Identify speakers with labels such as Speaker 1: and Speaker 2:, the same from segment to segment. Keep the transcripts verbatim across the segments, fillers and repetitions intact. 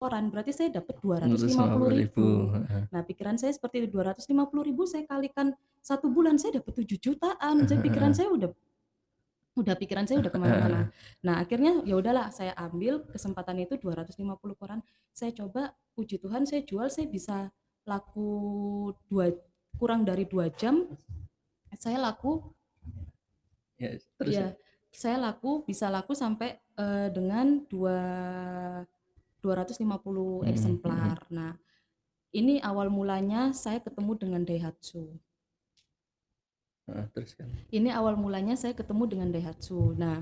Speaker 1: koran, berarti saya dapat dua
Speaker 2: dua
Speaker 1: ratus
Speaker 2: ratus
Speaker 1: lima
Speaker 2: lima
Speaker 1: puluh
Speaker 2: puluh ribu.
Speaker 1: ribu.
Speaker 2: Heeh.
Speaker 1: Nah, pikiran saya seperti itu, dua ratus lima puluh ribu saya kalikan satu bulan, saya dapat tujuh jutaan. Jadi pikiran saya udah udah pikiran saya udah kemana-mana. Nah, akhirnya ya udahlah saya ambil kesempatan itu dua ratus lima puluh koran, saya coba, puji Tuhan saya jual, saya bisa laku dua kurang dari dua jam, saya laku
Speaker 2: Ya, terus ya?
Speaker 1: ya, saya laku bisa laku sampai uh, dengan dua dua ratus lima puluh
Speaker 2: Mhm mhm.
Speaker 1: eksemplar. Nah, ini awal mulanya saya ketemu dengan Daihatsu.
Speaker 2: Heeh, terus kan?
Speaker 1: Ini awal mulanya saya ketemu dengan Daihatsu. Nah,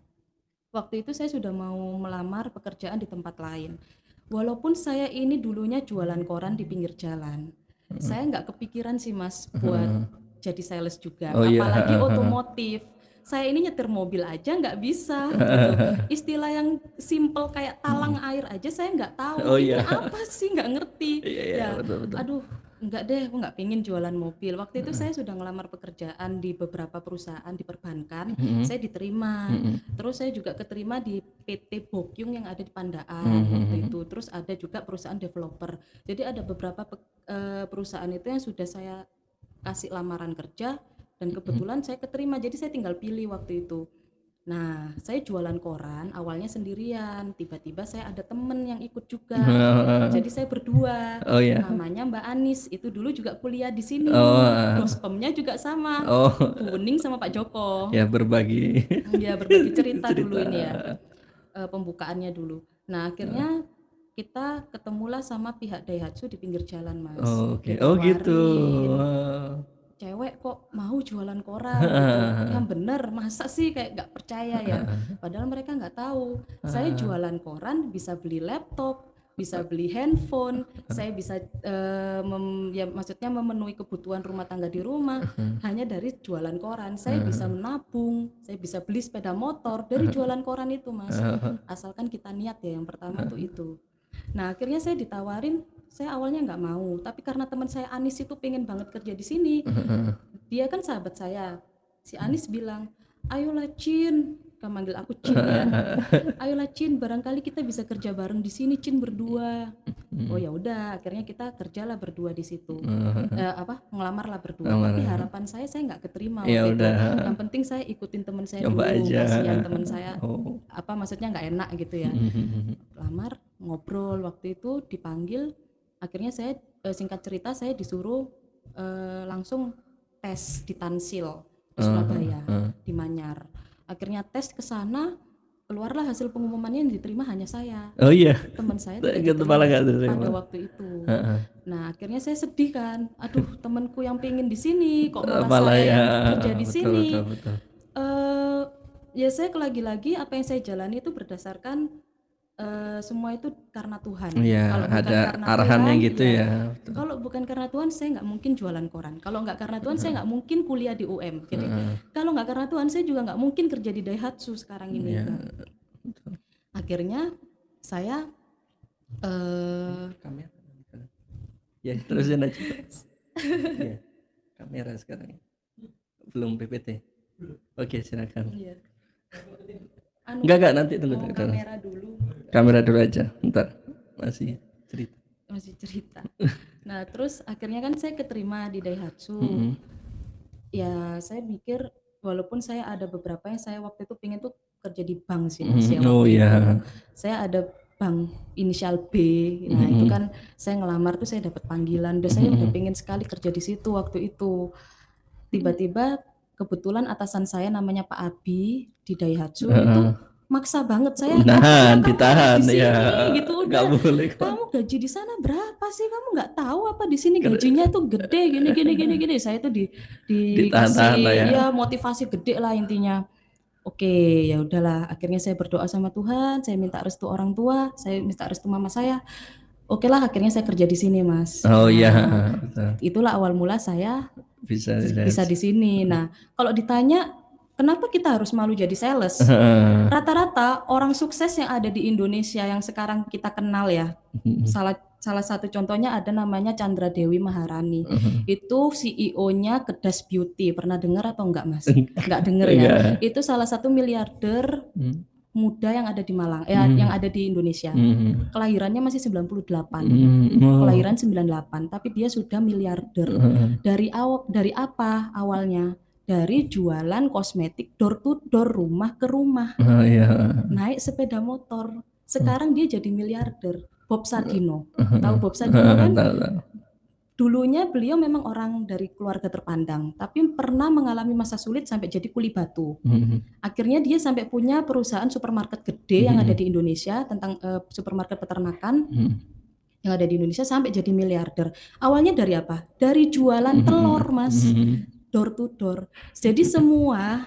Speaker 1: waktu itu saya sudah mau melamar pekerjaan di tempat lain. Walaupun saya ini dulunya jualan koran di pinggir jalan,
Speaker 2: Mhm.
Speaker 1: saya nggak kepikiran sih Mas buat
Speaker 2: Heeh.
Speaker 1: jadi sales juga,
Speaker 2: Oh iya,
Speaker 1: apalagi
Speaker 2: heeh heeh.
Speaker 1: otomotif. Saya ini nyetir mobil aja nggak bisa gitu. Istilah yang simple kayak talang
Speaker 2: Mhm.
Speaker 1: air aja saya nggak tahu.
Speaker 2: Oh
Speaker 1: Ini
Speaker 2: iya.
Speaker 1: apa sih, nggak ngerti.
Speaker 2: Iya iya,
Speaker 1: Ya,
Speaker 2: betul betul.
Speaker 1: aduh, nggak deh, aku nggak pengen jualan mobil. Waktu itu
Speaker 2: Heeh.
Speaker 1: saya sudah ngelamar pekerjaan di beberapa perusahaan di perbankan,
Speaker 2: Mhm.
Speaker 1: saya diterima.
Speaker 2: Mhm.
Speaker 1: Terus saya juga keterima di P T Bokyung yang ada di
Speaker 2: Mhm
Speaker 1: Pandaan waktu
Speaker 2: mhm.
Speaker 1: itu. Terus ada juga perusahaan developer. Jadi ada beberapa pe- eh, perusahaan itu yang sudah saya kasih lamaran kerja dan
Speaker 2: Mhm.
Speaker 1: kebetulan saya keterima. Jadi saya tinggal pilih waktu itu. Nah, saya jualan koran awalnya sendirian. Tiba-tiba saya ada temen yang ikut juga.
Speaker 2: Heeh.
Speaker 1: Jadi saya berdua.
Speaker 2: Oh ya.
Speaker 1: Namanya Mbak Anis. Itu dulu juga kuliah di
Speaker 2: Oh,
Speaker 1: sini.
Speaker 2: heeh.
Speaker 1: Dospemnya juga sama.
Speaker 2: Oh,
Speaker 1: Bu Ning sama Pak Joko.
Speaker 2: ya berbagi
Speaker 1: Ya berbagi cerita dulu
Speaker 2: cerita.
Speaker 1: ini ya, eh, pembukaannya dulu. Nah,
Speaker 2: Heeh.
Speaker 1: akhirnya kita ketemulah sama pihak Daihatsu di pinggir jalan, Mas.
Speaker 2: Oh, oke. Oh gitu.
Speaker 1: Ditawarin,
Speaker 2: Wow.
Speaker 1: cewek kok mau jualan koran gitu.
Speaker 2: Heeh.
Speaker 1: Yang bener, masa sih, kayak nggak percaya ya.
Speaker 2: Heeh.
Speaker 1: Padahal mereka nggak tahu. Saya
Speaker 2: Heeh.
Speaker 1: jualan koran bisa beli laptop, bisa beli handphone, saya bisa eh, mem- ya maksudnya memenuhi kebutuhan rumah tangga di rumah hanya dari jualan koran. Saya bisa menabung, saya bisa beli sepeda motor dari jualan koran itu, Mas. Asalkan kita niat ya, yang pertama tuh itu. Nah, akhirnya saya ditawarin, saya awalnya nggak mau, tapi karena teman saya Anis itu pengen banget kerja di sini, dia kan sahabat saya. Si Anis bilang, ayolah Cin, kan manggil aku Cin ya. Ayolah Cin, barangkali kita bisa kerja bareng di sini Cin berdua. Oh ya udah, akhirnya kita kerjalah berdua di situ. Eh, apa ngelamarlah berdua. Tapi harapan saya saya nggak keterima
Speaker 2: Ya
Speaker 1: waktu itu.
Speaker 2: udah,
Speaker 1: Yang penting saya ikutin teman saya
Speaker 2: coba
Speaker 1: dulu,
Speaker 2: aja.
Speaker 1: kasihan teman saya.
Speaker 2: Oh.
Speaker 1: Apa maksudnya nggak enak gitu ya. Lamar, ngobrol waktu itu dipanggil. Akhirnya saya eh, singkat cerita saya disuruh eh, langsung tes di Tansil di Surabaya, di Manyar. Akhirnya tes ke sana, keluarlah hasil pengumumannya, yang diterima hanya saya.
Speaker 2: Oh iya.
Speaker 1: Teman saya tidak
Speaker 2: Gitu malah
Speaker 1: diterima
Speaker 2: nggak diterima.
Speaker 1: pada waktu itu. Nah, akhirnya saya sedih kan. Aduh, temanku yang pengen di sini kok malah
Speaker 2: Malah
Speaker 1: saya
Speaker 2: ya,
Speaker 1: yang kerja di
Speaker 2: betul
Speaker 1: sini.
Speaker 2: betul betul.
Speaker 1: Eh ya saya lagi-lagi apa yang saya jalani itu berdasarkan eh, semua itu karena Tuhan.
Speaker 2: Iya,
Speaker 1: Kalau bukan
Speaker 2: ada
Speaker 1: karena
Speaker 2: arahannya
Speaker 1: Tuhan,
Speaker 2: gitu
Speaker 1: ya
Speaker 2: ya. Betul.
Speaker 1: kalau bukan karena Tuhan saya nggak mungkin jualan koran. Kalau nggak karena Tuhan saya nggak mungkin kuliah di U M. Jadi kalau nggak karena Tuhan saya juga nggak mungkin kerja di Daihatsu sekarang ini.
Speaker 2: Iya,
Speaker 1: Nah,
Speaker 2: betul.
Speaker 1: akhirnya saya eh
Speaker 2: Kamera. Ya, terusin aja. Ya, kamera sekarang. Belum P P T. Oke, silakan.
Speaker 1: iya. Anu,
Speaker 2: Enggak enggak, nanti tunggu
Speaker 1: mau
Speaker 2: tunggu.
Speaker 1: kamera dulu.
Speaker 2: Kamera dulu aja. Ntar masih cerita.
Speaker 1: Masih cerita. Nah, terus akhirnya kan saya keterima di Daihatsu.
Speaker 2: Mm-mm.
Speaker 1: Ya, saya mikir walaupun saya ada beberapa yang saya waktu itu pengen tuh kerja di bank sih Mas ya
Speaker 2: Mm-mm. Oh
Speaker 1: waktu
Speaker 2: ya.
Speaker 1: itu. Saya ada bank inisial B. Nah, itu
Speaker 2: Mm-mm.
Speaker 1: kan saya ngelamar tuh saya dapat panggilan. Udah saya udah pengen sekali kerja di situ waktu itu. Tiba-tiba kebetulan atasan saya namanya Pak Abi di Daihatsu itu maksa banget saya, pokoknya
Speaker 2: Nahan,
Speaker 1: kamu harus
Speaker 2: ditahan
Speaker 1: di sini
Speaker 2: ya.
Speaker 1: gitu.
Speaker 2: Nggak
Speaker 1: Udah,
Speaker 2: boleh kok.
Speaker 1: kamu gaji di sana berapa sih, kamu nggak tahu apa di sini gajinya tuh gede gini gini gini gini. Saya tuh di
Speaker 2: Ditahan-tahan lah
Speaker 1: dikasih
Speaker 2: ya.
Speaker 1: ya motivasi gede lah intinya. Oke, ya udahlah, akhirnya saya berdoa sama Tuhan, saya minta restu orang tua, saya minta restu mama saya. Oke lah, akhirnya saya kerja di sini Mas.
Speaker 2: Oh iya,
Speaker 1: Nah,
Speaker 2: betul.
Speaker 1: itulah awal mula saya
Speaker 2: Bisa
Speaker 1: bisa di sini. Nah, kalau ditanya kenapa kita harus malu jadi sales? Rata-rata orang sukses yang ada di Indonesia yang sekarang kita kenal ya. Salah salah satu contohnya ada namanya Chandra Dewi Maharani. Itu C E O-nya Kedas Beauty. Pernah dengar atau enggak, Mas? Enggak dengar ya.
Speaker 2: Enggak.
Speaker 1: Itu salah satu miliarder muda yang ada di Malang, eh,
Speaker 2: Hmm.
Speaker 1: yang ada di Indonesia.
Speaker 2: Hmm.
Speaker 1: Kelahirannya masih sembilan puluh delapan.
Speaker 2: Hmm. Oh.
Speaker 1: Kelahiran sembilan puluh delapan, tapi dia sudah miliarder.
Speaker 2: Hmm.
Speaker 1: Dari awal dari apa awalnya? Dari jualan kosmetik door to door, rumah ke rumah.
Speaker 2: Oh, iya.
Speaker 1: Naik sepeda motor. Sekarang dia jadi miliarder. Bob Sadino. Tahu Bob Sadino kan?
Speaker 2: Tahu, tahu.
Speaker 1: Dulunya beliau memang orang dari keluarga terpandang, tapi pernah mengalami masa sulit sampai jadi kuli batu.
Speaker 2: Hmm.
Speaker 1: Akhirnya dia sampai punya perusahaan supermarket gede yang ada di Indonesia, tentang uh, supermarket peternakan
Speaker 2: Hmm.
Speaker 1: yang ada di Indonesia, sampai jadi miliarder. Awalnya dari apa? Dari jualan telur, Mas. Door to door. Jadi semua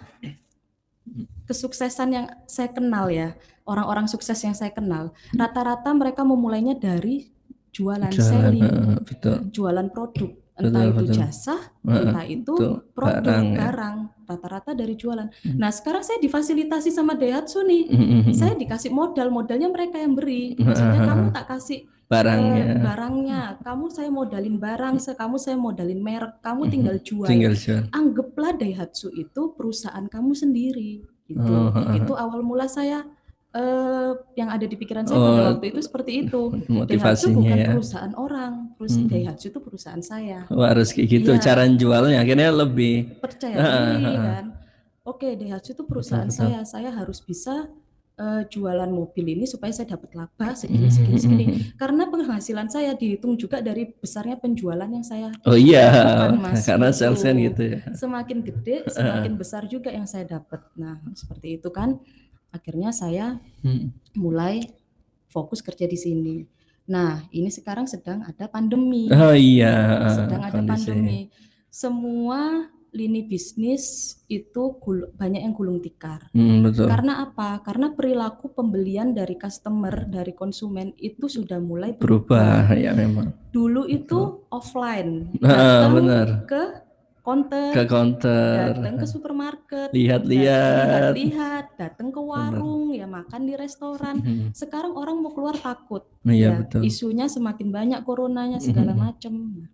Speaker 1: kesuksesan yang saya kenal ya, orang-orang sukses yang saya kenal, rata-rata mereka memulainya dari jualan,
Speaker 2: Jualan,
Speaker 1: selling,
Speaker 2: uh, betul.
Speaker 1: jualan produk, entah
Speaker 2: Betul,
Speaker 1: itu
Speaker 2: betul.
Speaker 1: jasa,
Speaker 2: Uh,
Speaker 1: entah itu
Speaker 2: betul.
Speaker 1: produk,
Speaker 2: Barang, ya.
Speaker 1: barang, rata-rata dari jualan.
Speaker 2: Hmm.
Speaker 1: Nah sekarang saya difasilitasi sama Daihatsu nih,
Speaker 2: Hmm.
Speaker 1: saya dikasih modal, modalnya mereka yang beri, maksudnya kamu tak kasih
Speaker 2: barangnya,
Speaker 1: eh, barangnya, kamu saya modalin barang, kamu saya modalin merek, kamu tinggal jual.
Speaker 2: tinggal jual.
Speaker 1: Anggaplah Daihatsu itu perusahaan kamu sendiri, gitu.
Speaker 2: Oh,
Speaker 1: Itu awal mula saya eh, yang ada di pikiran saya
Speaker 2: oh,
Speaker 1: pada waktu itu seperti itu. Daihatsu bukan
Speaker 2: ya.
Speaker 1: perusahaan orang, perusahaan
Speaker 2: Hmm.
Speaker 1: Daihatsu itu perusahaan saya.
Speaker 2: Oh, harus kayak gitu,
Speaker 1: Iya.
Speaker 2: cara jualnya akhirnya lebih
Speaker 1: Percaya diri kan. Oke, Daihatsu itu perusahaan
Speaker 2: betul, betul.
Speaker 1: saya, saya harus bisa uh, jualan mobil ini supaya saya dapat laba segini segini segini. Karena penghasilan saya dihitung juga dari besarnya penjualan yang saya
Speaker 2: oh iya,
Speaker 1: lakukan, Mas.
Speaker 2: karena
Speaker 1: Gitu.
Speaker 2: sales kan gitu ya.
Speaker 1: Semakin gede, semakin besar juga yang saya dapat. Nah, seperti itu kan. Akhirnya saya mulai fokus kerja di sini. Nah, ini sekarang sedang ada pandemi.
Speaker 2: Oh iya,
Speaker 1: Sedang ada
Speaker 2: kondisi.
Speaker 1: pandemi. Semua lini bisnis itu gul- banyak yang gulung tikar.
Speaker 2: Hmm, betul.
Speaker 1: Karena apa? Karena perilaku pembelian dari customer, dari konsumen itu sudah mulai
Speaker 2: berubah,
Speaker 1: berubah.
Speaker 2: ya memang.
Speaker 1: Dulu itu offline,
Speaker 2: Ah,
Speaker 1: datang
Speaker 2: benar.
Speaker 1: ke counter,
Speaker 2: Ke counter,
Speaker 1: datang ke supermarket,
Speaker 2: lihat-lihat,
Speaker 1: lihat-lihat, datang ke warung, ya makan di restoran.
Speaker 2: Hmm.
Speaker 1: Sekarang orang mau keluar takut,
Speaker 2: Iya,
Speaker 1: ya
Speaker 2: betul.
Speaker 1: isunya semakin banyak, coronanya segala
Speaker 2: Hmm.
Speaker 1: macam.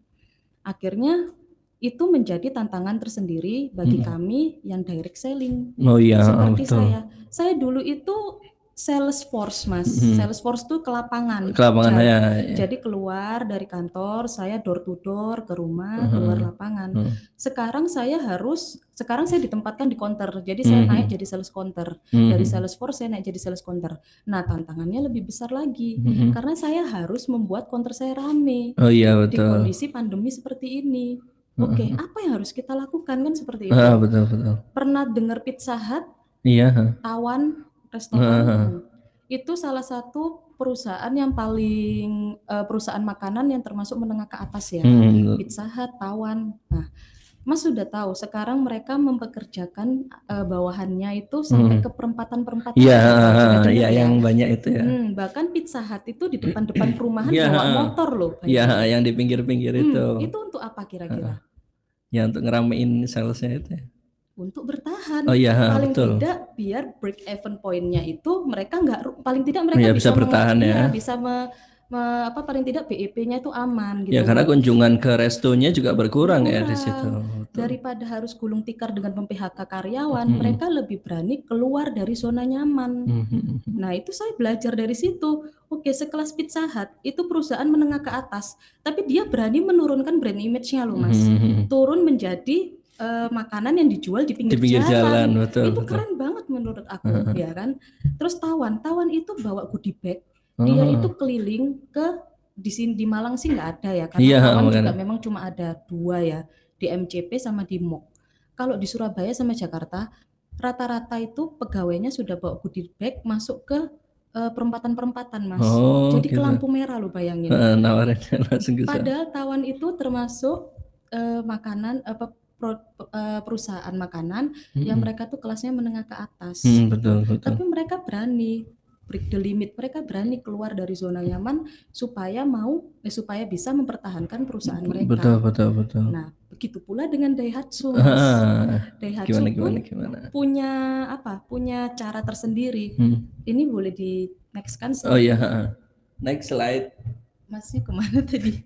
Speaker 1: Akhirnya itu menjadi tantangan tersendiri bagi
Speaker 2: Hmm.
Speaker 1: kami yang direct selling.
Speaker 2: Oh iya,
Speaker 1: Seperti
Speaker 2: betul.
Speaker 1: saya, saya dulu itu Salesforce, Mas.
Speaker 2: Hmm.
Speaker 1: Salesforce tuh ke lapangan.
Speaker 2: Ke lapangan,
Speaker 1: jadi,
Speaker 2: ya, ya.
Speaker 1: jadi keluar dari kantor, saya door to door ke rumah, keluar lapangan.
Speaker 2: Hmm.
Speaker 1: Sekarang saya harus, sekarang saya ditempatkan di counter. Jadi
Speaker 2: Hmm.
Speaker 1: saya naik jadi sales counter.
Speaker 2: Hmm.
Speaker 1: Dari Salesforce saya naik jadi sales counter. Nah, tantangannya lebih besar lagi.
Speaker 2: Hmm.
Speaker 1: Karena saya harus membuat counter saya rame.
Speaker 2: Oh iya,
Speaker 1: Di
Speaker 2: betul.
Speaker 1: kondisi pandemi seperti ini. Oke, okay, apa yang harus kita lakukan kan seperti itu?
Speaker 2: Ah, betul, betul.
Speaker 1: Pernah dengar Pizza Hut?
Speaker 2: Iya.
Speaker 1: Tawan restoran. Hmm. Itu salah satu perusahaan yang paling uh, perusahaan makanan yang termasuk menengah ke atas ya. Hmm. Pizza Hut, Tawan. Nah, Mas sudah tahu sekarang mereka mempekerjakan uh, bawahannya itu sampai hmm. ke perempatan-perempatan.
Speaker 2: Iya, ya, yang banyak itu ya.
Speaker 1: Hmm, bahkan Pizza Hut itu di depan-depan perumahan
Speaker 2: ya,
Speaker 1: bawa motor loh.
Speaker 2: Iya, yang di pinggir-pinggir hmm, itu.
Speaker 1: Itu untuk apa kira-kira?
Speaker 2: Ya, untuk ngeramein salesnya itu.
Speaker 1: Untuk bertahan.
Speaker 2: Oh iya,
Speaker 1: paling
Speaker 2: betul.
Speaker 1: tidak biar break even point-nya itu mereka nggak, paling tidak mereka
Speaker 2: ya,
Speaker 1: bisa,
Speaker 2: bisa bertahan
Speaker 1: meng,
Speaker 2: ya.
Speaker 1: ya bisa me, me, apa paling tidak B E P-nya itu aman gitu.
Speaker 2: Ya, karena kunjungan ke restonya juga berkurang, berkurang. ya di situ.
Speaker 1: Betul. Daripada harus gulung tikar dengan mem-P H K karyawan, hmm. mereka lebih berani keluar dari zona nyaman. Hmm. Nah, itu saya belajar dari situ. Oke, sekelas Pizza Hut itu perusahaan menengah ke atas, tapi dia berani menurunkan brand image-nya loh, Mas. Hmm. Turun menjadi Uh, makanan yang dijual di pinggir, di pinggir jalan, jalan. Betul, itu betul. Keren banget menurut aku, uh-huh. ya kan. Terus Tawan, Tawan itu bawa goodie bag, uh-huh. dia itu keliling ke di sini di Malang sih nggak ada ya, karena yeah, Tawan juga memang cuma ada dua ya, di M C P sama di M O K. Kalau di Surabaya sama Jakarta, rata-rata itu pegawainya sudah bawa goodie bag masuk ke uh, perempatan-perempatan, Mas. Oh, jadi gitu. Ke lampu merah lo bayangin. Uh, nawarin langsung ke sana. Padahal Tawan itu termasuk uh, makanan apa uh, perusahaan makanan hmm. yang mereka tuh kelasnya menengah ke atas, hmm, betul, betul. Tapi mereka berani break the limit, mereka berani keluar dari zona nyaman supaya mau, eh, supaya bisa mempertahankan perusahaan mereka.
Speaker 2: Betul, betul, betul.
Speaker 1: Nah, begitu pula dengan Daihatsu, Mas. Ah, Daihatsu
Speaker 2: gimana,
Speaker 1: pun
Speaker 2: gimana, gimana?
Speaker 1: punya apa? Punya cara tersendiri. Hmm. Ini boleh di next kan?
Speaker 2: Oh iya, next slide.
Speaker 1: Masnya kemana tadi?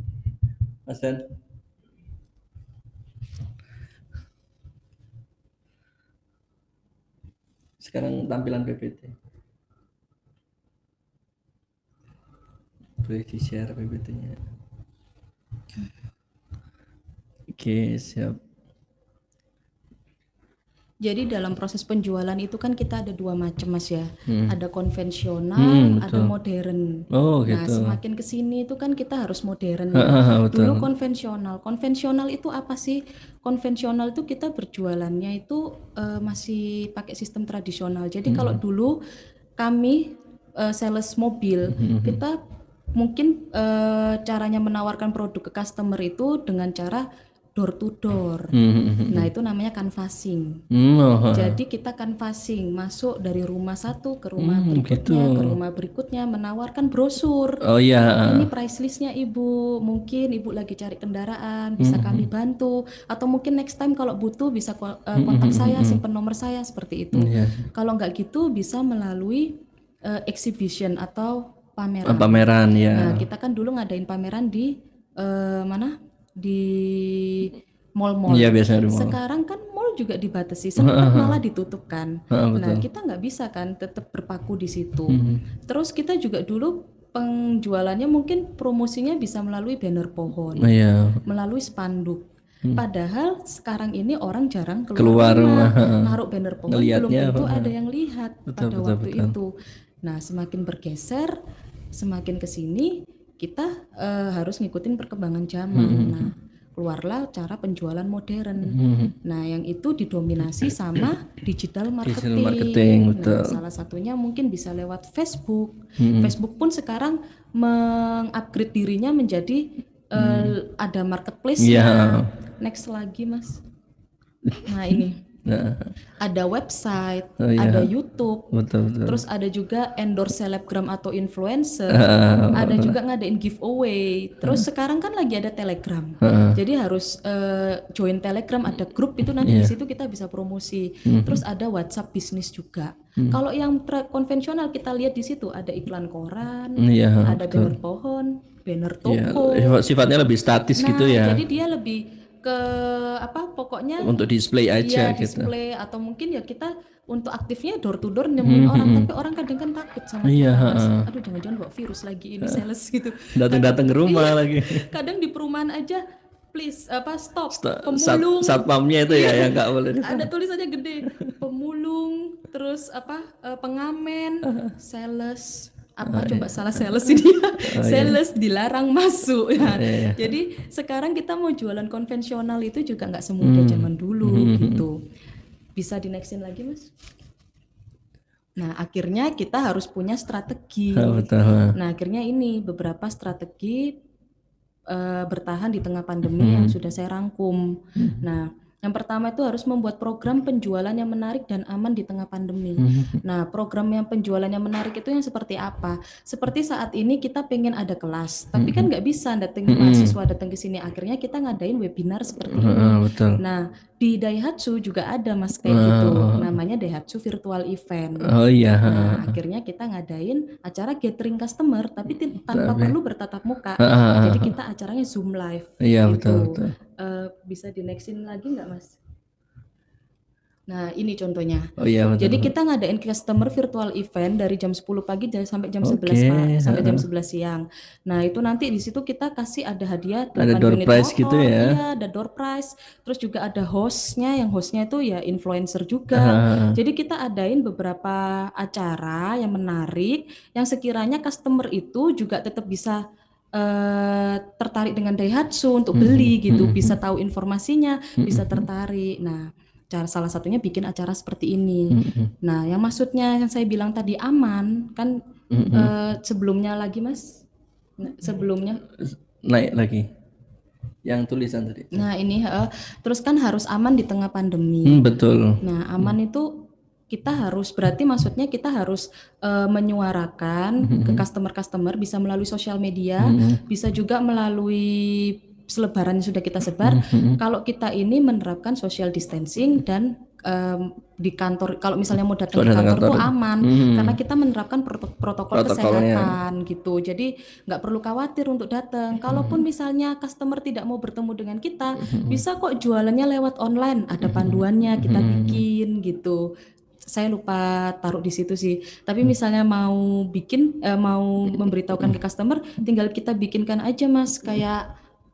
Speaker 2: Mas Dan. Sekarang tampilan P P T. boleh di-share P P T-nya. Oke, siap.
Speaker 1: Jadi dalam proses penjualan itu kan kita ada dua macam Mas ya.
Speaker 2: Hmm.
Speaker 1: Ada konvensional,
Speaker 2: Hmm,
Speaker 1: ada
Speaker 2: betul.
Speaker 1: modern.
Speaker 2: Oh,
Speaker 1: Nah,
Speaker 2: gitu.
Speaker 1: semakin kesini itu kan kita harus modern
Speaker 2: Ha,
Speaker 1: ya.
Speaker 2: ha, ha, betul.
Speaker 1: Dulu konvensional. Konvensional itu apa sih? Konvensional itu kita berjualannya itu eh, masih pakai sistem tradisional. Jadi kalau dulu kami eh, sales mobil, kita mungkin eh, caranya menawarkan produk ke customer itu dengan cara door to door.
Speaker 2: Hmm, hmm, hmm.
Speaker 1: Nah, itu namanya canvassing.
Speaker 2: Hmm, oh, ha.
Speaker 1: Jadi kita canvassing, masuk dari rumah satu ke rumah
Speaker 2: Hmm,
Speaker 1: berikutnya,
Speaker 2: gitu.
Speaker 1: ke rumah berikutnya, menawarkan brosur.
Speaker 2: Oh iya.
Speaker 1: Ini price listnya ibu, mungkin ibu lagi cari kendaraan, bisa kami bantu. Atau mungkin next time kalau butuh bisa ko- eh, kontak saya, simpen nomor saya, seperti itu.
Speaker 2: Hmm, iya.
Speaker 1: Kalau nggak gitu bisa melalui eh, exhibition atau pameran.
Speaker 2: Ah, pameran ya.
Speaker 1: Nah, kita kan dulu ngadain pameran di eh, mana? Di mall-mall.
Speaker 2: Iya, biasanya di mall.
Speaker 1: Sekarang kan mall juga dibatasi, sempat malah ditutup kan.
Speaker 2: Ah,
Speaker 1: Nah,
Speaker 2: betul.
Speaker 1: kita nggak bisa kan tetap berpaku di situ.
Speaker 2: Mhm.
Speaker 1: Terus kita juga dulu penjualannya mungkin promosinya bisa melalui banner pohon,
Speaker 2: Oh, iya.
Speaker 1: melalui spanduk. Padahal sekarang ini orang jarang
Speaker 2: Keluar
Speaker 1: keluar, rumah,
Speaker 2: rumah,
Speaker 1: naruh banner pohon belum
Speaker 2: ngelihatnya
Speaker 1: tentu
Speaker 2: apa,
Speaker 1: ada yang lihat
Speaker 2: betul,
Speaker 1: pada
Speaker 2: betul,
Speaker 1: waktu
Speaker 2: betul.
Speaker 1: itu. Nah, semakin bergeser, semakin kesini kita eh, harus ngikutin perkembangan zaman. Nah, keluarlah cara penjualan modern. Nah, yang itu didominasi sama digital marketing.
Speaker 2: Digital marketing, betul.
Speaker 1: Nah, salah satunya mungkin bisa lewat Facebook. Facebook pun sekarang mengupgrade dirinya menjadi eh, ada marketplace-nya.
Speaker 2: Iya.
Speaker 1: Next lagi, Mas. Nah, ini
Speaker 2: Nah,
Speaker 1: ada website,
Speaker 2: oh, iya.
Speaker 1: ada YouTube.
Speaker 2: Betul, betul.
Speaker 1: Terus ada juga endorse selebgram atau influencer,
Speaker 2: Ah,
Speaker 1: ada juga ngadain giveaway. Terus sekarang kan lagi ada Telegram, jadi harus eh, join Telegram, ada grup itu nanti di situ kita bisa promosi. Terus ada WhatsApp bisnis juga. Kalau yang tra- konvensional kita lihat di situ ada iklan koran,
Speaker 2: Iya,
Speaker 1: ada banner pohon, banner
Speaker 2: Iya,
Speaker 1: toko.
Speaker 2: sifatnya lebih statis
Speaker 1: Nah,
Speaker 2: gitu ya.
Speaker 1: jadi dia lebih ke apa? Pokoknya
Speaker 2: Untuk display aja
Speaker 1: Iya,
Speaker 2: gitu.
Speaker 1: display atau mungkin ya kita untuk aktifnya door to door nemuin orang, tapi orang kadang kan takut sama
Speaker 2: Iya,
Speaker 1: kita, Mas.
Speaker 2: ha-ha.
Speaker 1: Aduh, jangan-jangan bawa virus lagi ini sales gitu.
Speaker 2: Datang-datang ke rumah
Speaker 1: Iya,
Speaker 2: lagi.
Speaker 1: kadang di perumahan aja please apa stop
Speaker 2: Sta-
Speaker 1: pemulung.
Speaker 2: Sat, satpamnya itu ya yang nggak boleh.
Speaker 1: Ada tulisannya gede, pemulung, terus apa eh, pengamen, sales apa coba salah sales ini sales dilarang masuk ya. Jadi sekarang kita mau jualan konvensional itu juga nggak semudah zaman dulu gitu. Bisa di nextin lagi, Mas? Nah, akhirnya kita harus punya strategi.
Speaker 2: Ah, betul.
Speaker 1: Nah, akhirnya ini beberapa strategi eh, bertahan di tengah pandemi yang sudah saya rangkum. Nah, yang pertama itu harus membuat program penjualan yang menarik dan aman di tengah pandemi. Nah, program yang penjualan yang menarik itu yang seperti apa? Seperti saat ini kita pengen ada kelas, tapi kan nggak bisa datengin mahasiswa datang ke sini. Akhirnya kita ngadain webinar seperti ini.
Speaker 2: Ah, betul.
Speaker 1: Nah, di Daihatsu juga ada Mas kayak gitu, namanya Daihatsu Virtual Event.
Speaker 2: Oh iya.
Speaker 1: Nah, akhirnya kita ngadain acara gathering customer, tapi tin- tanpa perlu bertatap muka.
Speaker 2: Ah,
Speaker 1: Jadi kita acaranya Zoom live.
Speaker 2: Iya,
Speaker 1: gitu.
Speaker 2: betul, betul.
Speaker 1: Eh, bisa di nextin lagi nggak, Mas? Nah, ini contohnya.
Speaker 2: Oh iya, betul.
Speaker 1: Jadi kita ngadain customer virtual event dari jam sepuluh pagi dan sampai jam
Speaker 2: Oke,
Speaker 1: sebelas pa- sampai jam
Speaker 2: ha-ha.
Speaker 1: sebelas siang. Nah, itu nanti di situ kita kasih ada hadiah
Speaker 2: Ada
Speaker 1: delapan
Speaker 2: door
Speaker 1: unit
Speaker 2: prize
Speaker 1: motor,
Speaker 2: gitu ya?
Speaker 1: iya, ada door prize. Terus juga ada hostnya, yang hostnya itu ya influencer juga.
Speaker 2: Ah,
Speaker 1: Jadi kita adain beberapa acara yang menarik, yang sekiranya customer itu juga tetap bisa eh, tertarik dengan Daihatsu untuk beli gitu, bisa tahu informasinya, bisa tertarik. Nah, cara salah satunya bikin acara seperti ini. Nah, yang maksudnya yang saya bilang tadi aman kan eh, sebelumnya lagi, Mas. Nah, sebelumnya.
Speaker 2: naik lagi. Yang tulisan tadi.
Speaker 1: Nah, ini eh, terus kan harus aman di tengah pandemi.
Speaker 2: Hmm, betul.
Speaker 1: Nah, aman itu kita harus berarti maksudnya kita harus eh, menyuarakan ke customer-customer bisa melalui sosial media, bisa juga melalui selebaran yang sudah kita sebar. Kalau kita ini menerapkan social distancing dan em, di kantor kalau misalnya mau datang
Speaker 2: Kalau
Speaker 1: ke
Speaker 2: datang
Speaker 1: kantor tuh
Speaker 2: kantor.
Speaker 1: aman
Speaker 2: Hmm.
Speaker 1: karena kita menerapkan proto- protokol
Speaker 2: Protokolnya.
Speaker 1: kesehatan gitu. Jadi nggak perlu khawatir untuk datang. Kalaupun misalnya customer tidak mau bertemu dengan kita, bisa kok jualannya lewat online. Ada panduannya kita bikin gitu. saya lupa taruh di situ sih. Tapi misalnya mau bikin, eh, mau memberitahukan ke customer, tinggal kita bikinkan aja Mas kayak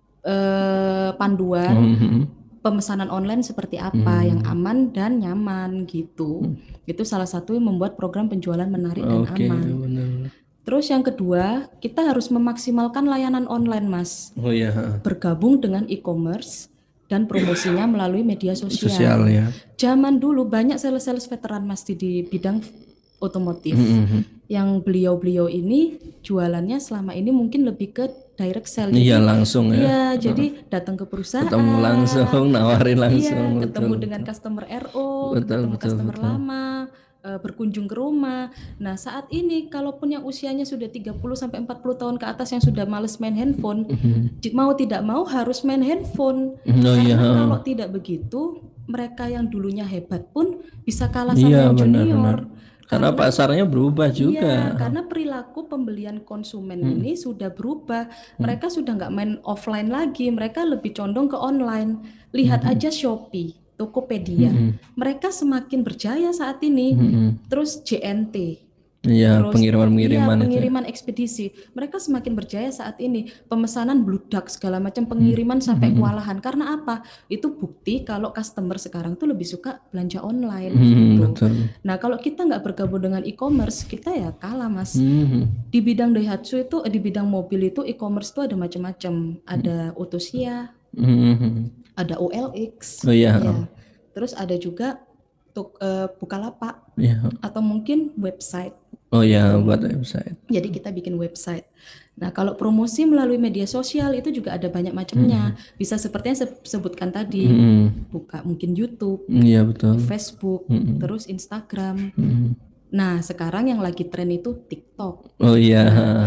Speaker 1: eh, panduan
Speaker 2: Mhm.
Speaker 1: pemesanan online seperti apa yang aman dan nyaman gitu. Itu salah satu yang membuat program penjualan menarik dan
Speaker 2: Oke,
Speaker 1: aman.
Speaker 2: benar.
Speaker 1: Terus yang kedua, kita harus memaksimalkan layanan online, Mas.
Speaker 2: Oh ya, ha.
Speaker 1: Bergabung dengan e-commerce dan promosinya melalui media
Speaker 2: Sosial
Speaker 1: sosial.
Speaker 2: ya.
Speaker 1: Zaman dulu banyak sales-sales veteran Mas di, di bidang otomotif.
Speaker 2: Mhm.
Speaker 1: Yang beliau-beliau ini jualannya selama ini mungkin lebih ke direct sell.
Speaker 2: Iya,
Speaker 1: Jadi
Speaker 2: langsung ya.
Speaker 1: iya, jadi datang ke perusahaan,
Speaker 2: Ketemu langsung, nawarin langsung,
Speaker 1: iya,
Speaker 2: betul
Speaker 1: ketemu dengan
Speaker 2: betul.
Speaker 1: customer R O,
Speaker 2: Betul
Speaker 1: ketemu
Speaker 2: betul
Speaker 1: customer
Speaker 2: betul.
Speaker 1: lama, eh, berkunjung ke rumah. Nah, saat ini kalaupun yang usianya sudah tiga puluh sampai empat puluh tahun ke atas yang sudah males main handphone, j- mau tidak mau harus main handphone.
Speaker 2: Oh iya,
Speaker 1: Karena
Speaker 2: ha.
Speaker 1: kalau tidak begitu, mereka yang dulunya hebat pun bisa kalah sama
Speaker 2: Iya
Speaker 1: yang
Speaker 2: benar-benar.
Speaker 1: junior.
Speaker 2: Karena
Speaker 1: Karena
Speaker 2: pasarnya berubah juga.
Speaker 1: iya, karena perilaku pembelian konsumen ini sudah berubah. Mereka sudah nggak main offline lagi, mereka lebih condong ke online. Lihat aja Shopee, Tokopedia. Mereka semakin berjaya saat ini. Terus J N T.
Speaker 2: Iya,
Speaker 1: Terus iya
Speaker 2: pengiriman-pengiriman itu.
Speaker 1: pengiriman ekspedisi. Mereka semakin berjaya saat ini. Pemesanan bludak segala macam pengiriman sampai kewalahan. Karena apa? Itu bukti kalau customer sekarang tuh lebih suka belanja online
Speaker 2: Hmm,
Speaker 1: gitu.
Speaker 2: betul.
Speaker 1: Nah, kalau kita nggak bergabung dengan e-commerce, kita ya kalah, Mas.
Speaker 2: Hmm.
Speaker 1: Di bidang Daihatsu itu, eh, di bidang mobil itu e-commerce itu ada macam-macam. Ada Autosia,
Speaker 2: Hmm.
Speaker 1: ada O L X,
Speaker 2: Oh iya.
Speaker 1: ya. Terus ada juga tuk, eh, Bukalapak
Speaker 2: Iya.
Speaker 1: atau mungkin website.
Speaker 2: Oh iya,
Speaker 1: Gitu.
Speaker 2: buat website.
Speaker 1: Jadi kita bikin website. Nah, kalau promosi melalui media sosial itu juga ada banyak macamnya. Bisa seperti yang saya sebutkan tadi,
Speaker 2: Hmm.
Speaker 1: buka mungkin YouTube,
Speaker 2: Iya betul.
Speaker 1: Facebook, terus Instagram.
Speaker 2: Hmm.
Speaker 1: Nah, sekarang yang lagi tren itu TikTok.
Speaker 2: Oh iya.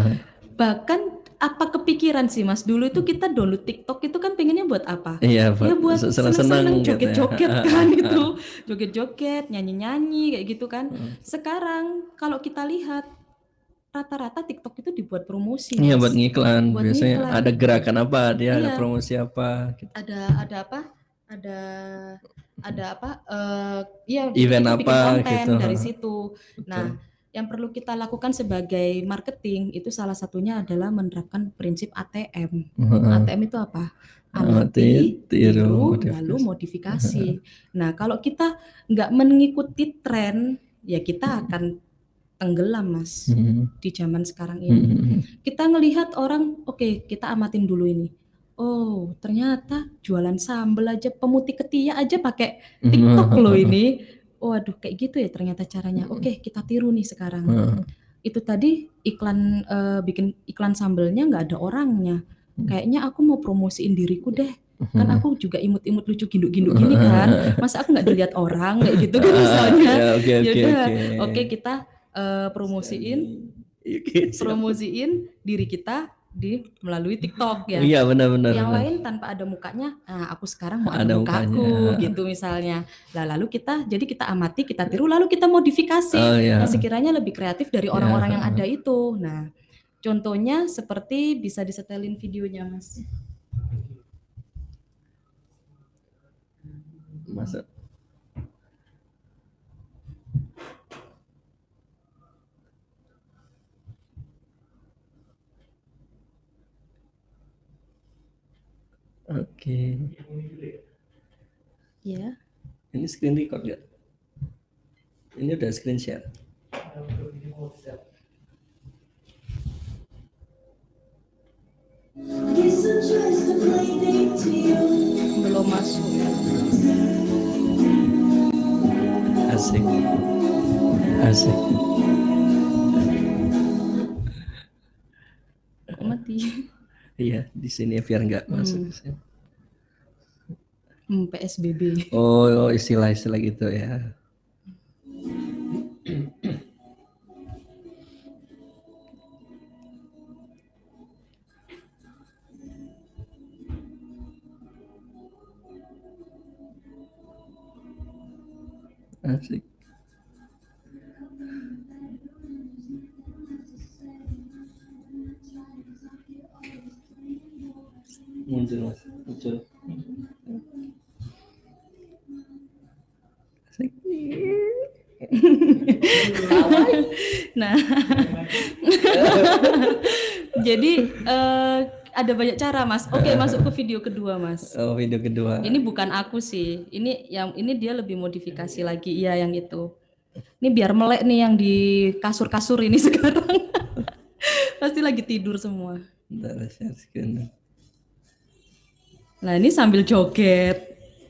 Speaker 1: Bahkan apa kepikiran sih Mas? Dulu itu kita download TikTok itu kan pengennya buat apa?
Speaker 2: Iya,
Speaker 1: Ya
Speaker 2: buat
Speaker 1: buat
Speaker 2: seneng-seneng
Speaker 1: seneng-seneng
Speaker 2: gitu ya.
Speaker 1: joget-joget kan itu. Joget-joget, nyanyi-nyanyi kayak gitu kan. Sekarang kalau kita lihat rata-rata TikTok itu dibuat promosi
Speaker 2: Iya,
Speaker 1: Mas.
Speaker 2: buat ngiklan.
Speaker 1: Buat
Speaker 2: Biasanya
Speaker 1: ngiklan.
Speaker 2: ada gerakan apa, dia ada
Speaker 1: Iya,
Speaker 2: promosi apa gitu.
Speaker 1: ada ada apa? Ada ada apa? Eh ya, jadi
Speaker 2: Event
Speaker 1: kita bikin
Speaker 2: apa
Speaker 1: konten
Speaker 2: gitu.
Speaker 1: dari situ. Nah,
Speaker 2: Betul.
Speaker 1: yang perlu kita lakukan sebagai marketing itu salah satunya adalah menerapkan prinsip A T M. A T M itu apa? Amati,
Speaker 2: Amati, tiru,
Speaker 1: tiru, lalu
Speaker 2: modifikasi.
Speaker 1: modifikasi. Nah, kalau kita nggak mengikuti tren, ya kita akan tenggelam, Mas,
Speaker 2: Hmm.
Speaker 1: di zaman sekarang ini.
Speaker 2: Hmm.
Speaker 1: Kita ngelihat orang, oke, kita amatin dulu ini. Oh, ternyata jualan sambel aja, pemutih ketiak aja pakai TikTok loh ini. Oh, aduh, kayak gitu ya ternyata caranya. Oke, kita tiru nih sekarang. Itu tadi iklan, eh, bikin iklan sambelnya nggak ada orangnya. Kayaknya aku mau promosiin diriku deh. Kan aku juga imut-imut lucu ginduk-ginduk gini kan. Masa aku nggak dilihat orang kayak gitu kan misalnya.
Speaker 2: Ya, oke
Speaker 1: Ya
Speaker 2: oke
Speaker 1: udah,
Speaker 2: oke.
Speaker 1: oke kita eh, promosiin
Speaker 2: Oke, siap.
Speaker 1: promosiin diri kita di melalui TikTok
Speaker 2: Oh
Speaker 1: ya.
Speaker 2: iya, benar-benar.
Speaker 1: Yang
Speaker 2: benar.
Speaker 1: lain tanpa ada mukanya, nah aku sekarang mau ada
Speaker 2: Ada
Speaker 1: mukaku
Speaker 2: mukanya.
Speaker 1: gitu misalnya. Lah lalu kita jadi kita amati, kita tiru, lalu kita modifikasi
Speaker 2: Oh
Speaker 1: yang
Speaker 2: ya.
Speaker 1: sekiranya lebih kreatif dari
Speaker 2: Ya.
Speaker 1: orang-orang yang ada itu. Nah, contohnya seperti bisa disetelin videonya, Mas.
Speaker 2: Masuk. Oke.
Speaker 1: Ya.
Speaker 2: Ini screen record nggak? Ini udah screen share.
Speaker 1: Belum masuk.
Speaker 2: Asik. Asik.
Speaker 1: Kok mati?
Speaker 2: Iya, di sini biar nggak masuk ke sini.
Speaker 1: Hmm, P S B B.
Speaker 2: Oh, istilah-istilah gitu ya. Asik. Muncul mas, muncul. Asik.
Speaker 1: Nah, jadi eh, ada banyak cara Mas. Oke, masuk ke video kedua Mas.
Speaker 2: Oh, video kedua.
Speaker 1: Ini bukan aku sih. Ini yang ini dia lebih modifikasi lagi. Iya yang itu. Ini biar melek nih yang di kasur-kasur ini sekarang. Pasti lagi tidur semua.
Speaker 2: Bentar, share screen.
Speaker 1: Nah ini sambil joget.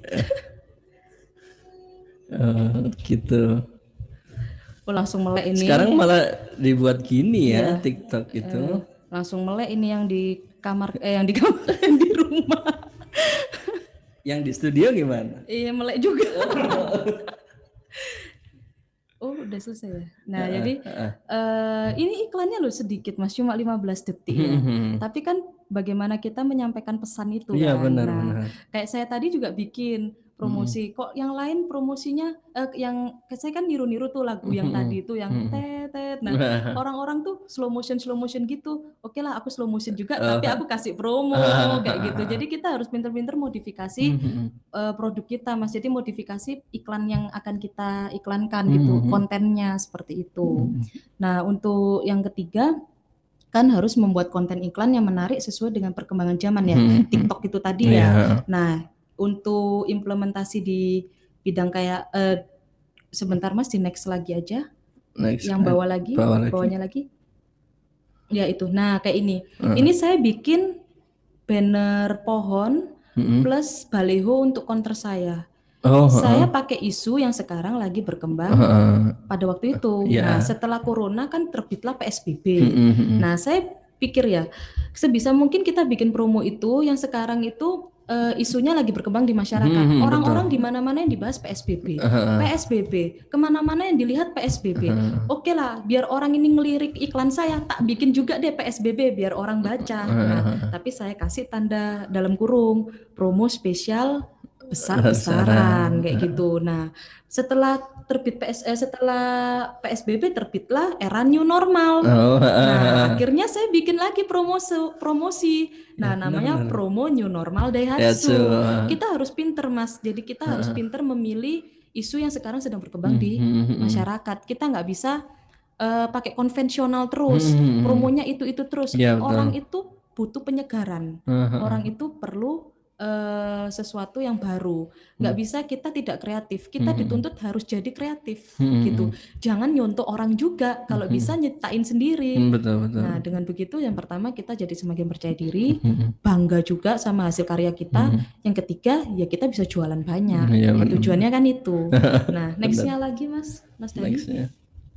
Speaker 2: Oh, gitu.
Speaker 1: Oh, langsung melek ini.
Speaker 2: Sekarang malah dibuat gini ya, TikTok itu.
Speaker 1: Eh, langsung melek ini yang di kamar eh yang di kamar yang di rumah.
Speaker 2: Yang di studio gimana?
Speaker 1: Iya melek juga. Oh udah selesai ya. Nah jadi eh, ini iklannya loh sedikit Mas, cuma lima belas detik ya. Tapi kan bagaimana kita menyampaikan pesan itu
Speaker 2: Iya,
Speaker 1: kan.
Speaker 2: benar,
Speaker 1: Nah
Speaker 2: benar.
Speaker 1: kayak saya tadi juga bikin promosi. Kok yang lain promosinya eh, yang saya kan niru-niru tuh lagu yang tadi itu yang tetet. Nah orang-orang tuh slow motion slow motion gitu. Oke lah aku slow motion juga, tapi aku kasih promo kayak gitu. Jadi kita harus pinter-pinter modifikasi eh, produk kita Mas. Jadi modifikasi iklan yang akan kita iklankan gitu, kontennya seperti itu. Nah untuk yang ketiga kan harus membuat konten iklan yang menarik sesuai dengan perkembangan zaman ya. TikTok itu tadi ya.
Speaker 2: Iya.
Speaker 1: Nah untuk implementasi di bidang kayak eh, sebentar Mas di next lagi aja.
Speaker 2: Next
Speaker 1: Yang
Speaker 2: slide.
Speaker 1: bawah lagi,
Speaker 2: Bawah lagi.
Speaker 1: bawahnya lagi. Ya itu. Nah kayak ini. Ini saya bikin banner pohon plus baliho untuk konter saya.
Speaker 2: Oh,
Speaker 1: Saya pakai isu yang sekarang lagi berkembang
Speaker 2: heeh.
Speaker 1: pada waktu itu.
Speaker 2: Iya.
Speaker 1: Nah, setelah corona kan terbitlah P S B B.
Speaker 2: Mm, mm,
Speaker 1: Nah, saya pikir ya, sebisa mungkin kita bikin promo itu yang sekarang itu eh, isunya lagi berkembang di masyarakat.
Speaker 2: Mm, mm,
Speaker 1: Orang-orang di mana-mana yang dibahas P S B B, P S B B, kemana-mana yang dilihat P S B B. Oke lah, biar orang ini ngelirik iklan saya, tak bikin juga deh P S B B biar orang baca. Nah, tapi saya kasih tanda dalam kurung promo spesial besar-besaran kayak gitu. Nah, setelah terbit P S eh, setelah P S B B terbitlah era new normal.
Speaker 2: Oh,
Speaker 1: Nah, akhirnya saya bikin lagi promosi promosi. Nah, namanya promo new normal Daihatsu.
Speaker 2: Daihatsu.
Speaker 1: Kita harus pinter, Mas. Jadi kita harus pinter memilih isu yang sekarang sedang berkembang di masyarakat. Kita nggak bisa eh, pakai konvensional terus. Promonya itu-itu terus.
Speaker 2: Iya, betul.
Speaker 1: Orang itu butuh penyegaran. Orang itu perlu Uh, sesuatu yang baru, nggak bisa kita tidak kreatif, kita dituntut harus jadi kreatif gitu. Jangan nyontoh orang juga, kalau bisa nyiptain sendiri.
Speaker 2: Mm, betul, betul.
Speaker 1: Nah dengan begitu yang pertama kita jadi semakin percaya diri, bangga juga sama hasil karya kita. Yang ketiga ya kita bisa jualan banyak.
Speaker 2: Iya,
Speaker 1: Ya,
Speaker 2: benar.
Speaker 1: tujuannya kan itu. Nah nextnya lagi mas, mas Dani.
Speaker 2: Nextnya.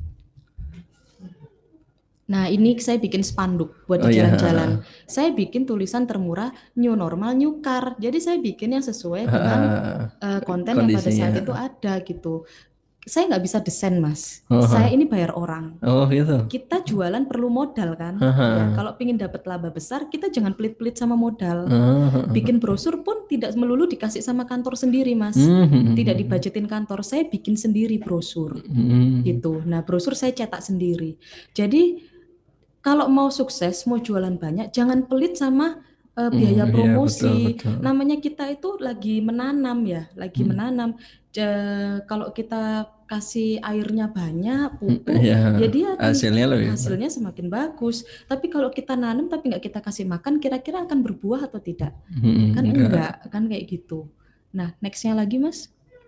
Speaker 1: Nah ini saya bikin spanduk buat
Speaker 2: Oh,
Speaker 1: di
Speaker 2: iya.
Speaker 1: jalan-jalan. Saya bikin tulisan termurah new normal new car. Jadi saya bikin yang sesuai dengan eh, konten yang pada
Speaker 2: Kondisinya.
Speaker 1: saat itu ada gitu. Saya nggak bisa desain mas.
Speaker 2: Oh,
Speaker 1: Saya ini bayar orang.
Speaker 2: Oh gitu.
Speaker 1: Kita jualan perlu modal kan. Ya, kalau ingin dapat laba besar kita jangan pelit-pelit sama modal. Bikin brosur pun tidak melulu dikasih sama kantor sendiri mas. Tidak dibajetin kantor. Saya bikin sendiri brosur gitu. Nah brosur saya cetak sendiri. Jadi kalau mau sukses, mau jualan banyak, jangan pelit sama uh, biaya
Speaker 2: Hmm, iya,
Speaker 1: promosi.
Speaker 2: betul, betul.
Speaker 1: Namanya kita itu lagi menanam ya, lagi menanam. Ja- kalau kita kasih airnya banyak, pupuk,
Speaker 2: Iya,
Speaker 1: ya dia akan
Speaker 2: hasilnya lebih
Speaker 1: hasilnya semakin bagus. Tapi kalau kita nanam tapi nggak kita kasih makan, kira-kira akan berbuah atau tidak?
Speaker 2: Hmm,
Speaker 1: Kan
Speaker 2: enggak.
Speaker 1: enggak, kan kayak gitu. Nah, nextnya lagi mas.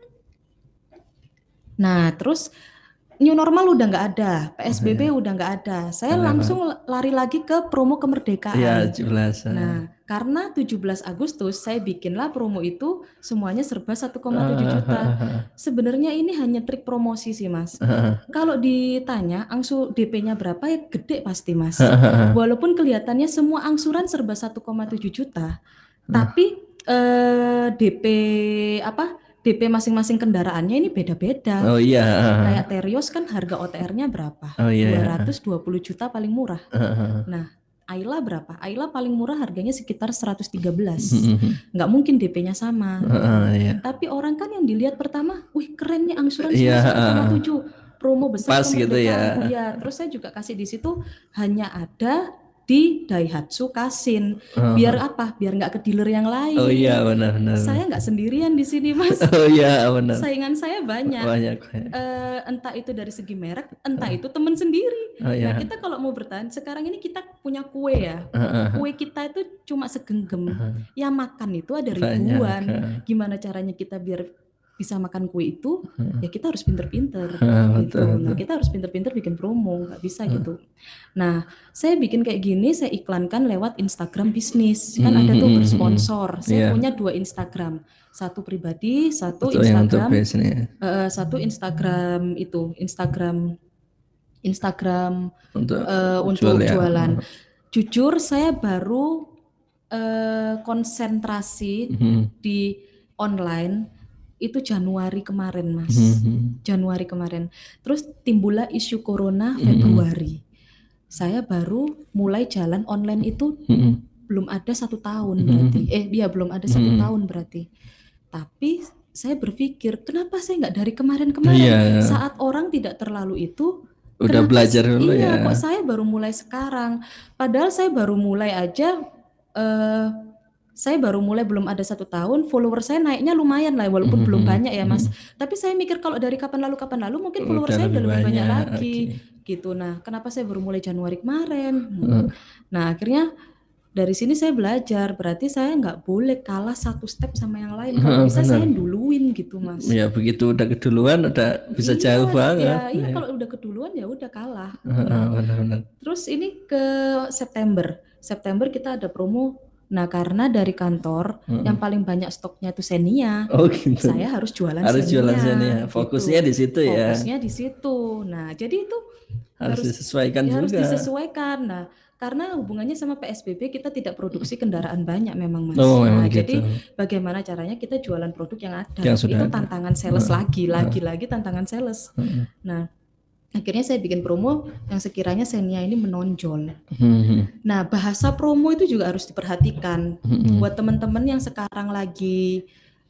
Speaker 1: Nah, terus new normal udah nggak ada, P S B B udah nggak ada. Saya
Speaker 2: Kenapa?
Speaker 1: langsung lari lagi ke promo kemerdekaan.
Speaker 2: Iya, tujuh belas.
Speaker 1: Nah, karena tujuh belas Agustus saya bikinlah promo itu semuanya serba satu koma tujuh juta. Sebenarnya ini hanya trik promosi sih, Mas. Kalau ditanya angsu D P-nya berapa ya gede pasti, Mas. Walaupun kelihatannya semua angsuran serba satu koma tujuh juta, tapi eh, D P apa? D P masing-masing kendaraannya ini beda-beda.
Speaker 2: Oh iya.
Speaker 1: Kayak Terios kan harga O T R-nya berapa?
Speaker 2: Oh iya.
Speaker 1: dua ratus dua puluh juta paling murah. Nah, Ayla berapa? Ayla paling murah harganya sekitar seratus tiga belas. Nggak mungkin D P-nya sama.
Speaker 2: Uh, iya.
Speaker 1: Tapi orang kan yang dilihat pertama, wih keren nih angsuran
Speaker 2: Iya,
Speaker 1: satu koma tujuh. Promo besar
Speaker 2: Pas gitu
Speaker 1: kemerdekaan.
Speaker 2: ya.
Speaker 1: Iya, terus saya juga kasih di situ hanya ada di Daihatsu Kasin. Biar apa? Biar nggak ke dealer yang lain.
Speaker 2: Oh iya benar-benar.
Speaker 1: Saya nggak sendirian di sini Mas.
Speaker 2: Oh iya benar.
Speaker 1: Saingan saya banyak.
Speaker 2: Banyak.
Speaker 1: Uh, entah itu dari segi merek, entah itu teman sendiri.
Speaker 2: Oh, iya.
Speaker 1: Nah kita kalau mau bertahan, sekarang ini kita punya kue ya. Kue kita itu cuma segenggam. Yang makan itu ada ribuan.
Speaker 2: Banyak.
Speaker 1: Gimana caranya kita biar bisa makan kue itu, ya kita harus pinter-pinter
Speaker 2: Ah,
Speaker 1: gitu.
Speaker 2: betul,
Speaker 1: Nah
Speaker 2: betul.
Speaker 1: kita harus pinter-pinter bikin promo, nggak bisa gitu. Nah saya bikin kayak gini, saya iklankan lewat Instagram bisnis. Kan ada tuh bersponsor. Saya
Speaker 2: Iya.
Speaker 1: punya dua Instagram, satu pribadi, satu
Speaker 2: Betul, yang untuk
Speaker 1: Instagram,
Speaker 2: bisnis.
Speaker 1: eh, satu Instagram itu Instagram Instagram
Speaker 2: Untuk
Speaker 1: eh, untuk
Speaker 2: jual ya.
Speaker 1: jualan. Jujur saya baru eh, konsentrasi di online itu Januari kemarin Mas. Januari kemarin. Terus timbullah isu corona Februari. Saya baru mulai jalan online itu belum ada satu tahun berarti. Eh dia belum ada satu tahun berarti. Tapi saya berpikir kenapa saya nggak dari kemarin-kemarin.
Speaker 2: Iya.
Speaker 1: Saat orang tidak terlalu itu
Speaker 2: udah
Speaker 1: kenapa
Speaker 2: belajar
Speaker 1: sih-
Speaker 2: dulu
Speaker 1: iya,
Speaker 2: ya.
Speaker 1: kok saya baru mulai sekarang. Padahal saya baru mulai aja eh saya baru mulai belum ada satu tahun, follower saya naiknya lumayan lah, walaupun belum banyak ya Mas. Tapi saya mikir kalau dari kapan lalu kapan lalu mungkin follower
Speaker 2: Udah
Speaker 1: saya udah
Speaker 2: lebih
Speaker 1: lebih banyak,
Speaker 2: banyak,
Speaker 1: lagi, gitu. Nah, kenapa saya baru mulai Januari kemarin? Hmm. Nah, akhirnya dari sini saya belajar, berarti saya nggak boleh kalah satu step sama yang lain. Kalau bisa saya duluin gitu Mas.
Speaker 2: Ya begitu udah keduluan udah bisa
Speaker 1: Iya,
Speaker 2: jauh banget.
Speaker 1: Ya, iya kalau udah keduluan ya udah kalah.
Speaker 2: Heeh, benar-benar.
Speaker 1: Terus ini ke September. September kita ada promo. Nah, karena dari kantor yang paling banyak stoknya itu Xenia.
Speaker 2: Oh gitu.
Speaker 1: Saya harus jualan
Speaker 2: Harus
Speaker 1: Xenia.
Speaker 2: jualan Xenia.
Speaker 1: gitu.
Speaker 2: Fokusnya di situ ya.
Speaker 1: Fokusnya di situ. Nah, jadi itu
Speaker 2: Harus disesuaikan
Speaker 1: ya harus
Speaker 2: juga.
Speaker 1: disesuaikan. Nah, karena hubungannya sama P S B B kita tidak produksi kendaraan banyak memang Mas.
Speaker 2: Oh,
Speaker 1: nah,
Speaker 2: memang
Speaker 1: jadi
Speaker 2: gitu.
Speaker 1: bagaimana caranya kita jualan produk yang ada.
Speaker 2: Yang sudah
Speaker 1: itu
Speaker 2: ada.
Speaker 1: tantangan sales lagi, lagi-lagi tantangan sales. Nah, akhirnya saya bikin promo yang sekiranya Xenia ini menonjol. Nah, bahasa promo itu juga harus diperhatikan. Buat teman-teman yang sekarang lagi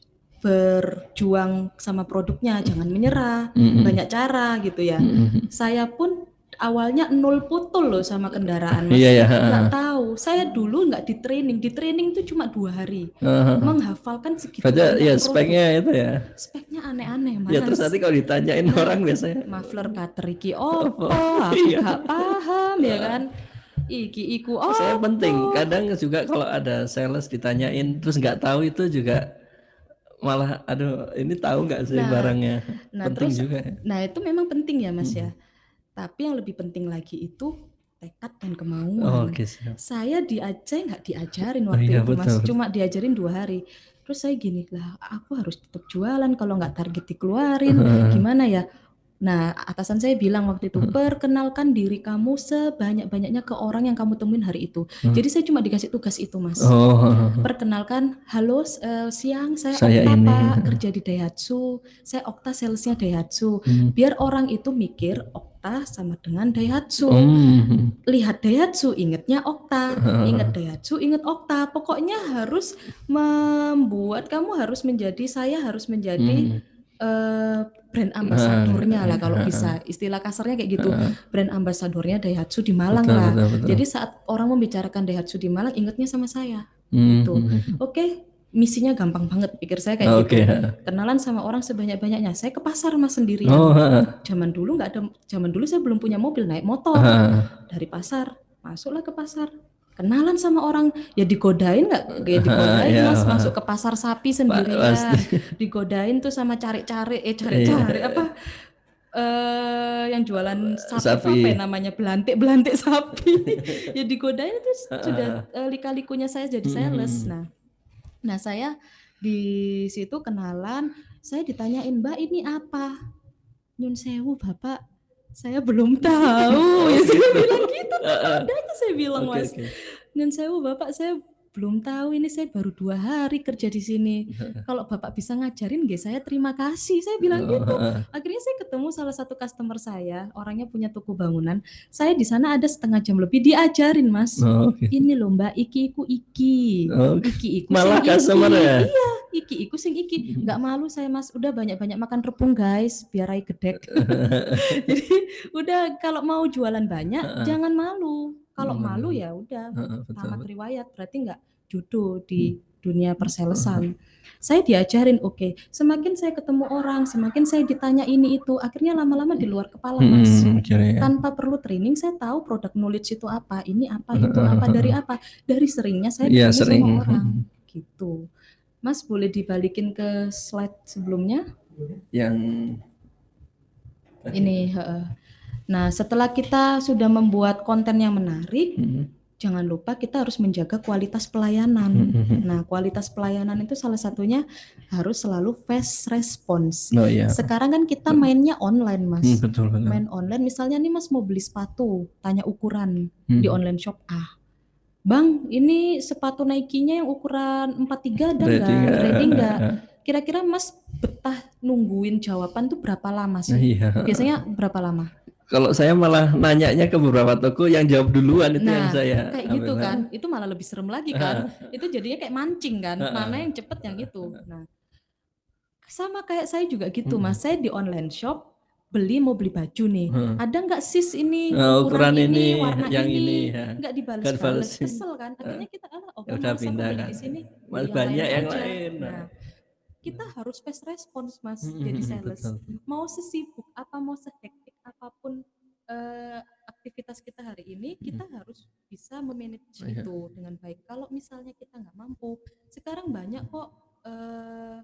Speaker 1: berjuang sama produknya, jangan menyerah, banyak cara gitu ya. Saya pun awalnya nol putul loh sama kendaraan Mas.
Speaker 2: Iya, ya.
Speaker 1: Nggak tahu. Saya dulu nggak di training. Di training itu cuma dua hari. Menghafalkan segitu
Speaker 2: Berarti
Speaker 1: banyak
Speaker 2: ya
Speaker 1: produk.
Speaker 2: speknya itu ya.
Speaker 1: Speknya aneh-aneh Mas.
Speaker 2: Ya terus nanti kalau ditanyain orang biasanya
Speaker 1: Muffler cutter iki opo, aku gak paham ya kan. Iki iku opo.
Speaker 2: saya penting. Kadang juga kalau ada sales ditanyain terus nggak tahu itu juga malah aduh ini tahu nggak sih barangnya.
Speaker 1: Nah,
Speaker 2: Penting
Speaker 1: terus,
Speaker 2: juga ya.
Speaker 1: nah itu memang penting ya Mas ya. Tapi yang lebih penting lagi itu tekad dan kemauan.
Speaker 2: Oh, oke, siap.
Speaker 1: Saya di Aceh nggak diajarin waktu
Speaker 2: iya,
Speaker 1: itu Mas,
Speaker 2: betul.
Speaker 1: cuma diajarin dua hari. Terus saya gini lah, aku harus tetap jualan kalau nggak target dikeluarin, gimana ya? Nah, atasan saya bilang waktu itu, perkenalkan diri kamu sebanyak-banyaknya ke orang yang kamu temuin hari itu. Jadi saya cuma dikasih tugas itu Mas.
Speaker 2: Oh,
Speaker 1: Perkenalkan, halo eh, siang saya,
Speaker 2: Saya
Speaker 1: Okta
Speaker 2: ini.
Speaker 1: Pak, kerja di Daihatsu. Saya Okta salesnya Daihatsu. Biar orang itu mikir Okta sama dengan Daihatsu.
Speaker 2: Hmm.
Speaker 1: Lihat Daihatsu, ingetnya Okta. Ingat Daihatsu, inget Okta. Pokoknya harus membuat kamu harus menjadi, saya harus menjadi eh, brand ambasadornya lah kalau bisa. Istilah kasarnya kayak gitu. Brand ambasadornya Daihatsu di Malang
Speaker 2: Betul,
Speaker 1: lah.
Speaker 2: betul, betul.
Speaker 1: Jadi saat orang membicarakan Daihatsu di Malang, ingetnya sama saya.
Speaker 2: Hmm.
Speaker 1: Gitu. Oke, misinya gampang banget, pikir saya kayak
Speaker 2: Oke.
Speaker 1: gitu. Kenalan sama orang sebanyak-banyaknya. Saya ke pasar Mas sendirian.
Speaker 2: Oh, ha.
Speaker 1: Zaman dulu nggak ada, zaman dulu saya belum punya mobil, naik motor
Speaker 2: Ha.
Speaker 1: dari pasar, masuklah ke pasar. Kenalan sama orang, ya digodain nggak? Ya digodain
Speaker 2: Ya,
Speaker 1: Mas,
Speaker 2: ha.
Speaker 1: masuk ke pasar sapi sendirian.
Speaker 2: pasti.
Speaker 1: Digodain tuh sama cari-cari, eh cari-cari apa? eh yang jualan sapi, itu
Speaker 2: Sapi.
Speaker 1: apa ya namanya, belantik-belantik sapi. Ya digodain itu sudah eh, lika-likunya saya jadi sales. Nah, nah saya di situ kenalan, saya ditanyain, Mbak ini apa? Nyun sewu Bapak, saya belum tahu. Ya saya bilang gitu, adanya saya bilang
Speaker 2: Oke,
Speaker 1: Mas.
Speaker 2: oke.
Speaker 1: Nyun sewu Bapak, saya belum tahu, ini saya baru dua hari kerja di sini. Kalau Bapak bisa ngajarin, nggih saya terima kasih. Saya bilang gitu. Akhirnya saya ketemu salah satu customer saya, orangnya punya toko bangunan. Saya di sana ada setengah jam lebih diajarin Mas.
Speaker 2: Oh, oke.
Speaker 1: Ini loh Mbak, iki iku iki.
Speaker 2: Oh,
Speaker 1: Iki iku
Speaker 2: malah
Speaker 1: sing
Speaker 2: customer
Speaker 1: iki.
Speaker 2: ya?
Speaker 1: Iya, iki iku sing iki. Nggak malu saya Mas, udah banyak-banyak makan repung guys, biar rai gedek. Jadi udah kalau mau jualan banyak, jangan malu. Kalau
Speaker 2: Benar.
Speaker 1: malu ya udah
Speaker 2: Heeh, betul.
Speaker 1: tamat riwayat, berarti nggak judo di dunia perselesan. Saya diajarin, oke, semakin saya ketemu orang, semakin saya ditanya ini itu, akhirnya lama-lama di luar kepala, Mas.
Speaker 2: Hmm, kira ya.
Speaker 1: Tanpa perlu training, saya tahu produk knowledge itu apa, ini apa, itu apa, dari apa. Dari seringnya saya
Speaker 2: Iya,
Speaker 1: ketemu
Speaker 2: sering.
Speaker 1: sama orang, gitu. Mas boleh dibalikin ke slide sebelumnya?
Speaker 2: Yang
Speaker 1: Ini, heeh. Nah, setelah kita sudah membuat konten yang menarik,
Speaker 2: Hmm.
Speaker 1: jangan lupa kita harus menjaga kualitas pelayanan. Nah, kualitas pelayanan itu salah satunya harus selalu fast response.
Speaker 2: Oh iya.
Speaker 1: Sekarang kan kita mainnya online, Mas.
Speaker 2: Hmm, betul, betul.
Speaker 1: Main online, misalnya nih Mas mau beli sepatu, tanya ukuran
Speaker 2: Hmm.
Speaker 1: di online shop A. Bang, ini sepatu Nike-nya yang ukuran empat puluh tiga ada
Speaker 2: Ready
Speaker 1: nggak?
Speaker 2: nggak?
Speaker 1: Ready nggak? Kira-kira Mas betah nungguin jawaban tuh berapa lama sih?
Speaker 2: Iya.
Speaker 1: Biasanya berapa lama?
Speaker 2: Kalau saya malah nanyanya ke beberapa toko yang jawab duluan, itu yang
Speaker 1: Nah,
Speaker 2: saya
Speaker 1: kayak
Speaker 2: ambil.
Speaker 1: gitu kan, itu malah lebih serem lagi kan. Itu jadinya kayak mancing kan, mana yang cepet yang itu. Nah, sama kayak saya juga gitu Mas, saya di online shop beli mau beli baju nih, ada nggak sis ini
Speaker 2: Oh,
Speaker 1: ukuran
Speaker 2: ukuran
Speaker 1: ini,
Speaker 2: ini,
Speaker 1: warna
Speaker 2: yang
Speaker 1: ini,
Speaker 2: ini, ya.
Speaker 1: nggak
Speaker 2: Nggak
Speaker 1: dibales-bales,
Speaker 2: dibalesin.
Speaker 1: kesel kan. Akhirnya kita ah oke
Speaker 2: Ya udah
Speaker 1: males aku
Speaker 2: pindah
Speaker 1: beli
Speaker 2: kan.
Speaker 1: di sini,
Speaker 2: Mas
Speaker 1: beli yang
Speaker 2: banyak
Speaker 1: lain
Speaker 2: yang
Speaker 1: aja.
Speaker 2: lain.
Speaker 1: Nah, kita harus fast response Mas,
Speaker 2: Hmm,
Speaker 1: jadi
Speaker 2: hmm,
Speaker 1: sales.
Speaker 2: betul.
Speaker 1: Mau sesibuk apa, mau sehektik apapun eh, aktivitas kita hari ini, kita harus bisa memanage
Speaker 2: Oh, iya.
Speaker 1: itu dengan baik. Kalau misalnya kita nggak mampu, sekarang banyak kok eh,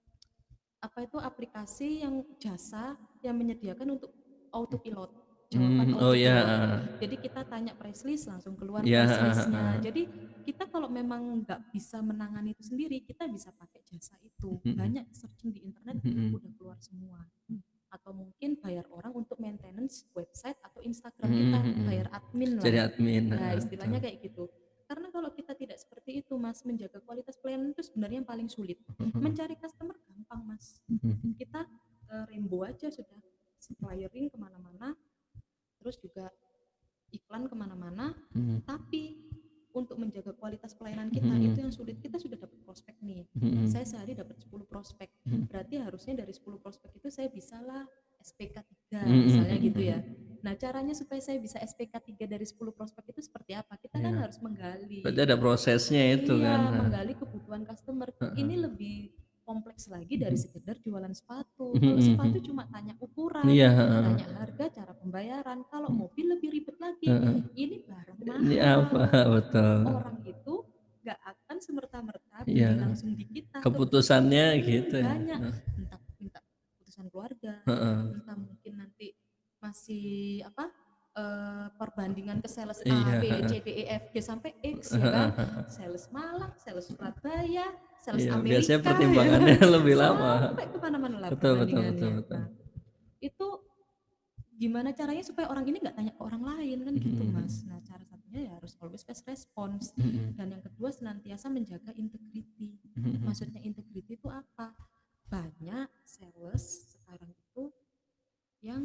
Speaker 1: apa itu aplikasi yang jasa yang menyediakan untuk autopilot, jawaban
Speaker 2: Hmm, oh ya.
Speaker 1: autopilot. Jadi kita tanya price list langsung keluar
Speaker 2: Ya.
Speaker 1: price listnya. Jadi kita kalau memang nggak bisa menangani itu sendiri, kita bisa pakai jasa itu. Banyak searching di internet udah keluar semua. Atau mungkin bayar orang untuk maintenance website atau Instagram kita, bayar admin lah.
Speaker 2: Jadi admin.
Speaker 1: Nah, istilahnya kayak gitu. Karena kalau kita tidak seperti itu, Mas, menjaga kualitas pelayanan itu sebenarnya yang paling sulit. Mencari customer gampang, Mas. Kita uh, rainbow aja sudah, supplierin kemana-mana, terus juga iklan kemana-mana, tapi untuk menjaga kualitas pelayanan kita itu yang sulit. Kita sudah dapat prospek nih, saya sehari dapat sepuluh prospek, berarti harusnya dari sepuluh prospek itu saya bisalah S P K tiga misalnya gitu ya. Nah, caranya supaya saya bisa S P K tiga dari sepuluh prospek itu seperti apa? Kita kan harus menggali.
Speaker 2: Berarti ada prosesnya itu
Speaker 1: iya,
Speaker 2: kan.
Speaker 1: menggali kebutuhan customer. Ini lebih kompleks lagi dari sekedar jualan sepatu. Kalau sepatu cuma tanya ukuran,
Speaker 2: Iya.
Speaker 1: tanya harga, cara pembayaran. Kalau mobil lebih ribet lagi. Ini barang mahal.
Speaker 2: Ini apa? Betul.
Speaker 1: Orang itu nggak akan semerta-merta beli
Speaker 2: Iya.
Speaker 1: langsung di kita.
Speaker 2: Keputusannya
Speaker 1: Hmm,
Speaker 2: gitu ya.
Speaker 1: banyak. Entah minta keputusan keluarga, entah mungkin nanti masih apa eh, perbandingan ke sales A,
Speaker 2: Iya.
Speaker 1: B, C, D, E, F, G sampai X ya kan, sales Malang, sales Surabaya, sales
Speaker 2: Iya,
Speaker 1: Amerika,
Speaker 2: biasanya pertimbangannya
Speaker 1: ya.
Speaker 2: lebih lama.
Speaker 1: Sampai kemana-mana lah
Speaker 2: Betul, betul,
Speaker 1: perbandingannya.
Speaker 2: betul, betul.
Speaker 1: Nah, itu gimana caranya supaya orang ini nggak tanya ke orang lain kan gitu Mas. Nah, cara satunya ya harus always fast response. Dan yang kedua senantiasa menjaga integrity. Maksudnya integrity itu apa? Banyak sales sekarang itu yang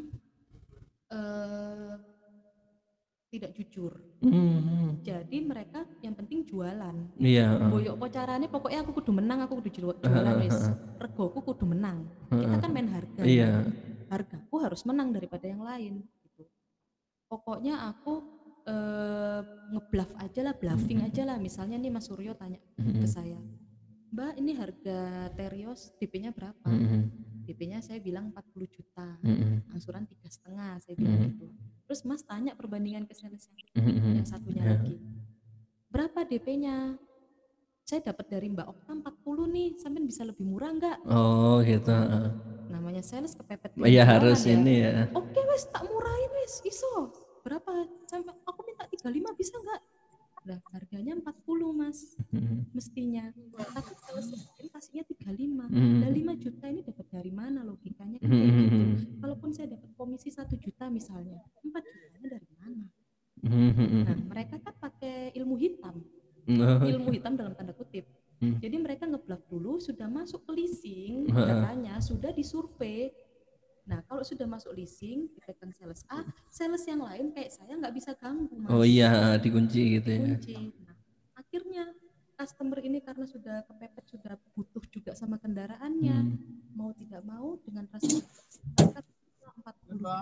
Speaker 1: eh, tidak jujur. Jadi mereka yang penting jualan.
Speaker 2: Iya.
Speaker 1: Boyok pocarane pokoknya aku kudu menang, aku kudu ju- jualan wis. Regoku kudu menang. Kita kan main harga.
Speaker 2: Iya.
Speaker 1: Hargaku harus menang daripada yang lain gitu. Pokoknya aku eh, ngebluff aja lah, bluffing aja lah. Misalnya nih Mas Suryo tanya ke saya, Mbak ini harga Terios D P-nya berapa? D P-nya saya bilang empat puluh juta, angsuran tiga setengah saya bilang gitu. Terus Mas tanya perbandingan ke sales yang, yang satunya lagi, berapa D P-nya? Saya dapat dari Mbak Okta empat puluh nih, sampai bisa lebih murah nggak?
Speaker 2: Oh gitu.
Speaker 1: Nah, namanya sales kepepet
Speaker 2: Iya
Speaker 1: jualan
Speaker 2: harus
Speaker 1: ya.
Speaker 2: ini ya.
Speaker 1: Oke wes tak murahin wes, iso. Berapa? Sampai aku minta tiga puluh lima bisa nggak? Nah, harganya empat puluh Mas. Mestinya. Tapi kalau saya kasihnya tiga puluh lima. Nah, lima juta ini dapat dari mana logikanya kan kayak gitu. Kalaupun saya dapat komisi satu juta misalnya, empat jutanya dari mana? Nah, mereka kan pakai ilmu hitam. Ilmu hitam dalam tanda kutip. Jadi mereka ngebluff dulu, sudah masuk ke leasing, katanya sudah disurvei. Nah, kalau sudah masuk leasing, dipegang sales A, sales yang lain kayak saya nggak bisa ganggu, Mas.
Speaker 2: Oh iya, dikunci gitu ya.
Speaker 1: Dikunci. Nah, akhirnya customer ini karena sudah kepepet, sudah butuh juga sama kendaraannya, mau tidak mau dengan rasa mereka empat puluh.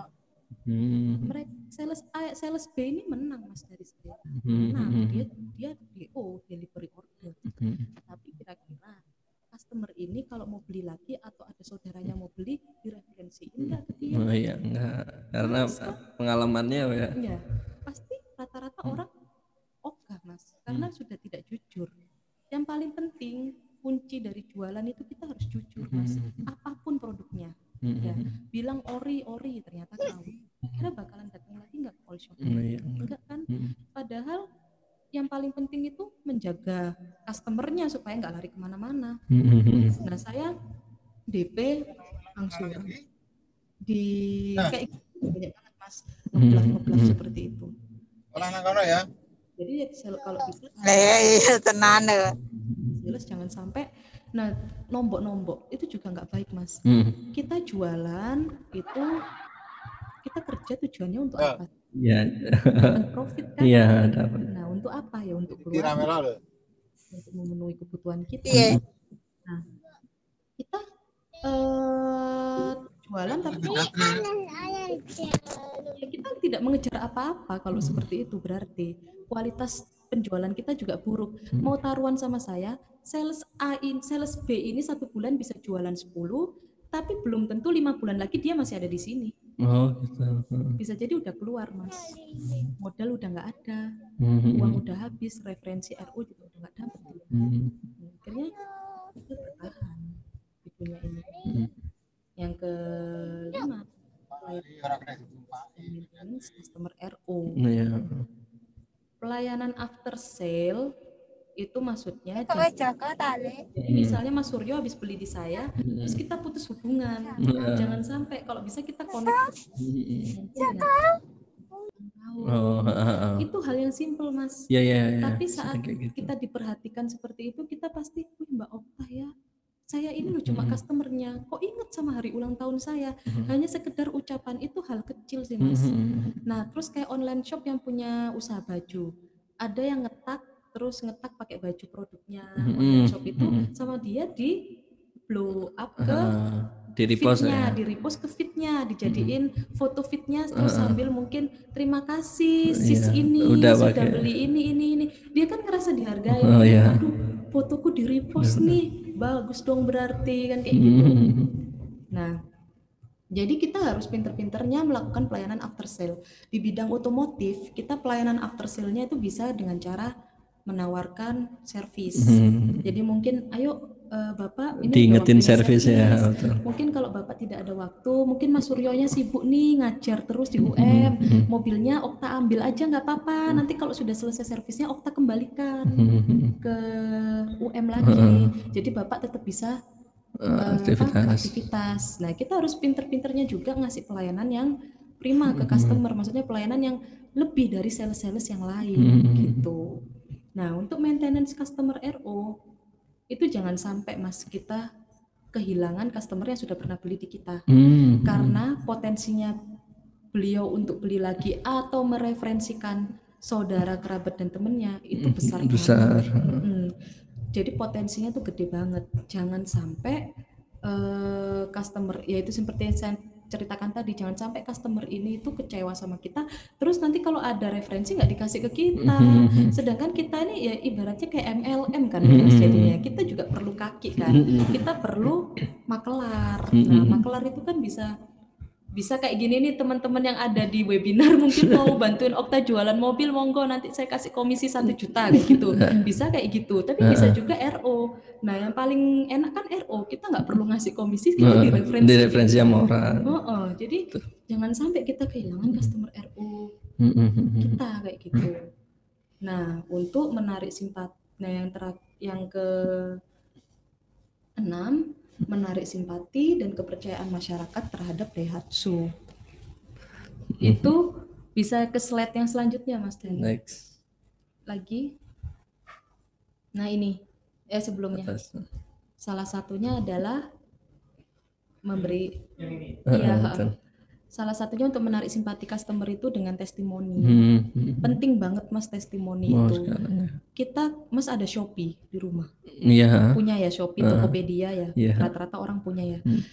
Speaker 2: Hmm.
Speaker 1: Mereka sales A, sales B ini menang mas dari saya.
Speaker 2: Hmm.
Speaker 1: Menang,
Speaker 2: Hmm.
Speaker 1: dia dia D O, delivery order.
Speaker 2: Hmm.
Speaker 1: Tapi kira-kira customer ini kalau mau beli lagi atau ada saudaranya mau beli, direferensiin nggak ke dia?
Speaker 2: Oh iya enggak, karena
Speaker 1: Males kan?
Speaker 2: pengalamannya ya.
Speaker 1: Ya, pasti rata-rata orang ogah mas, karena
Speaker 2: Hmm.
Speaker 1: sudah tidak jujur. Yang paling penting kunci dari jualan itu kita harus jujur mas, apapun produknya. Ya, bilang ori ori ternyata kau, kira bakalan datang lagi nggak ke all shop?
Speaker 2: Oh iya
Speaker 1: Enggak kan? Padahal yang paling penting itu menjaga customernya supaya nggak lari kemana-mana. Nah saya D P angsuran di kayak gitu banyak banget mas, ngebluff ngebluff seperti itu.
Speaker 3: ya.
Speaker 1: Jadi kalau bisa
Speaker 3: Eh, tenan deh.
Speaker 1: jelas jangan sampai. Nah nombok-nombok itu juga nggak baik mas. Kita jualan itu kita kerja tujuannya untuk apa?
Speaker 2: Ya.
Speaker 1: Dapat profit kan?
Speaker 2: Iya dapat.
Speaker 1: Nah untuk apa ya? Untuk keluarga, untuk memenuhi kebutuhan kita.
Speaker 3: Iya.
Speaker 1: Nah kita eh, jualan tapi ya kita tidak mengejar apa-apa kalau seperti itu, berarti kualitas penjualan kita juga buruk. Mau taruhan sama saya, sales A in, sales B ini satu bulan bisa jualan sepuluh, tapi belum tentu lima bulan lagi dia masih ada di sini.
Speaker 2: Oh gitu.
Speaker 1: Bisa jadi udah keluar mas, modal udah nggak ada, uang udah habis, referensi R U juga udah nggak dapat. Akhirnya kita bertahan di dunia ini. Yang kelima, maintenance customer R O. Pelayanan after sale itu maksudnya jadi misalnya Mas Suryo habis beli di saya, terus kita putus hubungan. Jangan sampai, kalau bisa kita connect mungkin dengan
Speaker 2: Oh, uh, uh.
Speaker 1: itu hal yang simple mas.
Speaker 2: Ya, ya, ya.
Speaker 1: Tapi saat
Speaker 2: gitu.
Speaker 1: kita diperhatikan seperti itu, kita pasti, wih Mbak Okta ya, saya ini loh cuma customernya, kok inget sama hari ulang tahun saya. Hanya sekedar ucapan itu hal kecil sih mas. Nah terus kayak online shop yang punya usaha baju, ada yang ngetak terus ngetak pakai baju produknya online shop itu, sama dia di blow up ke
Speaker 2: uh, di repost
Speaker 1: feednya,
Speaker 2: ya.
Speaker 1: di repost ke feednya, dijadiin mm-hmm. foto feednya, terus uh, sambil mungkin terima kasih sis yeah, ini udah sudah pake. Beli ini ini ini, dia kan ngerasa dihargai. Oh, yeah. Aduh fotoku di repost nih, bagus dong berarti kan kayak mm-hmm. gitu. Nah jadi kita harus pinter-pinternya melakukan pelayanan after sale. Di bidang otomotif kita pelayanan after sale-nya itu bisa dengan cara menawarkan servis. Mm-hmm. Jadi mungkin ayo uh, Bapak ini
Speaker 2: diingetin servis ya. Betul.
Speaker 1: Mungkin kalau Bapak tidak ada waktu, mungkin Mas Suryonya sibuk nih ngajar terus di U M, mm-hmm. mobilnya Okta ambil aja nggak apa-apa. Nanti kalau sudah selesai servisnya Okta kembalikan mm-hmm. ke U M lagi. Mm-hmm. Jadi Bapak tetap bisa uh, aktivitas. Apa, aktivitas. Nah kita harus pinter-pinternya juga ngasih pelayanan yang prima ke customer. Maksudnya pelayanan yang lebih dari sales-sales yang lain mm-hmm. gitu. Nah untuk maintenance customer R O itu jangan sampai mas kita kehilangan customer yang sudah pernah beli di kita mm-hmm. karena potensinya beliau untuk beli lagi atau mereferensikan saudara kerabat dan temennya itu besar
Speaker 2: besar
Speaker 1: hmm. Jadi potensinya tuh gede banget. Jangan sampai uh, customer, yaitu seperti yang saya ceritakan tadi, jangan sampai customer ini itu kecewa sama kita, terus nanti kalau ada referensi nggak dikasih ke kita, mm-hmm. sedangkan kita ini ya ibaratnya kayak M L M kan, mm-hmm. mas jadinya kita juga perlu kaki kan, mm-hmm. kita perlu makelar. Mm-hmm. Nah makelar itu kan bisa bisa kayak gini nih teman-teman yang ada di webinar, mungkin mau bantuin Okta jualan mobil, monggo nanti saya kasih komisi satu juta kayak gitu, bisa kayak gitu. Tapi bisa juga R O. Nah yang paling enak kan R O, kita nggak perlu ngasih komisi, kita direferensi.
Speaker 2: Direferensi sama orang.
Speaker 1: Oh, oh, jadi tuh. Jangan sampai kita kehilangan customer R O kita kayak gitu. Nah untuk menarik simpati, nah yang ter yang ke enam, menarik simpati dan kepercayaan masyarakat terhadap Daihatsu. Mm-hmm. Itu bisa ke slide yang selanjutnya Mas Dan.
Speaker 2: Next.
Speaker 1: Lagi. Nah ini, eh sebelumnya. Atas. Salah satunya adalah memberi, uh, iya, uh, salah satunya untuk menarik simpati customer itu dengan testimoni. Hmm. Penting banget mas testimoni oh, itu. Sekarang. Kita mas ada Shopee di rumah.
Speaker 2: Iya.
Speaker 1: Punya ya Shopee, uh, Tokopedia ya. Yeah. Rata-rata orang punya ya. Hmm.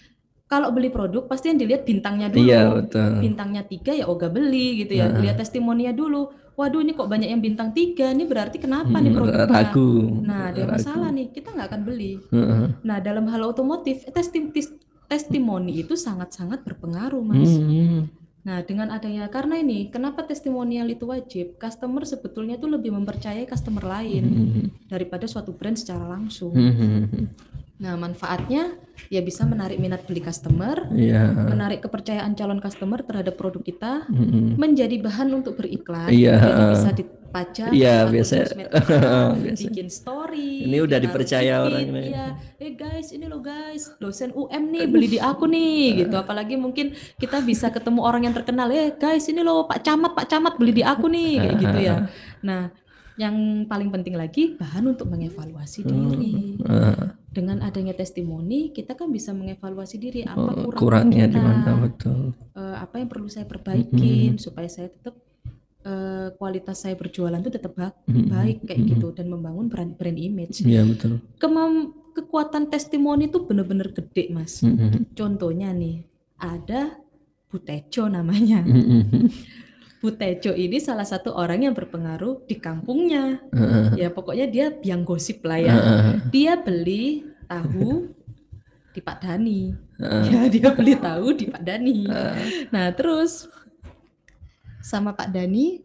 Speaker 1: kalau beli produk pasti yang dilihat bintangnya dulu.
Speaker 2: Iya, betul.
Speaker 1: Bintangnya tiga ya Oga beli gitu ya. Lihat testimoninya dulu. Waduh ini kok banyak yang bintang tiga, ini berarti kenapa nih
Speaker 2: Hmm,
Speaker 1: produknya?
Speaker 2: ragu.
Speaker 1: Nah ada
Speaker 2: Ragu.
Speaker 1: masalah nih, kita nggak akan beli.
Speaker 2: Heeh.
Speaker 1: Nah dalam hal otomotif, testi- tis- testimoni itu sangat-sangat berpengaruh mas.
Speaker 2: Hmm.
Speaker 1: Nah dengan adanya, karena ini, kenapa testimonial itu wajib? Customer sebetulnya itu lebih mempercayai customer lain
Speaker 2: Hmm.
Speaker 1: daripada suatu brand secara langsung.
Speaker 2: Hmm.
Speaker 1: Nah, manfaatnya ya bisa menarik minat beli customer,
Speaker 2: Iya.
Speaker 1: menarik kepercayaan calon customer terhadap produk kita,
Speaker 2: Hmm.
Speaker 1: menjadi bahan untuk beriklan.
Speaker 2: Iya.
Speaker 1: Jadi bisa dipajang
Speaker 2: Iya,
Speaker 1: akun
Speaker 2: biasa.
Speaker 1: sosmed kita,
Speaker 2: Biasa.
Speaker 1: bikin story,
Speaker 2: Ini udah
Speaker 1: ditaruh
Speaker 2: dipercaya
Speaker 1: di feed,
Speaker 2: orang nih.
Speaker 1: Iya, eh guys, ini loh guys, dosen U M nih beli di aku nih, gitu. Apalagi mungkin kita bisa ketemu orang yang terkenal, eh guys, ini loh Pak Camat, Pak Camat beli di aku nih, kayak gitu ya. Nah, yang paling penting lagi bahan untuk mengevaluasi diri.
Speaker 2: Uh,
Speaker 1: Dengan adanya testimoni kita kan bisa mengevaluasi diri apa
Speaker 2: oh,
Speaker 1: kurangnya
Speaker 2: kurangnya
Speaker 1: kita,
Speaker 2: di mana, betul.
Speaker 1: eh, apa yang perlu saya perbaikin supaya saya tetap eh, kualitas saya berjualan itu tetap ba- baik kayak gitu dan membangun brand brand image.
Speaker 2: Iya, betul.
Speaker 1: Kemam- kekuatan testimoni itu benar-benar gede mas.
Speaker 2: Mm-mm.
Speaker 1: Contohnya nih ada Bu Tejo namanya.
Speaker 2: Mm-mm.
Speaker 1: Bu Tejo ini salah satu orang yang berpengaruh di kampungnya.
Speaker 2: Uh,
Speaker 1: Ya pokoknya dia biang gosip lah ya.
Speaker 2: uh,
Speaker 1: Dia beli tahu di Pak Dani.
Speaker 2: uh,
Speaker 1: Ya dia beli tahu di Pak Dani. Nah terus sama Pak Dani,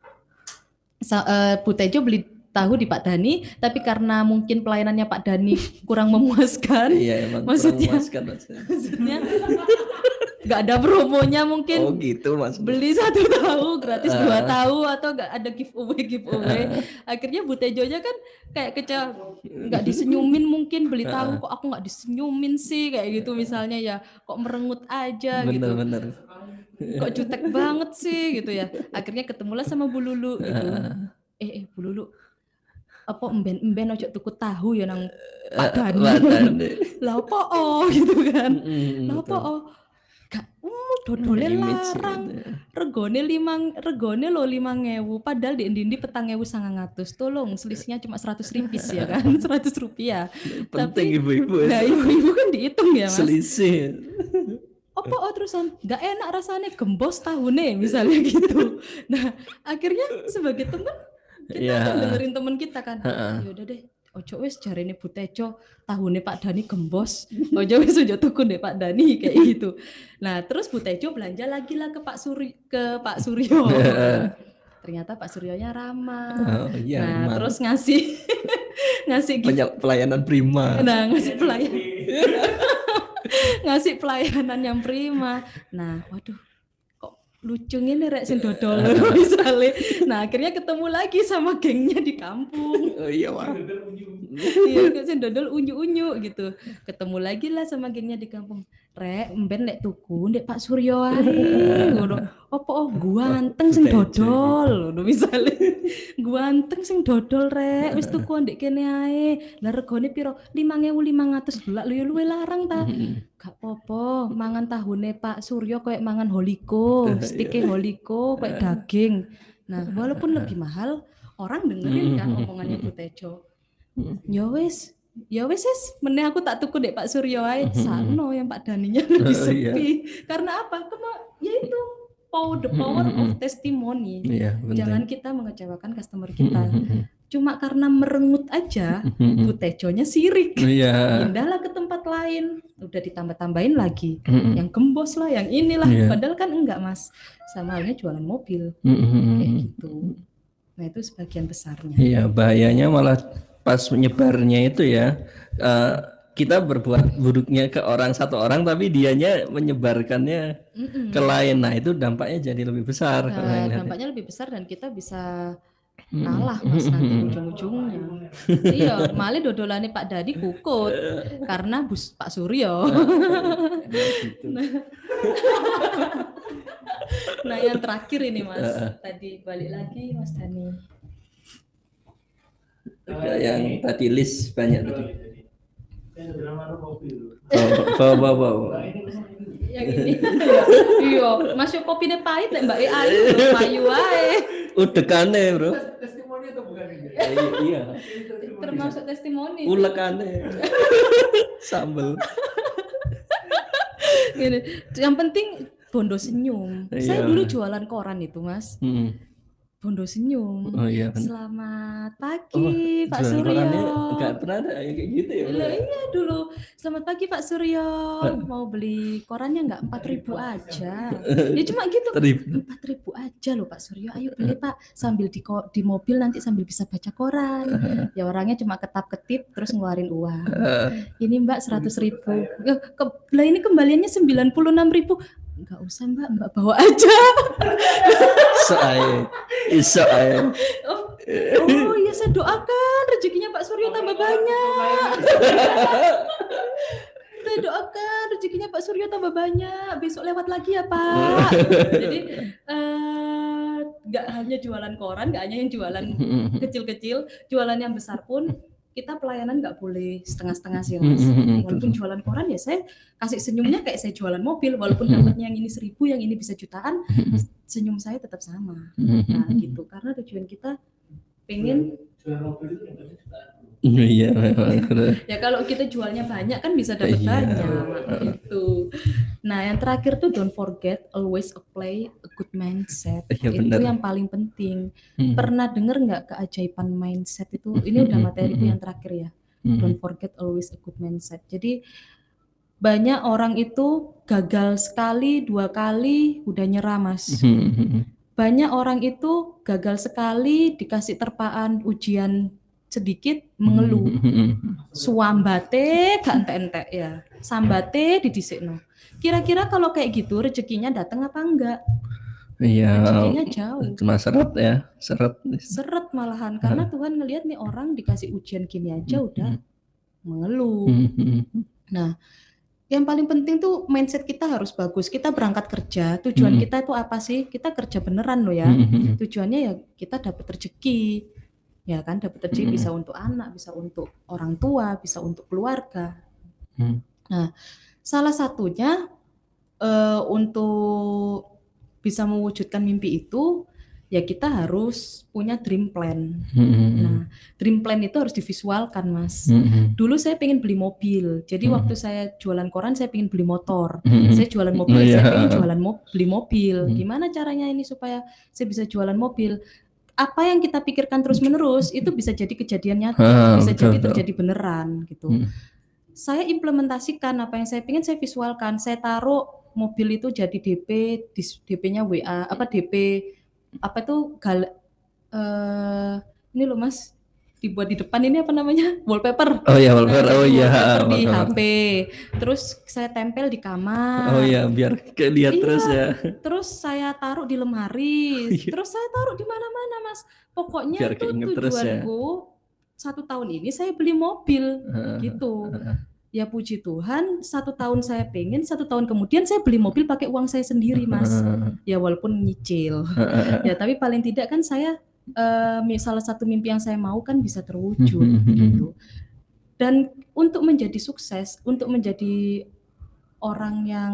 Speaker 1: sa- eh, Bu Tejo beli tahu di Pak Dani, tapi karena mungkin pelayanannya Pak Dani kurang memuaskan,
Speaker 2: iya, emang
Speaker 1: maksudnya,
Speaker 2: kurang memuaskan, maksudnya.
Speaker 1: maksudnya nggak ada promonya mungkin.
Speaker 2: Oh gitu maksudnya.
Speaker 1: Beli satu tahu gratis dua tahu atau nggak ada giveaway giveaway. Akhirnya Bu Tejonya kan kayak kecewa, nggak disenyumin mungkin beli tahu kok aku nggak disenyumin sih kayak gitu misalnya ya, kok merengut aja gitu,
Speaker 2: Bener-bener.
Speaker 1: kok jutek banget sih gitu ya. Akhirnya ketemulah sama Bu Lulu gitu. Eh eh Bu Lulu, apa emben-emben ojo tuku tahu ya nang Pak Dani.
Speaker 2: Pak Dani.
Speaker 1: Lah apa oh gitu kan.
Speaker 2: Mm-mm,
Speaker 1: Lah apa
Speaker 2: betul.
Speaker 1: oh. Gak uh dodole
Speaker 2: Image
Speaker 1: larang.
Speaker 2: gitu ya.
Speaker 1: Regone limang regone lo limang ewu padahal di endi petang ewu sangang atus. Tolong selisihnya cuma seratus ripis ya kan, seratus rupiah.
Speaker 2: Penting
Speaker 1: Tapi
Speaker 2: ibu-ibu
Speaker 1: nah
Speaker 2: itu.
Speaker 1: ibu-ibu kan dihitung ya mas.
Speaker 2: Selisih.
Speaker 1: Apa oh terusan nggak enak rasanya gembos tahune misalnya gitu. Nah akhirnya sebagai teman kita
Speaker 2: Iya.
Speaker 1: kan dengerin teman kita kan, ya udah deh ojo wis jarene Bu Tejo tahune Pak Dani gembos, ojo wis ojo tuku deh Pak Dani kayak gitu. Nah terus Bu Tejo belanja lagi lah ke Pak Suri ke Pak Suryo. Ternyata Pak Suryonya ramah.
Speaker 2: Oh, iya,
Speaker 1: Nah
Speaker 2: ramah.
Speaker 1: terus ngasih ngasih gift,
Speaker 2: Banyak pelayanan prima.
Speaker 1: nah ngasih pelayanan ngasih pelayanan yang prima. Nah waduh kok lucu ini rek sing dodol misalnya. Nah akhirnya ketemu lagi sama gengnya di kampung.
Speaker 2: Oh iya, wah.
Speaker 1: Iya kok sing dodol unyu-unyu gitu. Ketemu lagi lah sama gengnya di kampung. Rek mben lek tuku ndek Pak Suryo ae ngono. Apa oh guanteng sing dodol ngono misale. Guanteng sing dodol rek wis tuku ndek kene ae. Lah regane piro? lima ewu lima ratus. Lah luwe larang ta. Gak apa-apa, mangan tahune Pak Suryo kayak mangan holiko, stike holiko kayak daging. Nah, walaupun lebih mahal, orang dengerin kan omongannya Bu Tejo. Ya wis, ya wis wis, meneh aku tak tuku dek Pak Suryo ae. Sano yang Pak Daninya lebih
Speaker 2: Oh, iya.
Speaker 1: sepi. Karena apa? Karena ya itu power the power of testimony.
Speaker 2: Iya, penting.
Speaker 1: Jangan kita mengecewakan customer kita. Cuma karena merengut aja, Bu Tejonya sirik.
Speaker 2: Iya.
Speaker 1: Pindahlah ke tempat lain, udah ditambah-tambahin lagi.
Speaker 2: Mm-mm.
Speaker 1: Yang gembos lah, yang inilah.
Speaker 2: Iya.
Speaker 1: Padahal kan enggak mas. Sama halnya jualan mobil,
Speaker 2: Mm-mm.
Speaker 1: kayak gitu. Nah itu sebagian besarnya.
Speaker 2: Iya, bahayanya malah pas menyebarnya itu ya, eh, kita berbuat buruknya ke orang satu orang, tapi dianya menyebarkannya
Speaker 1: Mm-mm.
Speaker 2: ke lain. Nah itu dampaknya jadi lebih besar. kalau
Speaker 1: Nah,
Speaker 2: yang lihat.
Speaker 1: dampaknya lebih besar dan kita bisa kalah mas nanti ujung-ujungnya. Iya, malah dodolane Pak Dadi kukut karena bus Pak Suryo. nah, nah yang terakhir ini mas, tadi balik lagi Mas Dani.
Speaker 2: Ada yang tadi list banyak tadi. Bawa, bawa, bawa.
Speaker 1: Yang ini, iya, masuk kopi ne pahit lek Mbak Ayu, payu ae.
Speaker 2: Udekane bro. Eh, iya.
Speaker 1: Termasuk testimoni.
Speaker 2: Ulekane. Sambel.
Speaker 1: Gini, yang penting bondo senyum. Saya
Speaker 2: Iya.
Speaker 1: dulu jualan koran itu, Mas.
Speaker 2: Mm.
Speaker 1: Bondo senyum.
Speaker 2: Oh iya kan.
Speaker 1: Selamat
Speaker 2: Oh,
Speaker 1: pagi Pak
Speaker 2: jualan korannya
Speaker 1: Suryo.
Speaker 2: nggak pernah ada yang kayak gitu ya, Bu?
Speaker 1: Loh,
Speaker 2: ya?
Speaker 1: iya dulu. Selamat pagi Pak Suryo. Mau beli korannya nggak empat ribu aja. Ya cuma gitu.
Speaker 2: Terima.
Speaker 1: empat ribu aja loh Pak Suryo. Ayo beli Pak. Sambil di, ko- di mobil nanti sambil bisa baca koran. Ya orangnya cuma ketap-ketip terus ngeluarin uang. Ini Mbak seratus ribu. Eh, ke- Lah ini kembaliannya sembilan puluh enam ribu. Enggak usah Mbak, Mbak bawa aja.
Speaker 2: Soalnya, soalnya.
Speaker 1: Oh, oh iya saya doakan rezekinya Pak Suryo tambah banyak. Saya doakan rezekinya Pak Suryo tambah banyak. Besok lewat lagi ya Pak. Jadi eh, nggak hanya jualan koran, nggak hanya yang jualan kecil-kecil, jualan yang besar pun kita pelayanan nggak boleh setengah-setengah sih Mas. Walaupun jualan koran ya saya kasih senyumnya kayak saya jualan mobil. Walaupun dapatnya yang ini seribu, yang ini bisa jutaan, senyum saya tetap sama. Nah gitu, karena tujuan kita pengen
Speaker 2: Iya memang.
Speaker 1: ya kalau kita jualnya banyak kan bisa dapat
Speaker 2: Iya.
Speaker 1: banyak gitu. Nah yang terakhir tuh don't forget always apply a good mindset.
Speaker 2: Iya,
Speaker 1: Itu
Speaker 2: benar.
Speaker 1: yang paling penting.
Speaker 2: Hmm.
Speaker 1: Pernah denger nggak keajaiban mindset itu? Ini udah materiku yang terakhir ya. Don't forget always a good mindset. Jadi banyak orang itu gagal sekali, dua kali udah nyerah Mas. Banyak orang itu gagal sekali dikasih terpaan ujian sedikit mengeluh. Suambate gak entek-entek ya. Sambate didisikno. Kira-kira kalau kayak gitu rezekinya datang apa enggak?
Speaker 2: Iya.
Speaker 1: Rezekinya jauh.
Speaker 2: Cuma seret ya, seret.
Speaker 1: Seret malahan karena Tuhan ngelihat nih orang dikasih ujian gini aja udah mengeluh. Nah, yang paling penting tuh mindset kita harus bagus. Kita berangkat kerja, tujuan
Speaker 2: Hmm.
Speaker 1: kita itu apa sih? Kita kerja beneran loh ya. Tujuannya ya kita dapat rezeki. Ya kan, dapat rezeki bisa untuk anak, bisa untuk orang tua, bisa untuk keluarga.
Speaker 2: Hmm.
Speaker 1: Nah, salah satunya eh, untuk bisa mewujudkan mimpi itu ya kita harus punya dream plan. Nah, dream plan itu harus divisualkan, Mas. Dulu saya pengen beli mobil. Jadi waktu saya jualan koran saya pengen beli motor. Saya jualan mobil,
Speaker 2: Oh, iya.
Speaker 1: saya pengen jualan mo- beli mobil. Gimana caranya ini supaya saya bisa jualan mobil? Apa yang kita pikirkan terus-menerus itu bisa jadi kejadian nyata,
Speaker 2: Ah,
Speaker 1: bisa
Speaker 2: betul,
Speaker 1: jadi
Speaker 2: betul.
Speaker 1: terjadi beneran gitu.
Speaker 2: Hmm.
Speaker 1: Saya implementasikan apa yang saya pengen, saya visualkan. Saya taruh mobil itu jadi D P, dis- D P-nya W A, apa D P apa tuh gal eh ini loh Mas, dibuat di depan ini apa namanya? Wallpaper.
Speaker 2: Oh iya, wallpaper.
Speaker 1: Nah,
Speaker 2: Oh
Speaker 1: jadi
Speaker 2: iya,
Speaker 1: wallpaper di H
Speaker 2: wallpaper.
Speaker 1: P. Terus saya tempel di kamar.
Speaker 2: Oh iya, biar kelihat
Speaker 1: Iya.
Speaker 2: terus ya.
Speaker 1: Terus saya taruh di lemari.
Speaker 2: Iya.
Speaker 1: Terus saya taruh di mana-mana, Mas. Pokoknya
Speaker 2: Biar
Speaker 1: itu
Speaker 2: keinget terus ya.
Speaker 1: tujuanku satu tahun ini saya beli mobil
Speaker 2: Heeh,
Speaker 1: gitu.
Speaker 2: heeh.
Speaker 1: Ya puji Tuhan, satu tahun saya pengen, satu tahun kemudian saya beli mobil pakai uang saya sendiri, Mas. Ya walaupun nyicil. Ya tapi paling tidak kan saya eh, mi- salah satu mimpi yang saya mau kan bisa terwujud gitu. Dan untuk menjadi sukses, untuk menjadi orang yang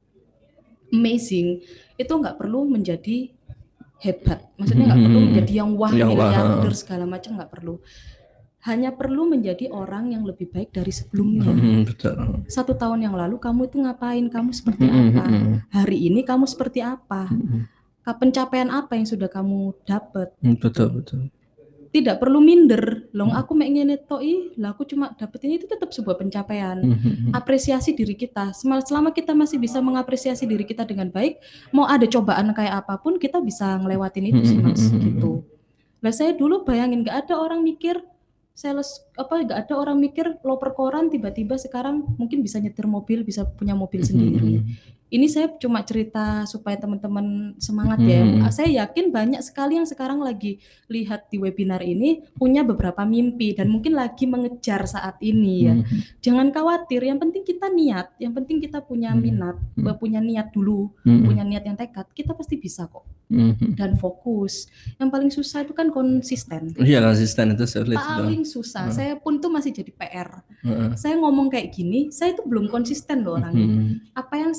Speaker 1: amazing itu nggak perlu menjadi hebat, maksudnya nggak perlu menjadi yang wah,
Speaker 2: Yang wah.
Speaker 1: miliarder segala macam, nggak perlu. Hanya perlu menjadi orang yang lebih baik dari sebelumnya.
Speaker 2: Hmm, betul.
Speaker 1: Satu tahun yang lalu kamu itu ngapain, kamu seperti
Speaker 2: Hmm,
Speaker 1: apa,
Speaker 2: hmm,
Speaker 1: hari ini kamu seperti apa, pencapaian apa yang sudah kamu dapat.
Speaker 2: hmm, betul, betul.
Speaker 1: Tidak perlu minder, long aku mek ngene tok ih, lah aku cuma dapet ini, itu tetap sebuah pencapaian.
Speaker 2: Hmm,
Speaker 1: Apresiasi diri kita. Semal- Selama kita masih bisa mengapresiasi diri kita dengan baik, mau ada cobaan kayak apapun kita bisa ngelewatin itu sih Mas gitu. Lah saya dulu bayangin nggak ada orang mikir sales apa, nggak ada orang mikir loper koran tiba-tiba sekarang mungkin bisa nyetir mobil, bisa punya mobil sendiri. Ini saya cuma cerita supaya teman-teman semangat ya.
Speaker 2: Hmm.
Speaker 1: Saya yakin banyak sekali yang sekarang lagi lihat di webinar ini punya beberapa mimpi dan mungkin lagi mengejar saat ini ya.
Speaker 2: Hmm.
Speaker 1: Jangan khawatir, yang penting kita niat, yang penting kita punya
Speaker 2: Hmm.
Speaker 1: minat,
Speaker 2: Hmm.
Speaker 1: punya niat dulu,
Speaker 2: Hmm.
Speaker 1: punya niat yang tekad, kita pasti bisa kok.
Speaker 2: Hmm.
Speaker 1: Dan fokus. Yang paling susah itu kan konsisten.
Speaker 2: Iya, konsisten itu sulit.
Speaker 1: Paling susah.
Speaker 2: Hmm.
Speaker 1: Saya pun tuh masih jadi P R.
Speaker 2: Heeh.
Speaker 1: Saya ngomong kayak gini, saya tuh belum konsisten loh orangnya.
Speaker 2: Hmm.
Speaker 1: Apa yang saya lakukan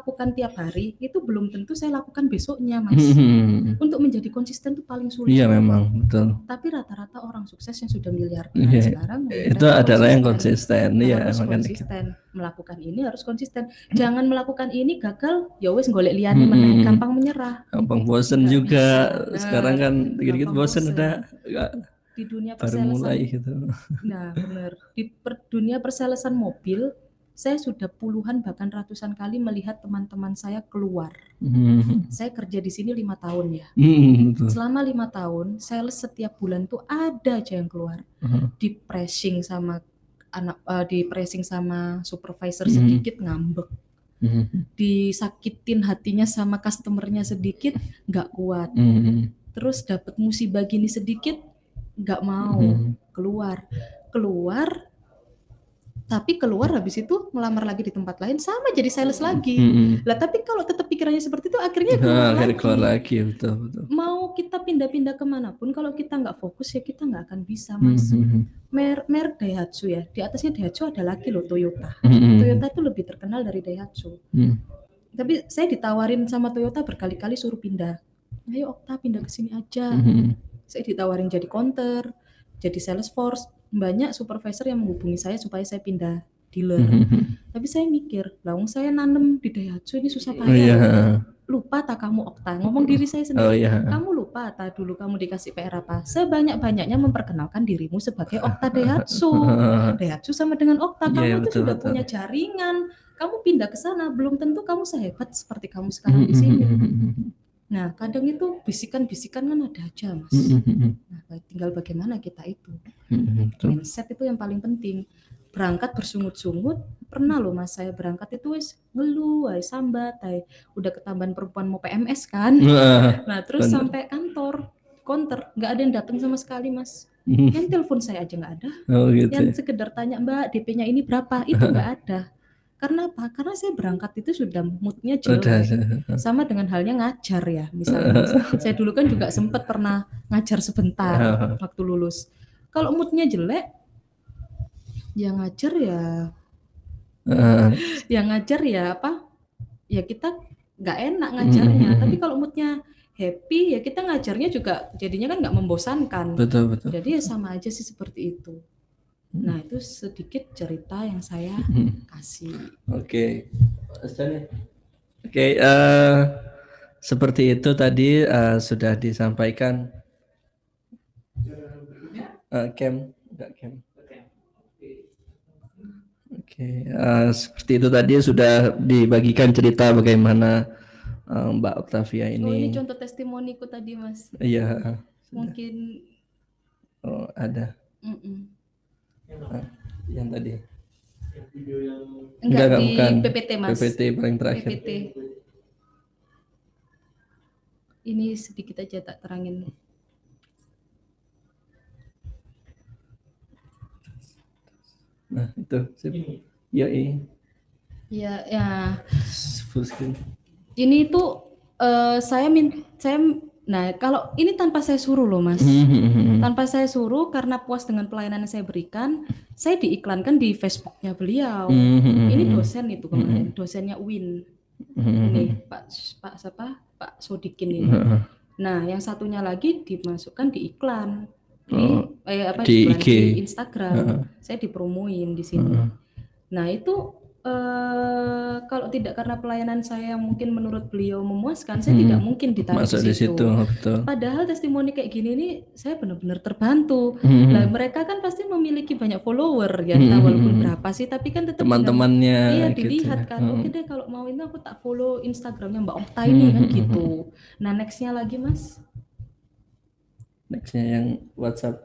Speaker 1: lakukan tiap hari itu belum tentu saya lakukan besoknya, Mas. Untuk menjadi konsisten itu paling sulit.
Speaker 2: Iya memang betul.
Speaker 1: Tapi rata-rata orang sukses yang sudah miliarder
Speaker 2: Iya,
Speaker 1: sekarang
Speaker 2: itu
Speaker 1: mereka
Speaker 2: adalah yang konsisten. Iya,
Speaker 1: harus
Speaker 2: makanya
Speaker 1: konsisten melakukan ini harus konsisten. Jangan melakukan ini gagal ya wes golek liyane meneh, gampang menyerah.
Speaker 2: Gampang bosen
Speaker 1: Nggak
Speaker 2: juga.
Speaker 1: bisa.
Speaker 2: Sekarang kan
Speaker 1: Nah,
Speaker 2: dikit-dikit
Speaker 1: gampang
Speaker 2: bosen
Speaker 1: bosen.
Speaker 2: udah nggak
Speaker 1: Di dunia
Speaker 2: baru
Speaker 1: perselesan
Speaker 2: mulai gitu.
Speaker 1: Nah, benar. Di per- dunia perselesan mobil, saya sudah puluhan bahkan ratusan kali melihat teman-teman saya keluar.
Speaker 2: Hmm.
Speaker 1: Saya kerja di sini lima tahun ya.
Speaker 2: Hmm, betul.
Speaker 1: Selama lima tahun, sales setiap bulan tuh ada aja yang keluar.
Speaker 2: Hmm.
Speaker 1: Di pressing sama anak, uh, di pressing sama supervisor
Speaker 2: Hmm.
Speaker 1: sedikit ngambek.
Speaker 2: Hmm.
Speaker 1: Disakitin hatinya sama customernya sedikit nggak kuat.
Speaker 2: Hmm.
Speaker 1: Terus dapat musibah gini sedikit nggak mau
Speaker 2: Hmm.
Speaker 1: keluar keluar tapi keluar habis itu melamar lagi di tempat lain sama jadi sales lagi.
Speaker 2: Hmm.
Speaker 1: Lah tapi kalau tetap pikirannya seperti itu akhirnya keluar
Speaker 2: Nah,
Speaker 1: lagi.
Speaker 2: akhirnya keluar lagi, betul betul.
Speaker 1: Mau kita pindah-pindah kemanapun kalau kita nggak fokus ya kita nggak akan bisa, Mas.
Speaker 2: Hmm.
Speaker 1: Mer merek Daihatsu ya, di atasnya Daihatsu ada lagi loh Toyota.
Speaker 2: Hmm.
Speaker 1: Toyota itu lebih terkenal dari Daihatsu.
Speaker 2: Hmm.
Speaker 1: Tapi saya ditawarin sama Toyota berkali-kali suruh pindah. Ayo Okta pindah ke sini aja.
Speaker 2: Hmm.
Speaker 1: Saya ditawarin jadi counter, jadi sales force. Banyak supervisor yang menghubungi saya supaya saya pindah dealer.
Speaker 2: Hmm.
Speaker 1: Tapi saya mikir, lawang saya nanem di Daihatsu ini susah
Speaker 2: Oh
Speaker 1: payah.
Speaker 2: iya.
Speaker 1: Lupa tak kamu Okta? Ngomong diri saya
Speaker 2: Oh
Speaker 1: sendiri.
Speaker 2: iya.
Speaker 1: Kamu lupa tak dulu kamu dikasih P R apa? Sebanyak-banyaknya memperkenalkan dirimu sebagai Okta Daihatsu. Daihatsu sama dengan Okta. Kamu
Speaker 2: Iya,
Speaker 1: itu
Speaker 2: betul,
Speaker 1: sudah
Speaker 2: betul.
Speaker 1: punya jaringan. Kamu pindah ke sana, belum tentu kamu sehebat seperti kamu sekarang di sini. Nah, kadang itu bisikan-bisikan kan ada aja, Mas. Nah, tinggal bagaimana kita itu. Mindset itu yang paling penting. Berangkat bersungut-sungut, pernah loh Mas saya berangkat itu wis ngeluh, ay, sambat, ay. Udah ketambahan perempuan mau P M S kan. Nah, terus
Speaker 2: Bener.
Speaker 1: sampai kantor, counter, nggak ada yang datang sama sekali, Mas. Yang telepon saya aja nggak ada.
Speaker 2: Oh gitu.
Speaker 1: Yang sekedar tanya, Mbak, D P-nya ini berapa? Itu nggak ada. Karena apa? Karena saya berangkat itu sudah moodnya jelek. Sama dengan halnya ngajar ya, misalnya. Saya dulu kan juga sempat pernah ngajar sebentar waktu lulus. Kalau moodnya jelek, ya ngajar ya,
Speaker 2: Uh,
Speaker 1: ya ngajar ya apa? Ya kita nggak enak ngajarnya. Tapi kalau moodnya happy, ya kita ngajarnya juga jadinya kan nggak membosankan.
Speaker 2: betul betul.
Speaker 1: Jadi ya sama aja sih seperti itu. Nah itu sedikit cerita yang saya kasih.
Speaker 2: Oke, okay. Oke, okay, uh, seperti itu tadi uh, sudah disampaikan. Uh, Kem, enggak Kem. Oke, okay, uh, seperti itu tadi sudah dibagikan cerita bagaimana uh, Mbak Octavia ini.
Speaker 1: Oh ini contoh testimoniku tadi Mas.
Speaker 2: Iya.
Speaker 1: Mungkin.
Speaker 2: Oh ada.
Speaker 1: Mm-mm.
Speaker 2: Uh, yang tadi.
Speaker 1: Enggak,
Speaker 2: enggak
Speaker 1: di
Speaker 2: bukan.
Speaker 1: P P T Mas.
Speaker 2: P P T paling terakhir.
Speaker 1: P P T. Ini sedikit aja tak terangin.
Speaker 2: Nah itu. Ya iya.
Speaker 1: Ya ya.
Speaker 2: Full screen.
Speaker 1: Ini tuh uh, saya min saya nah kalau ini tanpa saya suruh loh Mas. Tanpa saya suruh karena puas dengan pelayanan yang saya berikan, saya diiklankan di Facebooknya beliau. Ini dosen itu kemarin, dosennya Win. Ini Pak Pak siapa? Pak Sodikin ini. Nah, yang satunya lagi dimasukkan di iklan. Di eh, apa
Speaker 2: di,
Speaker 1: iklan,
Speaker 2: I G.
Speaker 1: di Instagram. Saya dipromoin di sini. Nah, itu eh, kalau tidak karena pelayanan saya yang mungkin menurut beliau memuaskan, saya tidak mungkin ditaruh
Speaker 2: Masuk
Speaker 1: di
Speaker 2: di
Speaker 1: situ.
Speaker 2: situ, betul.
Speaker 1: Padahal testimoni kayak gini nih saya benar-benar terbantu. Nah, mereka kan pasti memiliki banyak follower ya, entah walaupun berapa sih, tapi kan tetap
Speaker 2: teman-temannya
Speaker 1: iya
Speaker 2: gitu
Speaker 1: dilihat
Speaker 2: ya.
Speaker 1: kan. Oke deh kalau mau ini aku tak follow Instagramnya Mbak Okta ini kan gitu. Nah, nextnya lagi Mas.
Speaker 2: Nextnya yang WhatsApp.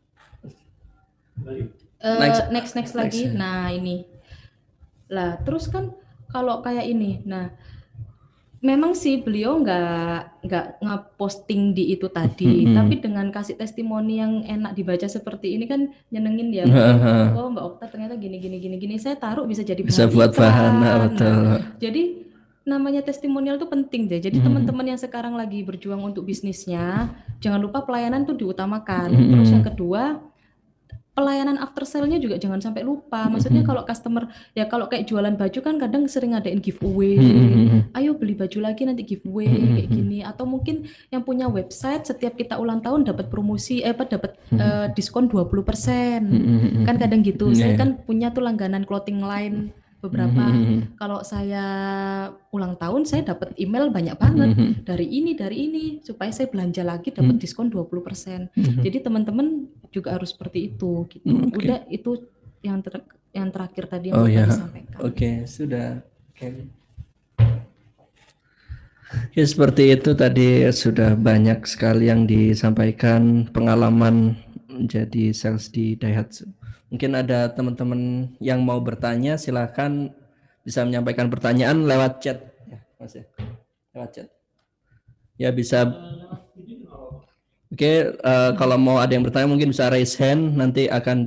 Speaker 1: Uh,
Speaker 2: next,
Speaker 1: next next lagi.
Speaker 2: next.
Speaker 1: Nah, ini. Lah, terus kan kalau kayak ini. Nah, memang sih beliau nggak nggak ngeposting di itu tadi,
Speaker 2: Mm-hmm.
Speaker 1: tapi dengan kasih testimoni yang enak dibaca seperti ini kan nyenengin ya. Oh Mbak Okta ternyata gini gini gini gini. Saya taruh bisa jadi
Speaker 2: bisa
Speaker 1: bahan
Speaker 2: buat
Speaker 1: iklan.
Speaker 2: bahan. Nah, betul.
Speaker 1: Nah, jadi namanya testimonial itu penting deh. Jadi mm-hmm. teman-teman yang sekarang lagi berjuang untuk bisnisnya, jangan lupa pelayanan tuh diutamakan. Mm-hmm. Terus yang kedua, pelayanan after sale-nya juga jangan sampai lupa. Maksudnya kalau customer ya kalau kayak jualan baju kan kadang sering ngadain giveaway. Ayo beli baju lagi nanti giveaway kayak gini. Atau mungkin yang punya website setiap kita ulang tahun dapat promosi eh apa dapat uh, diskon dua puluh persen. Kan kadang gitu. Saya kan punya tuh langganan clothing line beberapa. Kalau saya ulang tahun saya dapat email banyak banget dari ini dari ini supaya saya belanja lagi dapat diskon dua puluh persen. Jadi teman-teman juga harus seperti itu gitu.
Speaker 2: Okay.
Speaker 1: Udah itu yang ter yang terakhir tadi yang
Speaker 2: oh,
Speaker 1: Bapak
Speaker 2: ya.
Speaker 1: disampaikan.
Speaker 2: Oke, okay, sudah. Oke. Okay. Ya seperti itu tadi sudah banyak sekali yang disampaikan pengalaman menjadi sales di Daihatsu. Mungkin ada teman-teman yang mau bertanya, silakan bisa menyampaikan pertanyaan lewat chat, ya, Mas ya, lewat chat. Ya bisa. Oke, okay, uh, kalau mau ada yang bertanya mungkin bisa raise hand, nanti akan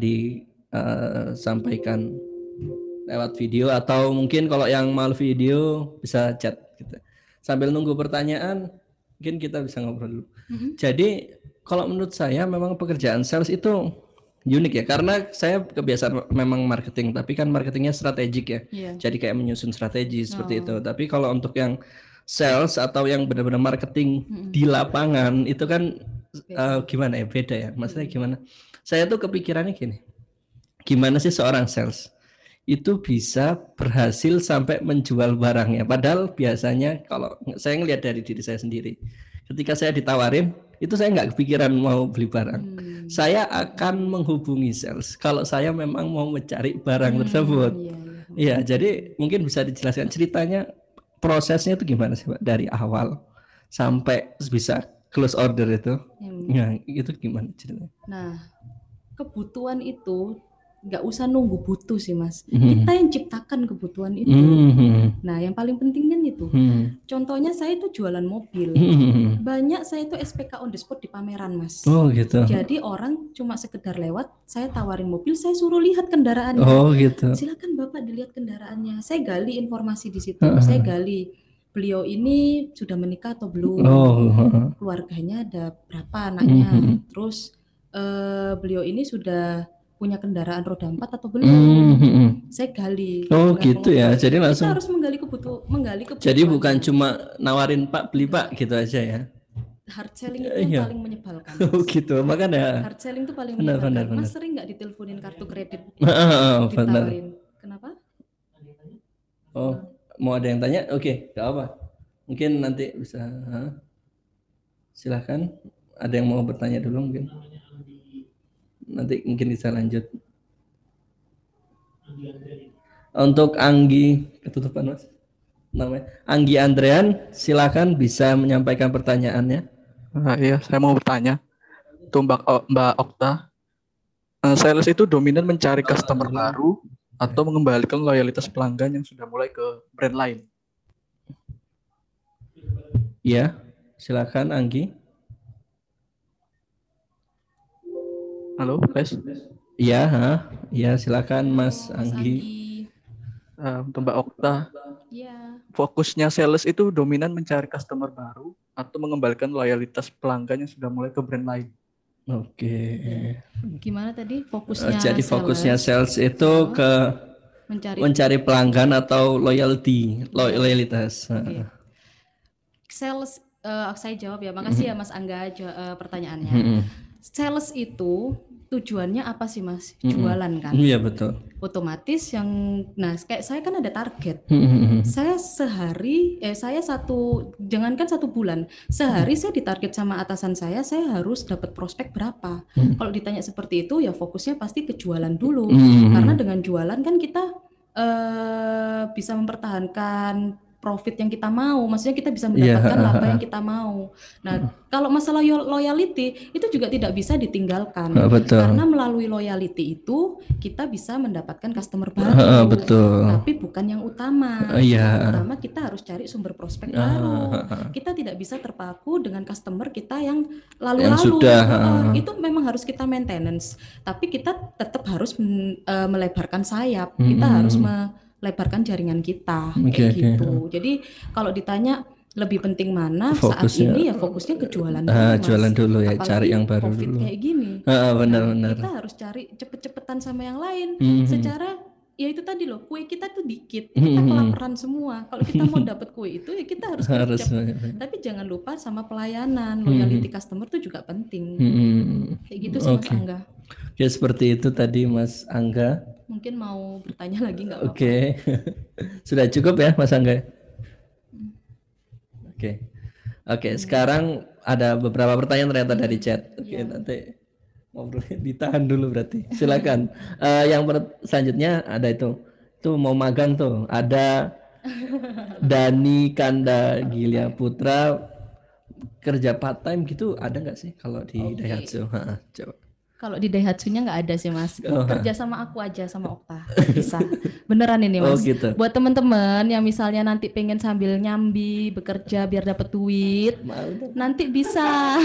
Speaker 2: disampaikan uh, lewat video atau mungkin kalau yang mau video bisa chat. Gitu. Sambil nunggu pertanyaan, mungkin kita bisa ngobrol dulu. Mm-hmm. Jadi kalau menurut saya memang pekerjaan sales itu unik ya, karena saya kebiasaan memang marketing, tapi kan marketingnya strategik ya, yeah. Jadi kayak menyusun strategi seperti oh. itu. Tapi kalau untuk yang sales atau yang benar-benar marketing mm-hmm. di lapangan itu kan uh, gimana ya, beda ya. Maksudnya gimana? Saya tuh kepikirannya gini, gimana sih seorang sales itu bisa berhasil sampai menjual barangnya? Padahal biasanya kalau saya ngelihat dari diri saya sendiri, ketika saya ditawarin itu saya nggak kepikiran mau beli barang. Hmm. Saya akan menghubungi sales kalau saya memang mau mencari barang hmm, tersebut. Iya, iya. Ya, jadi mungkin bisa dijelaskan ceritanya, prosesnya itu gimana sih Pak dari awal sampai bisa close order itu? Hmm. Nah, itu gimana ceritanya?
Speaker 1: Nah, kebutuhan itu nggak usah nunggu butuh sih Mas, mm-hmm. kita yang ciptakan kebutuhan itu. Mm-hmm. Nah yang paling penting kan itu. Mm-hmm. Contohnya saya itu jualan mobil, mm-hmm. banyak saya itu S P K on the spot di pameran Mas.
Speaker 2: Oh gitu.
Speaker 1: Jadi orang cuma sekedar lewat, saya tawarin mobil, saya suruh lihat kendaraannya.
Speaker 2: Oh gitu.
Speaker 1: Silakan Bapak dilihat kendaraannya. Saya gali informasi di situ, uh-huh. saya gali beliau ini sudah menikah atau belum, oh, uh-huh. keluarganya ada berapa anaknya, mm-hmm. terus uh, beliau ini sudah punya kendaraan roda empat atau belum, mm-hmm. saya gali.
Speaker 2: Oh gitu ya, jadi langsung
Speaker 1: kita harus menggali kebutuh, menggali kebutuhan.
Speaker 2: Jadi bukan cuma nawarin Pak beli Pak gitu aja ya.
Speaker 1: Hard selling itu yang
Speaker 2: iya.
Speaker 1: paling menyebalkan.
Speaker 2: Oh gitu, makanya.
Speaker 1: Hard selling itu paling
Speaker 2: benar,
Speaker 1: menyebalkan.
Speaker 2: benar, benar.
Speaker 1: Mas sering nggak diteleponin kartu kredit?
Speaker 2: Oh,
Speaker 1: ditawarin. Kenapa?
Speaker 2: Oh, mau ada yang tanya? Oke, okay, gak apa. Mungkin nanti bisa. Huh? Silahkan. Ada yang mau bertanya dulu mungkin? Nanti mungkin bisa lanjut. Untuk Anggi, ketutupan Mas namanya Anggi Andrean, silakan bisa menyampaikan pertanyaannya.
Speaker 4: Uh, iya, saya mau bertanya tuh Mbak, Mbak Okta, uh, sales itu dominan mencari customer baru atau mengembalikan loyalitas pelanggan yang sudah mulai ke brand lain?
Speaker 2: Iya, silakan Anggi.
Speaker 4: Halo, Les.
Speaker 2: Iya, iya silakan Mas,
Speaker 1: oh, Mas
Speaker 2: Anggi.
Speaker 1: Anggi.
Speaker 4: Uh, untuk Mbak Okta,
Speaker 1: yeah.
Speaker 4: fokusnya sales itu dominan mencari customer baru atau mengembalikan loyalitas pelanggan yang sudah mulai ke brand lain?
Speaker 2: Oke. Okay.
Speaker 1: Gimana tadi fokusnya?
Speaker 2: Uh, jadi sales. Fokusnya sales itu oh. ke mencari, mencari pelanggan atau loyalty, loyalitas.
Speaker 1: Okay. Sales, uh, saya jawab ya. Makasih mm-hmm. ya Mas Angga uh, pertanyaannya. Mm-hmm. Sales itu tujuannya apa sih Mas? Jualan kan?
Speaker 2: Iya betul.
Speaker 1: Otomatis yang, nah kayak saya kan ada target.
Speaker 2: Mm-hmm.
Speaker 1: Saya sehari, eh saya satu, jangankan satu bulan, sehari mm-hmm. saya ditarget sama atasan saya, saya harus dapat prospek berapa. Mm-hmm. Kalau ditanya seperti itu ya fokusnya pasti ke jualan dulu. Mm-hmm. Karena dengan jualan kan kita uh, bisa mempertahankan profit yang kita mau, maksudnya kita bisa mendapatkan yeah. laba yang kita mau. Nah, hmm. kalau masalah loyalty itu juga tidak bisa ditinggalkan,
Speaker 2: oh, betul.
Speaker 1: Karena melalui loyalty itu kita bisa mendapatkan customer baru,
Speaker 2: oh, betul.
Speaker 1: tapi bukan yang utama.
Speaker 2: Oh, yeah.
Speaker 1: Yang utama kita harus cari sumber prospek oh. baru. Kita tidak bisa terpaku dengan customer kita yang lalu-lalu.
Speaker 2: Yang sudah,
Speaker 1: uh, itu memang harus kita maintenance, tapi kita tetap harus men, uh, melebarkan sayap. Hmm. Kita harus me lebarkan jaringan kita,
Speaker 2: okay,
Speaker 1: kayak gitu.
Speaker 2: Okay.
Speaker 1: Jadi kalau ditanya lebih penting mana saat
Speaker 2: Fokusnya.
Speaker 1: ini, ya fokusnya ke jualan dulu,
Speaker 2: Ah,
Speaker 1: Mas.
Speaker 2: jualan dulu ya,
Speaker 1: Apalagi
Speaker 2: cari yang baru
Speaker 1: COVID
Speaker 2: dulu.
Speaker 1: kayak gini.
Speaker 2: Ah,
Speaker 1: Nah,
Speaker 2: benar-benar.
Speaker 1: kita harus cari cepet-cepetan sama yang lain.
Speaker 2: Mhm.
Speaker 1: Secara ya itu tadi loh, kue kita tuh dikit, kita kelaparan semua. Kalau kita mau dapat kue itu ya kita harus
Speaker 2: Harus.
Speaker 1: gercep. Tapi jangan lupa sama pelayanan, loyalty customer tuh juga penting.
Speaker 2: Hmm.
Speaker 1: Kayak gitu sih Mas
Speaker 2: Oke.
Speaker 1: Angga.
Speaker 2: Ya seperti itu tadi Mas Angga.
Speaker 1: Mungkin mau bertanya lagi nggak apa-apa.
Speaker 2: Oke. Sudah cukup ya Mas Angga? Oke. Oke, sekarang ada beberapa pertanyaan ternyata dari chat. Oke, nanti ngobrolnya ditahan dulu berarti. Silakan. Eh, yang per- selanjutnya ada itu. Tuh mau magang tuh. Ada Dani Kanda Gilia Putra, kerja part time gitu ada nggak sih kalau di Daihatsu? Ha, coba.
Speaker 1: Kalau di Daihatsu-nya nggak ada sih Mas.
Speaker 2: Oh.
Speaker 1: Kerja sama aku aja, sama Okta. Bisa. Beneran ini
Speaker 2: Oh,
Speaker 1: Mas.
Speaker 2: gitu.
Speaker 1: Buat teman-teman yang misalnya nanti pengen sambil nyambi, bekerja biar dapat duit,
Speaker 2: Mau dong.
Speaker 1: nanti bisa.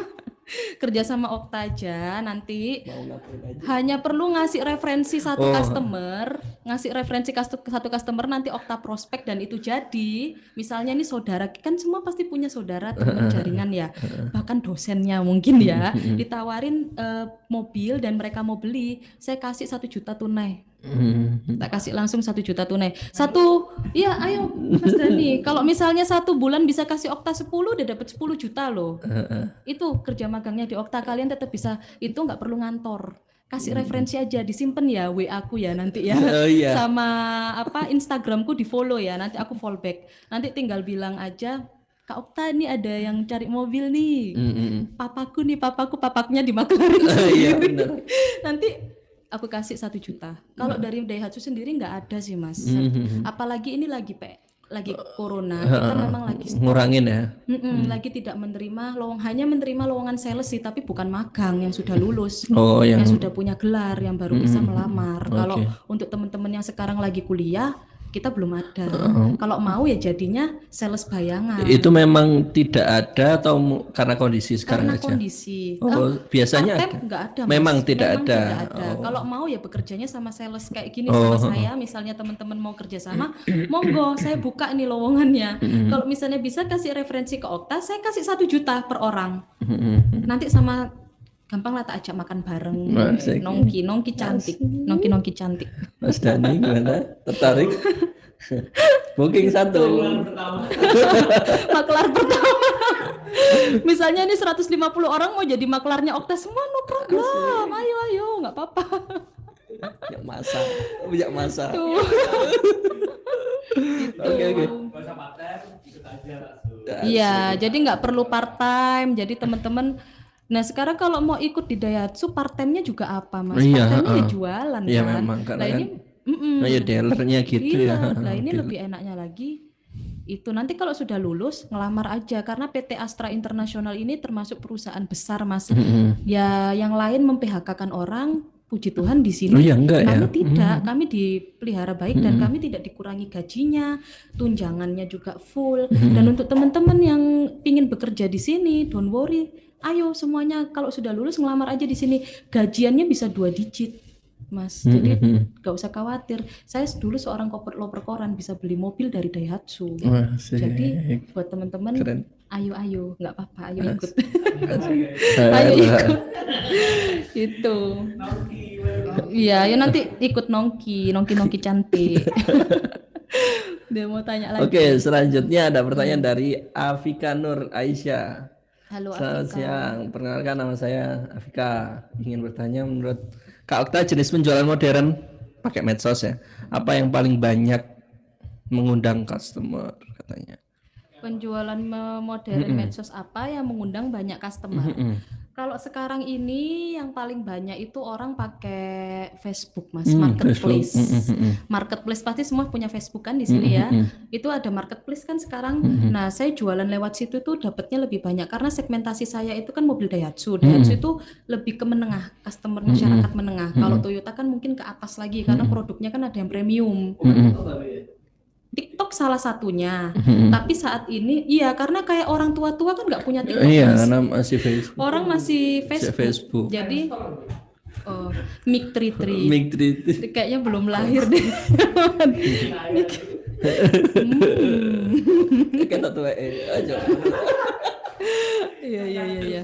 Speaker 1: Kerja sama Okta aja, nanti
Speaker 2: Mau ngapain aja.
Speaker 1: hanya perlu ngasih referensi satu
Speaker 2: Oh.
Speaker 1: customer, ngasih referensi kastu- satu customer, nanti Okta prospek dan itu jadi. Misalnya nih saudara, kan semua pasti punya saudara, teman jaringan ya, bahkan dosennya mungkin ya, ditawarin eh, mobil dan mereka mau beli, saya kasih satu juta tunai.
Speaker 2: Hmm.
Speaker 1: Tak kasih langsung satu juta tunai. Satu, ya ayo Mas Dani, kalau misalnya satu bulan bisa kasih Okta sepuluh, udah dapat sepuluh juta loh. Itu kerja magangnya di Okta, kalian tetap bisa, itu nggak perlu ngantor. Kasih referensi aja, disimpan ya W A aku ya nanti ya.
Speaker 2: Oh, iya.
Speaker 1: Sama apa Instagramku di follow ya, nanti aku follow back. Nanti tinggal bilang aja, Kak Okta ini ada yang cari mobil nih.
Speaker 2: Hmm.
Speaker 1: Papaku nih, papaku, papakunya di maklerin
Speaker 2: Oh, iya,
Speaker 1: sendiri.
Speaker 2: benar.
Speaker 1: Nanti aku kasih satu juta. Kalau dari Daihatsu sendiri nggak ada sih Mas.
Speaker 2: Mhm.
Speaker 1: Apalagi ini lagi pe, lagi corona, kita memang lagi stop.
Speaker 2: Ngurangin ya.
Speaker 1: Mm-mm, lagi tidak menerima lowong, hanya menerima lowongan sales sih, tapi bukan magang yang sudah lulus,
Speaker 2: Oh,
Speaker 1: yang
Speaker 2: yang
Speaker 1: sudah punya gelar, yang baru bisa melamar. Kalau
Speaker 2: Oke.
Speaker 1: untuk teman-teman yang sekarang lagi kuliah, kita belum ada. Kalau mau ya jadinya sales bayangan.
Speaker 2: itu memang tidak ada atau mu- karena kondisi sekarang
Speaker 1: Karena
Speaker 2: aja?
Speaker 1: kondisi.
Speaker 2: Oh, biasanya
Speaker 1: part-time
Speaker 2: ada.
Speaker 1: nggak ada, Mas.
Speaker 2: Memang tidak
Speaker 1: Memang
Speaker 2: ada.
Speaker 1: tidak ada.
Speaker 2: Oh.
Speaker 1: Kalau mau ya bekerjanya sama sales kayak gini
Speaker 2: Oh.
Speaker 1: sama saya. Misalnya teman-teman mau kerja sama, monggo saya buka nih lowongannya. Kalau misalnya bisa kasih referensi ke Okta, saya kasih satu juta per orang. Nanti sama gampang lah tak ajak makan bareng.
Speaker 2: Asik.
Speaker 1: Nongki, nongki cantik, nongki nongki cantik.
Speaker 2: Mas Dani gimana? Tertarik? Booking satu.
Speaker 1: Maklar pertama. Misalnya ini seratus lima puluh orang mau jadi maklarnya Okta semua, no problem. Ayo ayo, nggak apa-apa.
Speaker 2: Punya masa, punya masa.
Speaker 1: Tuh.
Speaker 2: Oke oke.
Speaker 1: Iya, jadi nggak perlu part time. Jadi teman-teman, nah sekarang kalau mau ikut di Daihatsu, part time-nya juga apa, Mas?
Speaker 2: Iya,
Speaker 1: Part time-nya ya
Speaker 2: uh-uh.
Speaker 1: jualan
Speaker 2: Iya,
Speaker 1: kan.
Speaker 2: memang, karena
Speaker 1: Nah ini, mm-mm.
Speaker 2: Nah, ya dealernya gitu
Speaker 1: iya,
Speaker 2: ya.
Speaker 1: nah ini
Speaker 2: Dealer.
Speaker 1: lebih enaknya lagi. Itu nanti kalau sudah lulus ngelamar aja, karena P T Astra Internasional ini termasuk perusahaan besar, Mas. Ya yang lain mem-P H K-kan orang, puji Tuhan di sini
Speaker 2: Oh ya enggak ya.
Speaker 1: kami tidak, kami dipelihara baik dan kami tidak dikurangi gajinya, tunjangannya juga full. Dan untuk teman-teman yang ingin bekerja di sini, don't worry, ayo semuanya kalau sudah lulus ngelamar aja di sini, gajiannya bisa dua digit, Mas. Jadi gak usah khawatir. Saya dulu seorang corporate loper koran bisa beli mobil dari Daihatsu.
Speaker 2: Wah, asik.
Speaker 1: Jadi buat teman-teman,
Speaker 2: Keren.
Speaker 1: ayo ayo, nggak apa-apa, ayo ikut.
Speaker 2: Eh,
Speaker 1: Ayo ikut. Itu. Iya, ya nanti ikut nongki, nongki nongki cantik. Dia mau tanya lagi.
Speaker 2: Oke, selanjutnya ada pertanyaan dari Afika Nur Aisyah.
Speaker 1: Halo
Speaker 2: Selamat
Speaker 1: Afika.
Speaker 2: siang, perkenalkan nama saya Afika. Ingin bertanya, menurut Kak Okta jenis penjualan modern pakai medsos ya, apa yang paling banyak mengundang customer katanya?
Speaker 1: Penjualan me- modern medsos apa yang mengundang banyak customer? Kalau sekarang ini yang paling banyak itu orang pakai Facebook, Mas, marketplace. Marketplace pasti semua punya Facebook kan di sini ya. Itu ada marketplace kan sekarang. Nah, saya jualan lewat situ tuh dapatnya lebih banyak karena segmentasi saya itu kan mobil Daihatsu. Daihatsu itu lebih ke menengah, customer masyarakat menengah. Kalau Toyota kan mungkin ke atas lagi karena produknya kan ada yang premium. TikTok salah satunya. Tapi saat ini iya karena kayak orang tua-tua kan nggak punya TikTok.
Speaker 2: Iya,
Speaker 1: Mas.
Speaker 2: karena masih Facebook.
Speaker 1: Orang masih Facebook.
Speaker 2: Facebook.
Speaker 1: Jadi oh, Mik Tri Tri.
Speaker 2: Mig Tri-
Speaker 1: Kayaknya belum lahir deh. Mik- Hmm.
Speaker 2: Kita tuh eh aja.
Speaker 1: Iya iya iya iya.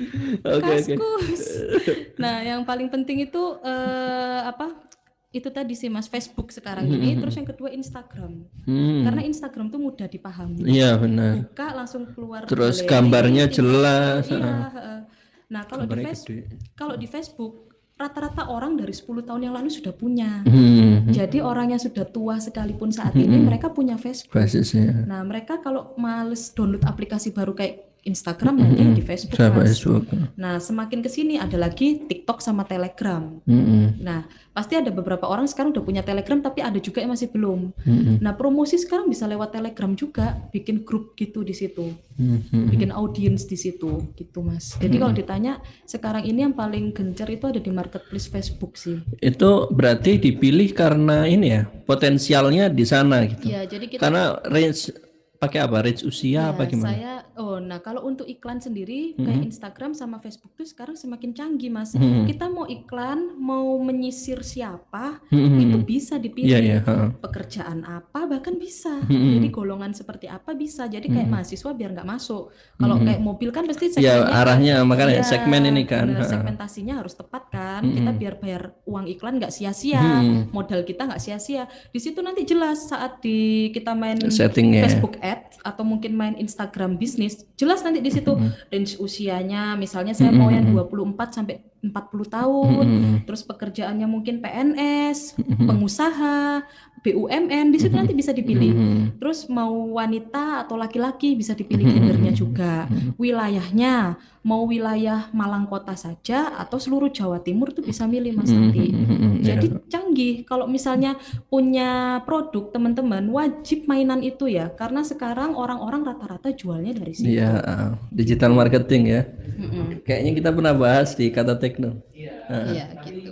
Speaker 2: Oke oke.
Speaker 1: Kaskus. Nah, yang paling penting itu eh, apa? Itu tadi sih Mas, Facebook sekarang ini. Terus yang kedua Instagram. Karena
Speaker 2: Hmm.
Speaker 1: Instagram tuh mudah dipahami.
Speaker 2: Iya benar.
Speaker 1: Buka langsung keluar
Speaker 2: Terus
Speaker 1: galeri,
Speaker 2: gambarnya
Speaker 1: tinggal
Speaker 2: jelas,
Speaker 1: foto. Iya,
Speaker 2: heeh.
Speaker 1: heeh. Nah, kalau di
Speaker 2: Gambarnya
Speaker 1: Facebook,
Speaker 2: gede.
Speaker 1: kalau di Facebook rata-rata orang dari sepuluh tahun yang lalu sudah punya.
Speaker 2: Hmm.
Speaker 1: Jadi orang yang sudah tua sekalipun saat ini mereka punya Facebook.
Speaker 2: Basisnya.
Speaker 1: Nah, mereka kalau males download aplikasi baru kayak Instagram nanti di Facebook,
Speaker 2: Sama
Speaker 1: Mas.
Speaker 2: Facebook.
Speaker 1: Nah, semakin ke sini ada lagi TikTok sama Telegram.
Speaker 2: Mm-mm.
Speaker 1: Nah, pasti ada beberapa orang sekarang udah punya Telegram tapi ada juga yang masih belum.
Speaker 2: Mm-mm.
Speaker 1: Nah, promosi sekarang bisa lewat Telegram juga, bikin grup gitu di situ.
Speaker 2: Mm-mm.
Speaker 1: Bikin audiens di situ gitu, Mas. Jadi kalau ditanya sekarang ini yang paling gencar itu ada di marketplace Facebook sih.
Speaker 2: Itu berarti dipilih karena ini ya, potensialnya di sana gitu.
Speaker 1: Ya, jadi kita
Speaker 2: Karena range pakai apa? Range usia
Speaker 1: Ya,
Speaker 2: apa gimana?
Speaker 1: saya oh nah kalau untuk iklan sendiri kayak Instagram sama Facebook tuh sekarang semakin canggih, Mas.
Speaker 2: Mm-hmm.
Speaker 1: Kita mau iklan, mau menyisir siapa,
Speaker 2: Mm-hmm.
Speaker 1: itu bisa dipilih.
Speaker 2: Iya, iya, heeh.
Speaker 1: Pekerjaan apa bahkan bisa. Jadi golongan seperti apa bisa. Jadi kayak mahasiswa biar nggak masuk. Kalau kayak mobil kan pasti
Speaker 2: Ya
Speaker 1: segmennya
Speaker 2: arahnya makanya
Speaker 1: Iya,
Speaker 2: segmen ini kan.
Speaker 1: bener,
Speaker 2: heeh.
Speaker 1: segmentasinya harus tepat kan. Kita biar bayar uang iklan nggak sia-sia, modal kita nggak sia-sia. Di situ nanti jelas saat di kita main
Speaker 2: Settingnya.
Speaker 1: Facebook Ads atau mungkin main Instagram bisnis, jelas nanti di situ range usianya. Misalnya saya mau yang dua puluh empat sampai empat puluh tahun, terus pekerjaannya mungkin P N S, pengusaha, B U M N, di situ nanti bisa dipilih. Terus mau wanita atau laki-laki bisa dipilih gendernya juga. Wilayahnya mau wilayah Malang Kota saja atau seluruh Jawa Timur tuh bisa milih Mas nanti. Jadi canggih. Kalau misalnya punya produk teman-teman wajib mainan itu ya, karena sekarang orang-orang rata-rata jualnya dari situ.
Speaker 2: Iya, uh, digital marketing ya.
Speaker 1: Mm-mm.
Speaker 2: Kayaknya kita pernah bahas di Kata Tekno.
Speaker 1: Iya gitu.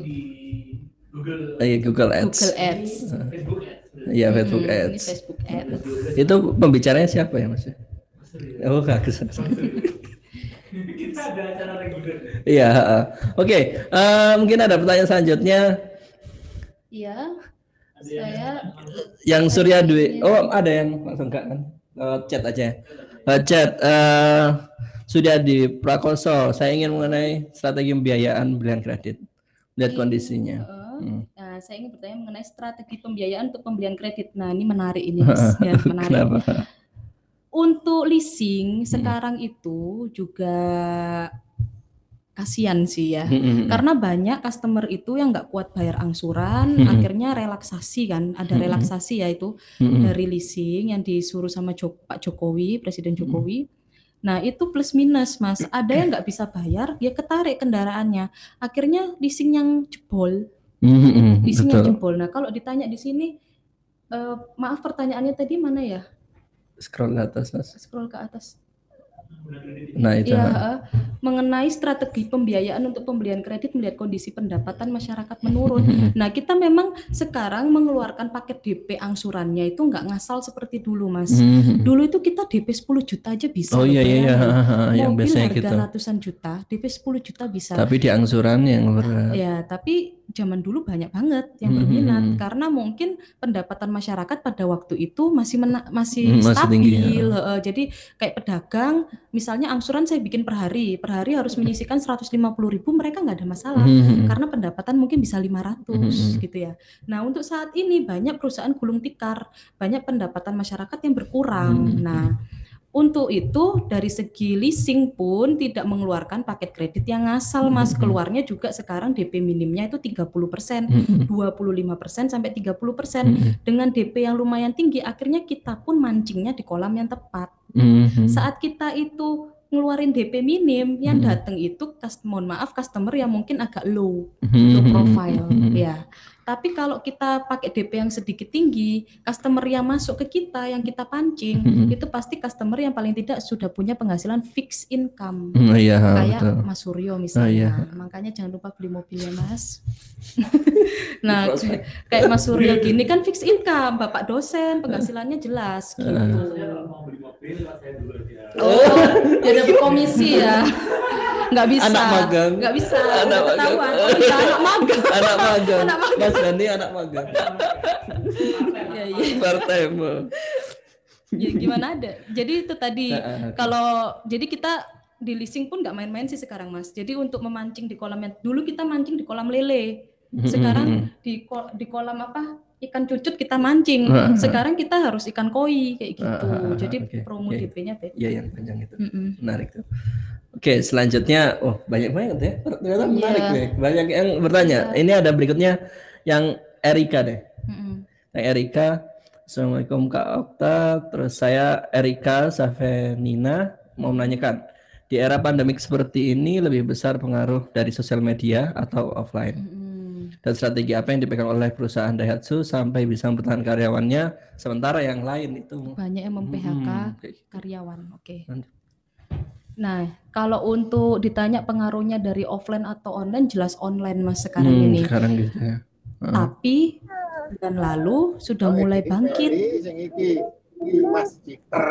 Speaker 2: Iya, Google Ads.
Speaker 1: Google Ads.
Speaker 2: Iya, Facebook
Speaker 1: Hmm, ini
Speaker 2: Ads.
Speaker 1: Facebook Ads.
Speaker 2: Itu pembicaranya siapa ya, Mas? Oh, bagus.
Speaker 5: Kita ada acara reguler.
Speaker 2: Iya, heeh. Oke, eh, mungkin ada pertanyaan selanjutnya
Speaker 1: Iya. Saya
Speaker 2: yang Surya Dwi. Oh, ada yang langsung enggak kan? Lewat chat aja. Eh, chat eh sudah di Prakoso. Saya ingin mengenai strategi pembiayaan pembelian kredit. Lihat kondisinya.
Speaker 1: Uh, nah, saya ingin bertanya mengenai strategi pembiayaan untuk pembelian kredit. Nah, ini menarik ini, Mas. Ya, menarik.
Speaker 2: Kenapa?
Speaker 1: Untuk leasing sekarang itu juga kasihan sih ya.
Speaker 2: Mm-mm.
Speaker 1: Karena banyak customer itu yang nggak kuat bayar angsuran,
Speaker 2: Mm-mm.
Speaker 1: akhirnya relaksasi kan. Ada relaksasi ya itu
Speaker 2: Mm-mm.
Speaker 1: dari leasing yang disuruh sama Jok- Pak Jokowi, Presiden Jokowi. Nah itu plus minus Mas. Ada yang nggak bisa bayar, dia ketarik kendaraannya. Akhirnya leasing yang jebol.
Speaker 2: Mm-mm.
Speaker 1: Leasing yang
Speaker 2: Betul.
Speaker 1: jebol. Nah kalau ditanya di sini, eh, maaf pertanyaannya tadi mana ya?
Speaker 2: Scroll ke atas, Mas.
Speaker 1: Scroll ke atas.
Speaker 2: Nah, itu.
Speaker 1: Ya, eh, mengenai strategi pembiayaan untuk pembelian kredit melihat kondisi pendapatan masyarakat menurun. Nah, kita memang sekarang mengeluarkan paket D P angsurannya itu nggak ngasal seperti dulu, Mas.
Speaker 2: Mm-mm.
Speaker 1: Dulu itu kita D P sepuluh juta aja bisa.
Speaker 2: Oh
Speaker 1: loh,
Speaker 2: iya iya iya,
Speaker 1: bayangin.
Speaker 2: yang
Speaker 1: Mobil
Speaker 2: biasanya
Speaker 1: harga
Speaker 2: gitu.
Speaker 1: ratusan juta, D P sepuluh juta bisa.
Speaker 2: Tapi di angsuran yang berat.
Speaker 1: Ya, tapi zaman dulu banyak banget yang
Speaker 2: Mhm.
Speaker 1: berminat karena mungkin pendapatan masyarakat pada waktu itu masih mena- masih
Speaker 2: Hmm, masih
Speaker 1: stabil.
Speaker 2: tinggi, ya.
Speaker 1: Heeh, jadi kayak pedagang, misalnya angsuran saya bikin per hari, per hari harus menyisihkan seratus lima puluh ribu, mereka nggak ada masalah
Speaker 2: Mhm.
Speaker 1: karena pendapatan mungkin bisa lima ratus
Speaker 2: Mhm.
Speaker 1: gitu ya. Nah, untuk saat ini banyak perusahaan gulung tikar, banyak pendapatan masyarakat yang berkurang.
Speaker 2: Mhm.
Speaker 1: Nah, untuk itu dari segi leasing pun tidak mengeluarkan paket kredit yang ngasal Mas. Keluarnya juga sekarang D P minimnya itu tiga puluh persen,
Speaker 2: Mhm.
Speaker 1: dua puluh lima persen sampai tiga puluh persen.
Speaker 2: Mhm.
Speaker 1: Dengan D P yang lumayan tinggi akhirnya kita pun mancingnya di kolam yang tepat.
Speaker 2: Mhm.
Speaker 1: Saat kita itu ngeluarin D P minim, yang
Speaker 2: Mhm.
Speaker 1: datang itu cust- mohon maaf customer yang mungkin agak low,
Speaker 2: Mhm.
Speaker 1: low profile
Speaker 2: Mhm.
Speaker 1: ya. Tapi kalau kita pakai D P yang sedikit tinggi, customer yang masuk ke kita, yang kita pancing,
Speaker 2: Mhm.
Speaker 1: itu pasti customer yang paling tidak sudah punya penghasilan fixed income.
Speaker 2: Hmm, iya,
Speaker 1: Kayak
Speaker 2: betul.
Speaker 1: Mas Suryo misalnya.
Speaker 2: Oh, iya.
Speaker 1: Makanya jangan lupa beli mobilnya Mas. Nah, kayak Mas Suryo gini kan fixed income, Bapak dosen, penghasilannya jelas gitu.
Speaker 5: Saya kalau mau beli mobil lewat saya dulu aja.
Speaker 1: Oh, dia dapat komisi ya. nggak bisa,
Speaker 2: Anak magang.
Speaker 1: nggak bisa,
Speaker 2: Anak
Speaker 1: udah
Speaker 2: magang.
Speaker 1: ketahuan. Oh iya, anak magang.
Speaker 2: Anak magang.
Speaker 1: Anak magang.
Speaker 2: Mas Dani anak magang.
Speaker 1: Iya, iya.
Speaker 2: Part-time.
Speaker 1: Ya gimana ada. Jadi itu tadi
Speaker 2: Heeh, oke.
Speaker 1: kalau jadi kita di leasing pun nggak main-main sih sekarang Mas. Jadi untuk memancing di kolam yang dulu kita mancing di kolam lele. Sekarang di ko- di kolam apa? Ikan cucut kita mancing.
Speaker 2: Heeh.
Speaker 1: Sekarang kita harus ikan koi kayak gitu.
Speaker 2: Heeh,
Speaker 1: Jadi
Speaker 2: oke,
Speaker 1: promo
Speaker 2: oke.
Speaker 1: D P-nya beda.
Speaker 2: Iya yang panjang itu.
Speaker 1: Mm-mm.
Speaker 2: Menarik tuh. Oke, selanjutnya, oh banyak banget ya. Ternyata menarik
Speaker 1: Iya.
Speaker 2: nih. Banyak yang bertanya. Ini ada berikutnya yang Erika deh.
Speaker 1: Mm-mm.
Speaker 2: Yang Erika, Assalamualaikum Kak Okta. Terus saya Erika Savenina mau menanyakan, di era pandemik seperti ini lebih besar pengaruh dari sosial media atau offline?
Speaker 1: Mm-mm.
Speaker 2: Dan strategi apa yang dipegang oleh perusahaan Daihatsu sampai bisa mempertahankan karyawannya sementara yang lain itu
Speaker 1: Banyak yang mem-P H K
Speaker 2: Hmm, kayak gitu.
Speaker 1: karyawan. Oke.
Speaker 2: Lanjut.
Speaker 1: Nah, kalau untuk ditanya pengaruhnya dari offline atau online, jelas online Mas sekarang
Speaker 2: Hmm,
Speaker 1: ini.
Speaker 2: sekarang gitu ya. Heeh.
Speaker 1: Tapi bulan lalu sudah mulai bangkit.
Speaker 3: Sing iki iki Mas Citer.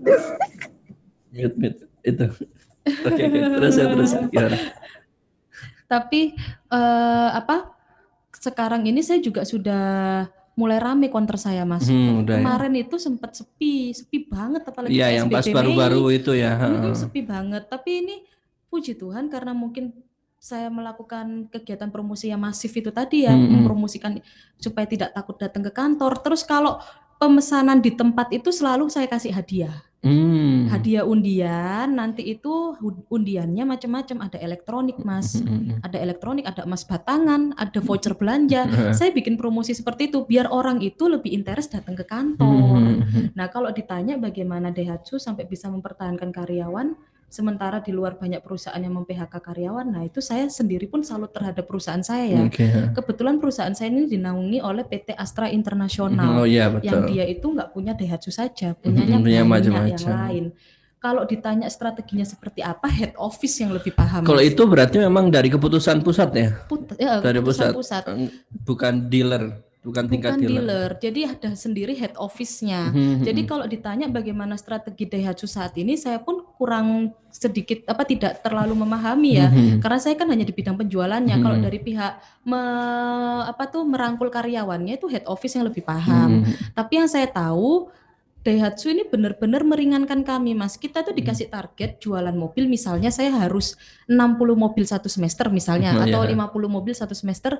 Speaker 2: Mute, mute. Itu. Oke, oke. Terus ya, terus gimana?
Speaker 1: Tapi eh, apa? Sekarang ini saya juga sudah mulai rame konter saya Mas.
Speaker 2: Hmm, udah ya.
Speaker 1: Kemarin itu sempat sepi, sepi banget apalagi
Speaker 2: Iya, yang pas
Speaker 1: P S B B Mei.
Speaker 2: baru-baru itu ya.
Speaker 1: Mm-mm,
Speaker 2: heeh.
Speaker 1: sepi banget. Tapi ini puji Tuhan karena mungkin saya melakukan kegiatan promosi yang masif itu tadi ya,
Speaker 2: Mm-mm.
Speaker 1: mempromosikan supaya tidak takut datang ke kantor. Terus kalau pemesanan di tempat itu selalu saya kasih hadiah.
Speaker 2: Hmm.
Speaker 1: Hadiah undian, nanti itu hu- undiannya macam-macam, ada elektronik Mas.
Speaker 2: Mm-mm.
Speaker 1: Ada elektronik, ada emas batangan, ada voucher belanja. Saya bikin promosi seperti itu biar orang itu lebih interest datang ke kantor.
Speaker 2: Mm-mm.
Speaker 1: Nah, kalau ditanya bagaimana Daihatsu sampai bisa mempertahankan karyawan, sementara di luar banyak perusahaan yang mem-P H K karyawan, nah itu saya sendiri pun salut terhadap perusahaan saya ya.
Speaker 2: Oke. ya.
Speaker 1: Kebetulan perusahaan saya ini dinaungi oleh P T Astra Internasional,
Speaker 2: Oh iya
Speaker 1: yang
Speaker 2: betul.
Speaker 1: dia itu nggak punya Daihatsu saja, punyanya
Speaker 2: Mm-mm, punya
Speaker 1: banyak
Speaker 2: macam-macam.
Speaker 1: yang lain. Kalau ditanya strateginya seperti apa, head office yang lebih paham.
Speaker 2: Kalau
Speaker 1: Mas.
Speaker 2: itu berarti memang dari keputusan pusat ya,
Speaker 1: Put- ya,
Speaker 2: dari
Speaker 1: keputusan
Speaker 2: pusat,
Speaker 1: pusat.
Speaker 2: Eh, bukan dealer, bukan tingkat
Speaker 1: Bukan
Speaker 2: dealer.
Speaker 1: dealer, jadi ada sendiri head office-nya.
Speaker 2: Mhm,
Speaker 1: Jadi
Speaker 2: mhm.
Speaker 1: kalau ditanya bagaimana strategi Daihatsu saat ini, saya pun kurang sedikit apa tidak terlalu memahami ya,
Speaker 2: Mhm.
Speaker 1: karena saya kan hanya di bidang penjualannya.
Speaker 2: Mhm.
Speaker 1: Kalau dari pihak me- apa tuh merangkul karyawannya itu head office yang lebih paham.
Speaker 2: Mhm.
Speaker 1: Tapi yang saya tahu Daihatsu ini benar-benar meringankan kami, Mas. Kita tuh dikasih target jualan mobil, misalnya saya harus enam puluh mobil satu semester misalnya,
Speaker 2: Oh,
Speaker 1: atau
Speaker 2: iya.
Speaker 1: lima puluh mobil satu semester.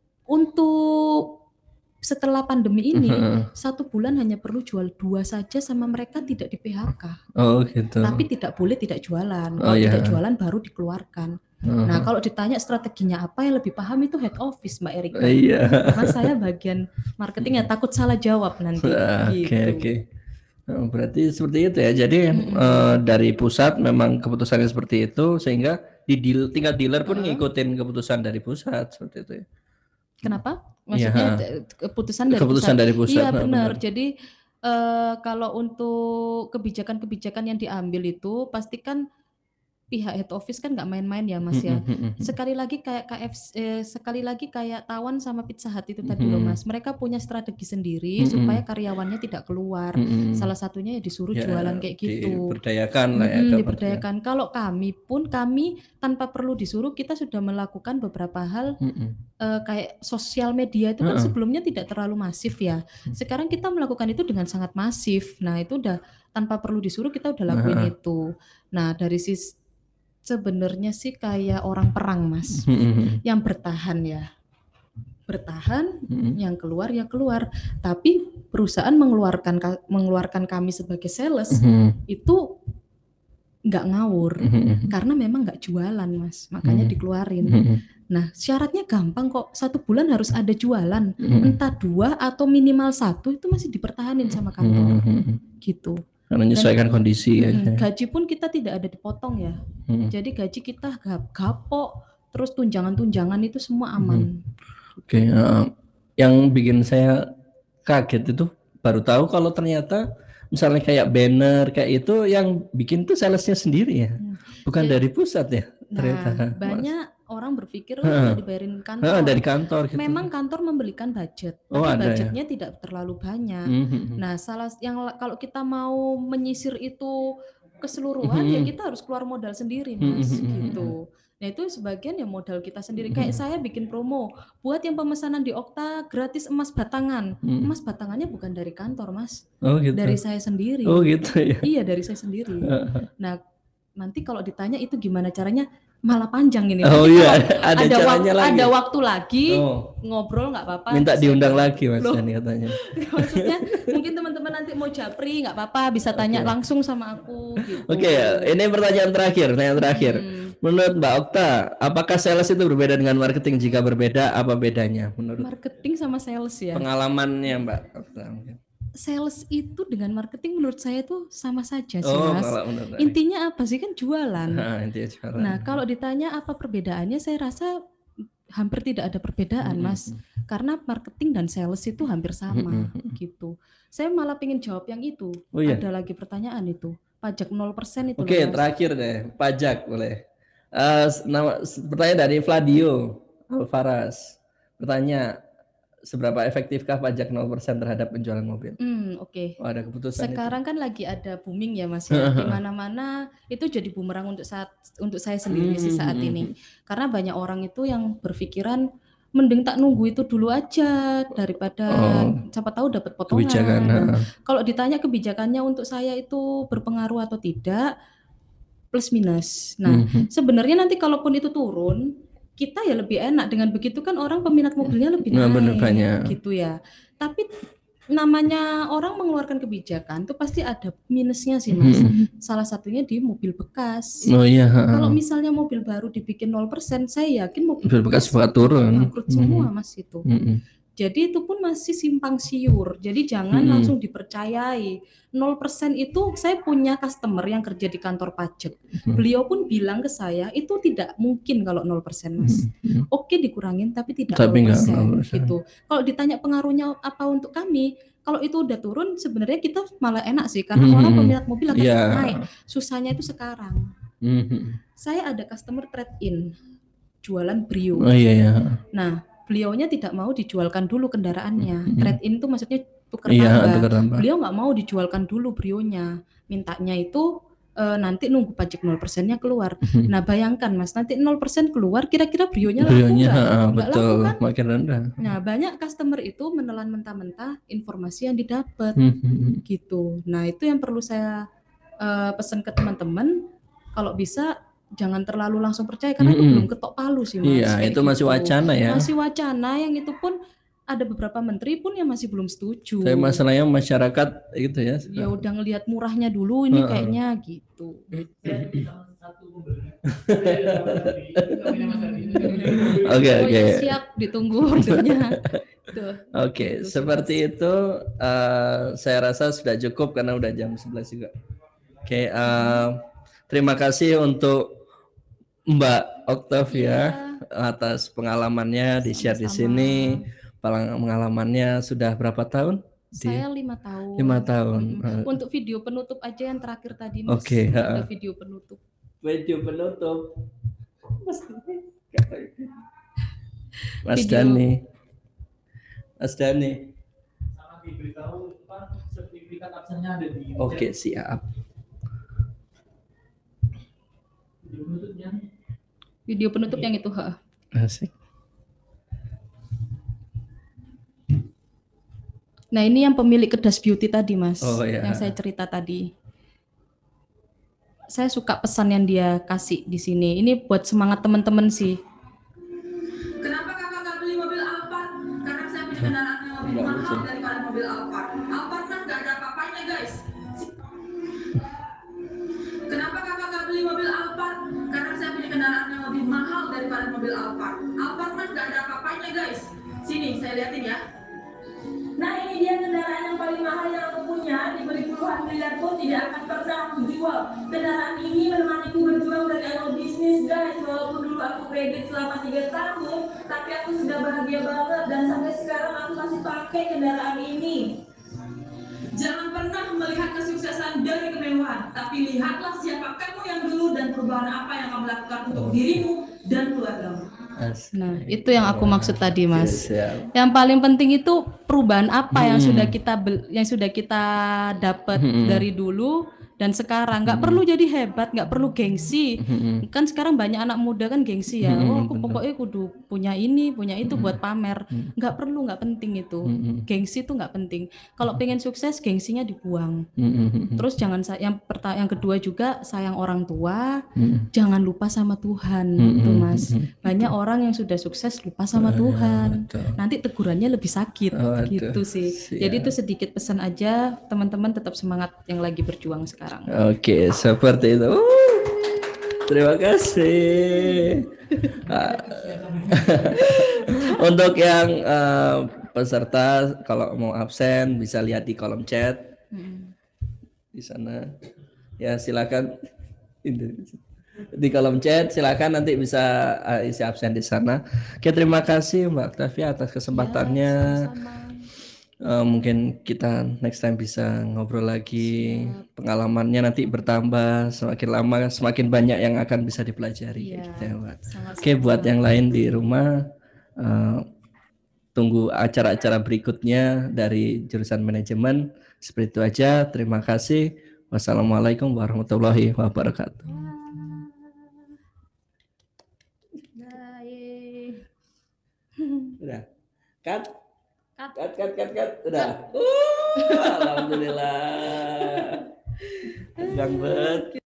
Speaker 1: Untuk setelah pandemi ini,
Speaker 2: Mhm.
Speaker 1: satu bulan hanya perlu jual dua saja sama mereka tidak di P H K.
Speaker 2: Oh gitu.
Speaker 1: Tapi tidak boleh tidak jualan.
Speaker 2: Oh,
Speaker 1: Kalau
Speaker 2: iya.
Speaker 1: tidak jualan baru dikeluarkan.
Speaker 2: Mhm.
Speaker 1: Nah, kalau ditanya strateginya apa yang lebih paham itu head office, Mbak Erika.
Speaker 2: Oh, iya.
Speaker 1: Karena saya bagian marketingnya, takut salah jawab nanti.
Speaker 2: Ah, Oke
Speaker 1: gitu.
Speaker 2: oke. Oh, berarti seperti itu ya. Jadi eh, dari pusat memang keputusannya seperti itu sehingga di deal, tingkat dealer pun ngikutin keputusan dari pusat seperti itu ya.
Speaker 1: Kenapa?
Speaker 2: Iya,
Speaker 1: Maksudnya
Speaker 2: ha.
Speaker 1: d- keputusan dari
Speaker 2: Keputusan
Speaker 1: pusat.
Speaker 2: dari pusat,
Speaker 1: Iya
Speaker 2: ha,
Speaker 1: benar.
Speaker 2: benar.
Speaker 1: Jadi eh, kalau untuk kebijakan-kebijakan yang diambil itu pastikan pihak head office kan nggak main-main ya Mas ya.
Speaker 2: Mhm, mhm, mhm.
Speaker 1: Sekali lagi kayak K F C, eh, sekali lagi kayak Tawon sama Pizza Hut itu tadi loh
Speaker 2: Mhm.
Speaker 1: Mas. Mereka punya strategi sendiri
Speaker 2: Mhm.
Speaker 1: supaya karyawannya tidak keluar.
Speaker 2: Mhm.
Speaker 1: Salah satunya ya disuruh
Speaker 2: Ya,
Speaker 1: jualan kayak gitu.
Speaker 2: diberdayakan lah ya.
Speaker 1: Mm-mm,
Speaker 2: kalau
Speaker 1: diberdayakan. Kalau kami pun kami tanpa perlu disuruh kita sudah melakukan beberapa hal
Speaker 2: maksudnya. Mhm.
Speaker 1: eh, kayak sosial media itu kan
Speaker 2: Heeh.
Speaker 1: sebelumnya tidak terlalu masif ya. Sekarang kita melakukan itu dengan sangat masif. Nah, itu udah tanpa perlu disuruh kita udah lakuin
Speaker 2: Heeh.
Speaker 1: itu. Nah, dari sis sebenarnya sih kayak orang perang, Mas.
Speaker 2: Mhm.
Speaker 1: Yang bertahan ya. Bertahan,
Speaker 2: Mhm.
Speaker 1: yang keluar ya keluar. Tapi perusahaan mengeluarkan ka- mengeluarkan kami sebagai sales
Speaker 2: Mhm.
Speaker 1: itu nggak ngawur.
Speaker 2: Mhm.
Speaker 1: Karena memang nggak jualan, Mas. Makanya
Speaker 2: Mhm.
Speaker 1: dikeluarin.
Speaker 2: Mhm.
Speaker 1: Nah, syaratnya gampang kok. Satu bulan harus ada jualan.
Speaker 2: Mhm.
Speaker 1: Entah dua atau minimal satu itu masih dipertahanin sama kantor.
Speaker 2: Mhm.
Speaker 1: Gitu.
Speaker 2: Karena menyesuaikan kondisi
Speaker 1: Mm,
Speaker 2: aja.
Speaker 1: gaji pun kita tidak ada dipotong ya.
Speaker 2: Mhm.
Speaker 1: Jadi gaji kita gap- gapok, terus tunjangan-tunjangan itu semua aman.
Speaker 2: Oke, eh, yang bikin saya kaget itu baru tahu kalau ternyata misalnya kayak banner kayak itu yang bikin tuh salesnya sendiri ya, bukan
Speaker 1: Jadi-
Speaker 2: dari pusat ya ternyata.
Speaker 1: Nah,
Speaker 2: Mas.
Speaker 1: banyak orang berpikir oh
Speaker 2: Heeh.
Speaker 1: udah dibayarin
Speaker 2: Heeh,
Speaker 1: kantor.
Speaker 2: dari kantor gitu.
Speaker 1: Memang kantor membelikan budget,
Speaker 2: Oh,
Speaker 1: tapi
Speaker 2: ada ya?
Speaker 1: budgetnya tidak terlalu banyak.
Speaker 2: Mhm.
Speaker 1: Nah, salah yang la- kalau kita mau menyisir itu keseluruhan ya kita harus keluar modal sendiri Mas gitu. Nah itu sebagian ya modal kita sendiri. Kayak saya bikin promo buat yang pemesanan di Okta gratis emas batangan. Emas batangannya bukan dari kantor Mas,
Speaker 2: Oh gitu.
Speaker 1: dari saya sendiri.
Speaker 2: Oh gitu ya.
Speaker 1: Iya dari saya sendiri. Nah nanti kalau ditanya itu gimana caranya, malah panjang ini.
Speaker 2: Oh
Speaker 1: Nanti
Speaker 2: iya,
Speaker 1: kalau
Speaker 2: ada
Speaker 1: ada,
Speaker 2: caranya
Speaker 1: waktu,
Speaker 2: lagi.
Speaker 1: ada waktu lagi
Speaker 2: Oh.
Speaker 1: ngobrol nggak apa-apa.
Speaker 2: Minta
Speaker 1: Saya
Speaker 2: diundang
Speaker 1: bilang,
Speaker 2: lagi Mas
Speaker 1: "Loh,
Speaker 2: Dani katanya.
Speaker 1: maksudnya mungkin teman-teman nanti mau japri nggak apa-apa, bisa tanya
Speaker 2: Oke.
Speaker 1: langsung sama aku gitu.
Speaker 2: Oke, ini pertanyaan terakhir, pertanyaan terakhir.
Speaker 1: Hmm.
Speaker 2: Menurut Mbak Okta, apakah sales itu berbeda dengan marketing? Jika berbeda, apa bedanya? Menurut
Speaker 1: Marketing sama sales ya.
Speaker 2: pengalamannya Mbak Okta?
Speaker 1: Sales itu dengan marketing menurut saya tuh sama saja sih
Speaker 2: Oh,
Speaker 1: Mas.
Speaker 2: kalau menurut saya.
Speaker 1: Intinya apa sih, kan jualan.
Speaker 2: Nah, intinya jualan.
Speaker 1: Nah kalau ditanya apa perbedaannya, saya rasa hampir tidak ada perbedaan Mas. Karena marketing dan sales itu hampir sama gitu. Saya malah pengen jawab yang itu.
Speaker 2: Oh, iya?
Speaker 1: Ada lagi pertanyaan itu. Pajak nol persen itu
Speaker 2: Oke,
Speaker 1: loh, Mas.
Speaker 2: terakhir deh, pajak boleh. Eh, nama pertanyaan dari Fladio Alvaras. Bertanya, seberapa efektifkah pajak nol persen terhadap penjualan mobil?
Speaker 1: Hmm, oke.
Speaker 2: Oh, ada keputusan
Speaker 1: Sekarang kan lagi ada booming ya Mas ya. Di mana-mana itu jadi bumerang untuk saat untuk saya sendiri sih saat ini. Karena banyak orang itu yang berpikiran mending tak nunggu itu dulu aja daripada
Speaker 2: Oh,
Speaker 1: siapa tahu dapat potongan.
Speaker 2: kebijakan,
Speaker 1: Nah,
Speaker 2: ha.
Speaker 1: kalau ditanya kebijakannya untuk saya itu berpengaruh atau tidak, plus minus. Nah,
Speaker 2: Mhm.
Speaker 1: sebenarnya nanti kalaupun itu turun, kita ya lebih enak, dengan begitu kan orang peminat mobilnya lebih
Speaker 2: Nah,
Speaker 1: naik
Speaker 2: bener, banyak.
Speaker 1: gitu ya. Tapi namanya orang mengeluarkan kebijakan itu pasti ada minusnya sih Mas.
Speaker 2: Mhm.
Speaker 1: Salah satunya di mobil bekas.
Speaker 2: Oh iya, ha.
Speaker 1: Kalau misalnya mobil baru dibikin nol persen, saya yakin mobil,
Speaker 2: Mobil bekas bakal turun.
Speaker 1: bangkrut semua Mas itu.
Speaker 2: Mhm.
Speaker 1: Jadi itu pun masih simpang siur. Jadi jangan
Speaker 2: Mm-mm.
Speaker 1: langsung dipercayai. nol persen itu saya punya customer yang kerja di kantor pajak. Beliau pun bilang ke saya itu tidak mungkin kalau nol persen Mas.
Speaker 2: Mhm.
Speaker 1: Oke dikurangin tapi tidak
Speaker 2: Tapi
Speaker 1: nol
Speaker 2: nggak
Speaker 1: persen
Speaker 2: nol persen.
Speaker 1: gitu. Kalau ditanya pengaruhnya apa untuk kami, kalau itu udah turun sebenarnya kita malah enak sih karena
Speaker 2: Mhm.
Speaker 1: orang peminat mobil akan
Speaker 2: Iya.
Speaker 1: naik. Susahnya itu sekarang.
Speaker 2: Mhm.
Speaker 1: Saya ada customer trade in jualan Brio.
Speaker 2: Oh iya ya.
Speaker 1: Nah, beliaunya tidak mau dijualkan dulu kendaraannya.
Speaker 2: Mhm.
Speaker 1: Trade in itu maksudnya tukar
Speaker 2: Iya,
Speaker 1: tambah.
Speaker 2: tukar tambah.
Speaker 1: Beliau nggak mau dijualkan dulu Brionya. Mintanya itu eh, nanti nunggu pajak nol persennya keluar.
Speaker 2: Mhm.
Speaker 1: Nah, bayangkan Mas, nanti nol persen keluar, kira-kira Brionya laku
Speaker 2: Brionya,
Speaker 1: nggak?
Speaker 2: ha,
Speaker 1: Nggak laku
Speaker 2: betul,
Speaker 1: kan?
Speaker 2: makin rendah.
Speaker 1: Nah, banyak customer itu menelan mentah-mentah informasi yang didapat
Speaker 2: Mhm.
Speaker 1: gitu. Nah, itu yang perlu saya eh, pesan ke teman-teman, kalau bisa jangan terlalu langsung percaya karena itu
Speaker 2: Mm-mm.
Speaker 1: belum ketok palu sih Mas.
Speaker 2: Iya,
Speaker 1: kayak
Speaker 2: itu masih
Speaker 1: gitu.
Speaker 2: wacana ya.
Speaker 1: Masih wacana, yang itu pun ada beberapa menteri pun yang masih belum setuju.
Speaker 2: Tapi masalahnya masyarakat gitu ya.
Speaker 1: Ya udah ngelihat murahnya dulu ini
Speaker 2: Heeh.
Speaker 1: kayaknya gitu.
Speaker 2: Oke,
Speaker 1: Oh
Speaker 2: oke.
Speaker 1: ya siap, ditunggu ordernya. Tuh.
Speaker 2: Oke,
Speaker 1: Gitu sih,
Speaker 2: seperti itu eh, saya rasa sudah cukup karena udah jam sebelas juga. Oke, eh, terima kasih untuk Mbak Octavia atas pengalamannya di share di
Speaker 1: Sama-sama.
Speaker 2: sini. Pelang- Pengalamannya sudah berapa tahun? Di-
Speaker 1: Saya lima tahun.
Speaker 2: Lima tahun.
Speaker 1: Mm-mm.
Speaker 2: Eh,
Speaker 1: Untuk video penutup aja yang terakhir tadi Mas.
Speaker 2: Oke,
Speaker 1: Ada
Speaker 2: ha.
Speaker 1: video penutup.
Speaker 2: Video penutup. Mas Mas
Speaker 1: Video.
Speaker 2: Dani. Mas Dani.
Speaker 5: Sama diberitahu apa sertifikat absennya ada di
Speaker 2: Oke, siap.
Speaker 5: video penutupnya.
Speaker 1: Video penutup yang itu, ha.
Speaker 2: Asik.
Speaker 1: Nah, ini yang pemilik Kedas Beauty tadi, Mas.
Speaker 2: Oh, iya.
Speaker 1: Yang saya cerita tadi. Saya suka pesan yang dia kasih di sini. Ini buat semangat teman-teman sih.
Speaker 6: Kenapa kakak nggak beli mobil Alphard? Karena saya punya kendaraan yang lebih
Speaker 2: Nggak
Speaker 6: mahal
Speaker 2: lucu.
Speaker 6: daripada mobil Alphard. Alphard kan nggak ada apa-apanya guys. Kenapa kakak nggak beli mobil Alphard? Karena saya punya kendaraan yang lebih mahal daripada mobil Alphard. Alphard kan nggak ada apa-apanya guys. Sini saya liatin ya. Nah ini dia kendaraan yang paling mahal yang aku punya. Dibeli puluhan miliar pun tidak akan pernah aku jual. Kendaraan ini menemaniku berjuang dari awal bisnis guys. Walaupun dulu aku kredit selama tiga tahun, tapi aku sudah bahagia banget dan sampai sekarang aku masih pakai kendaraan ini. Jangan pernah melihat kesuksesan dari kemewahan, tapi lihatlah siapa kamu yang dulu dan perubahan apa yang kamu lakukan untuk dirimu dan keluargamu.
Speaker 2: Asik.
Speaker 1: Nah, itu yang aku maksud tadi, Mas.
Speaker 2: Siap.
Speaker 1: Yang paling penting itu perubahan apa yang
Speaker 2: Hmm.
Speaker 1: sudah kita bel- yang sudah kita dapat
Speaker 2: Hmm.
Speaker 1: dari dulu Dan sekarang nggak perlu jadi hebat, nggak perlu gengsi. Kan sekarang banyak anak muda kan gengsi ya. Oh, aku pokoknya kudu punya ini, punya itu buat pamer. Nggak perlu, nggak penting itu. Gengsi itu nggak penting. Kalau pengen sukses, gengsinya dibuang. Terus jangan sa- yang perta- yang kedua juga sayang orang tua, jangan lupa sama Tuhan, tuh Mas. Banyak orang yang sudah sukses lupa sama Tuhan. Nanti tegurannya lebih sakit,
Speaker 2: Waduh,
Speaker 1: gitu sih. Jadi itu sedikit pesan aja, teman-teman tetap semangat yang lagi berjuang sekarang.
Speaker 2: Oke, seperti itu. Uh, terima kasih. Ah, Untuk yang eh, peserta kalau mau absen bisa lihat di kolom chat di sana. Ya silakan di kolom chat, silakan nanti bisa eh, isi absen di sana. Oke, terima kasih Mbak Octavia atas kesempatannya. Eh, mungkin kita next time bisa ngobrol lagi. Pengalamannya nanti bertambah, semakin lama semakin banyak yang akan bisa dipelajari.
Speaker 1: Iya,
Speaker 2: Gitu ya, Mbak.
Speaker 1: sama-sama.
Speaker 2: Oke, buat yang lain di rumah, eh, tunggu acara-acara berikutnya dari jurusan manajemen. Seperti itu aja. Terima kasih. Wassalamualaikum warahmatullahi wabarakatuh.
Speaker 1: Baik.
Speaker 2: Udah. Cut.
Speaker 1: Cut.
Speaker 2: Cut, cut, cut, cut. Udah. Uh, alhamdulillah. Tegang banget.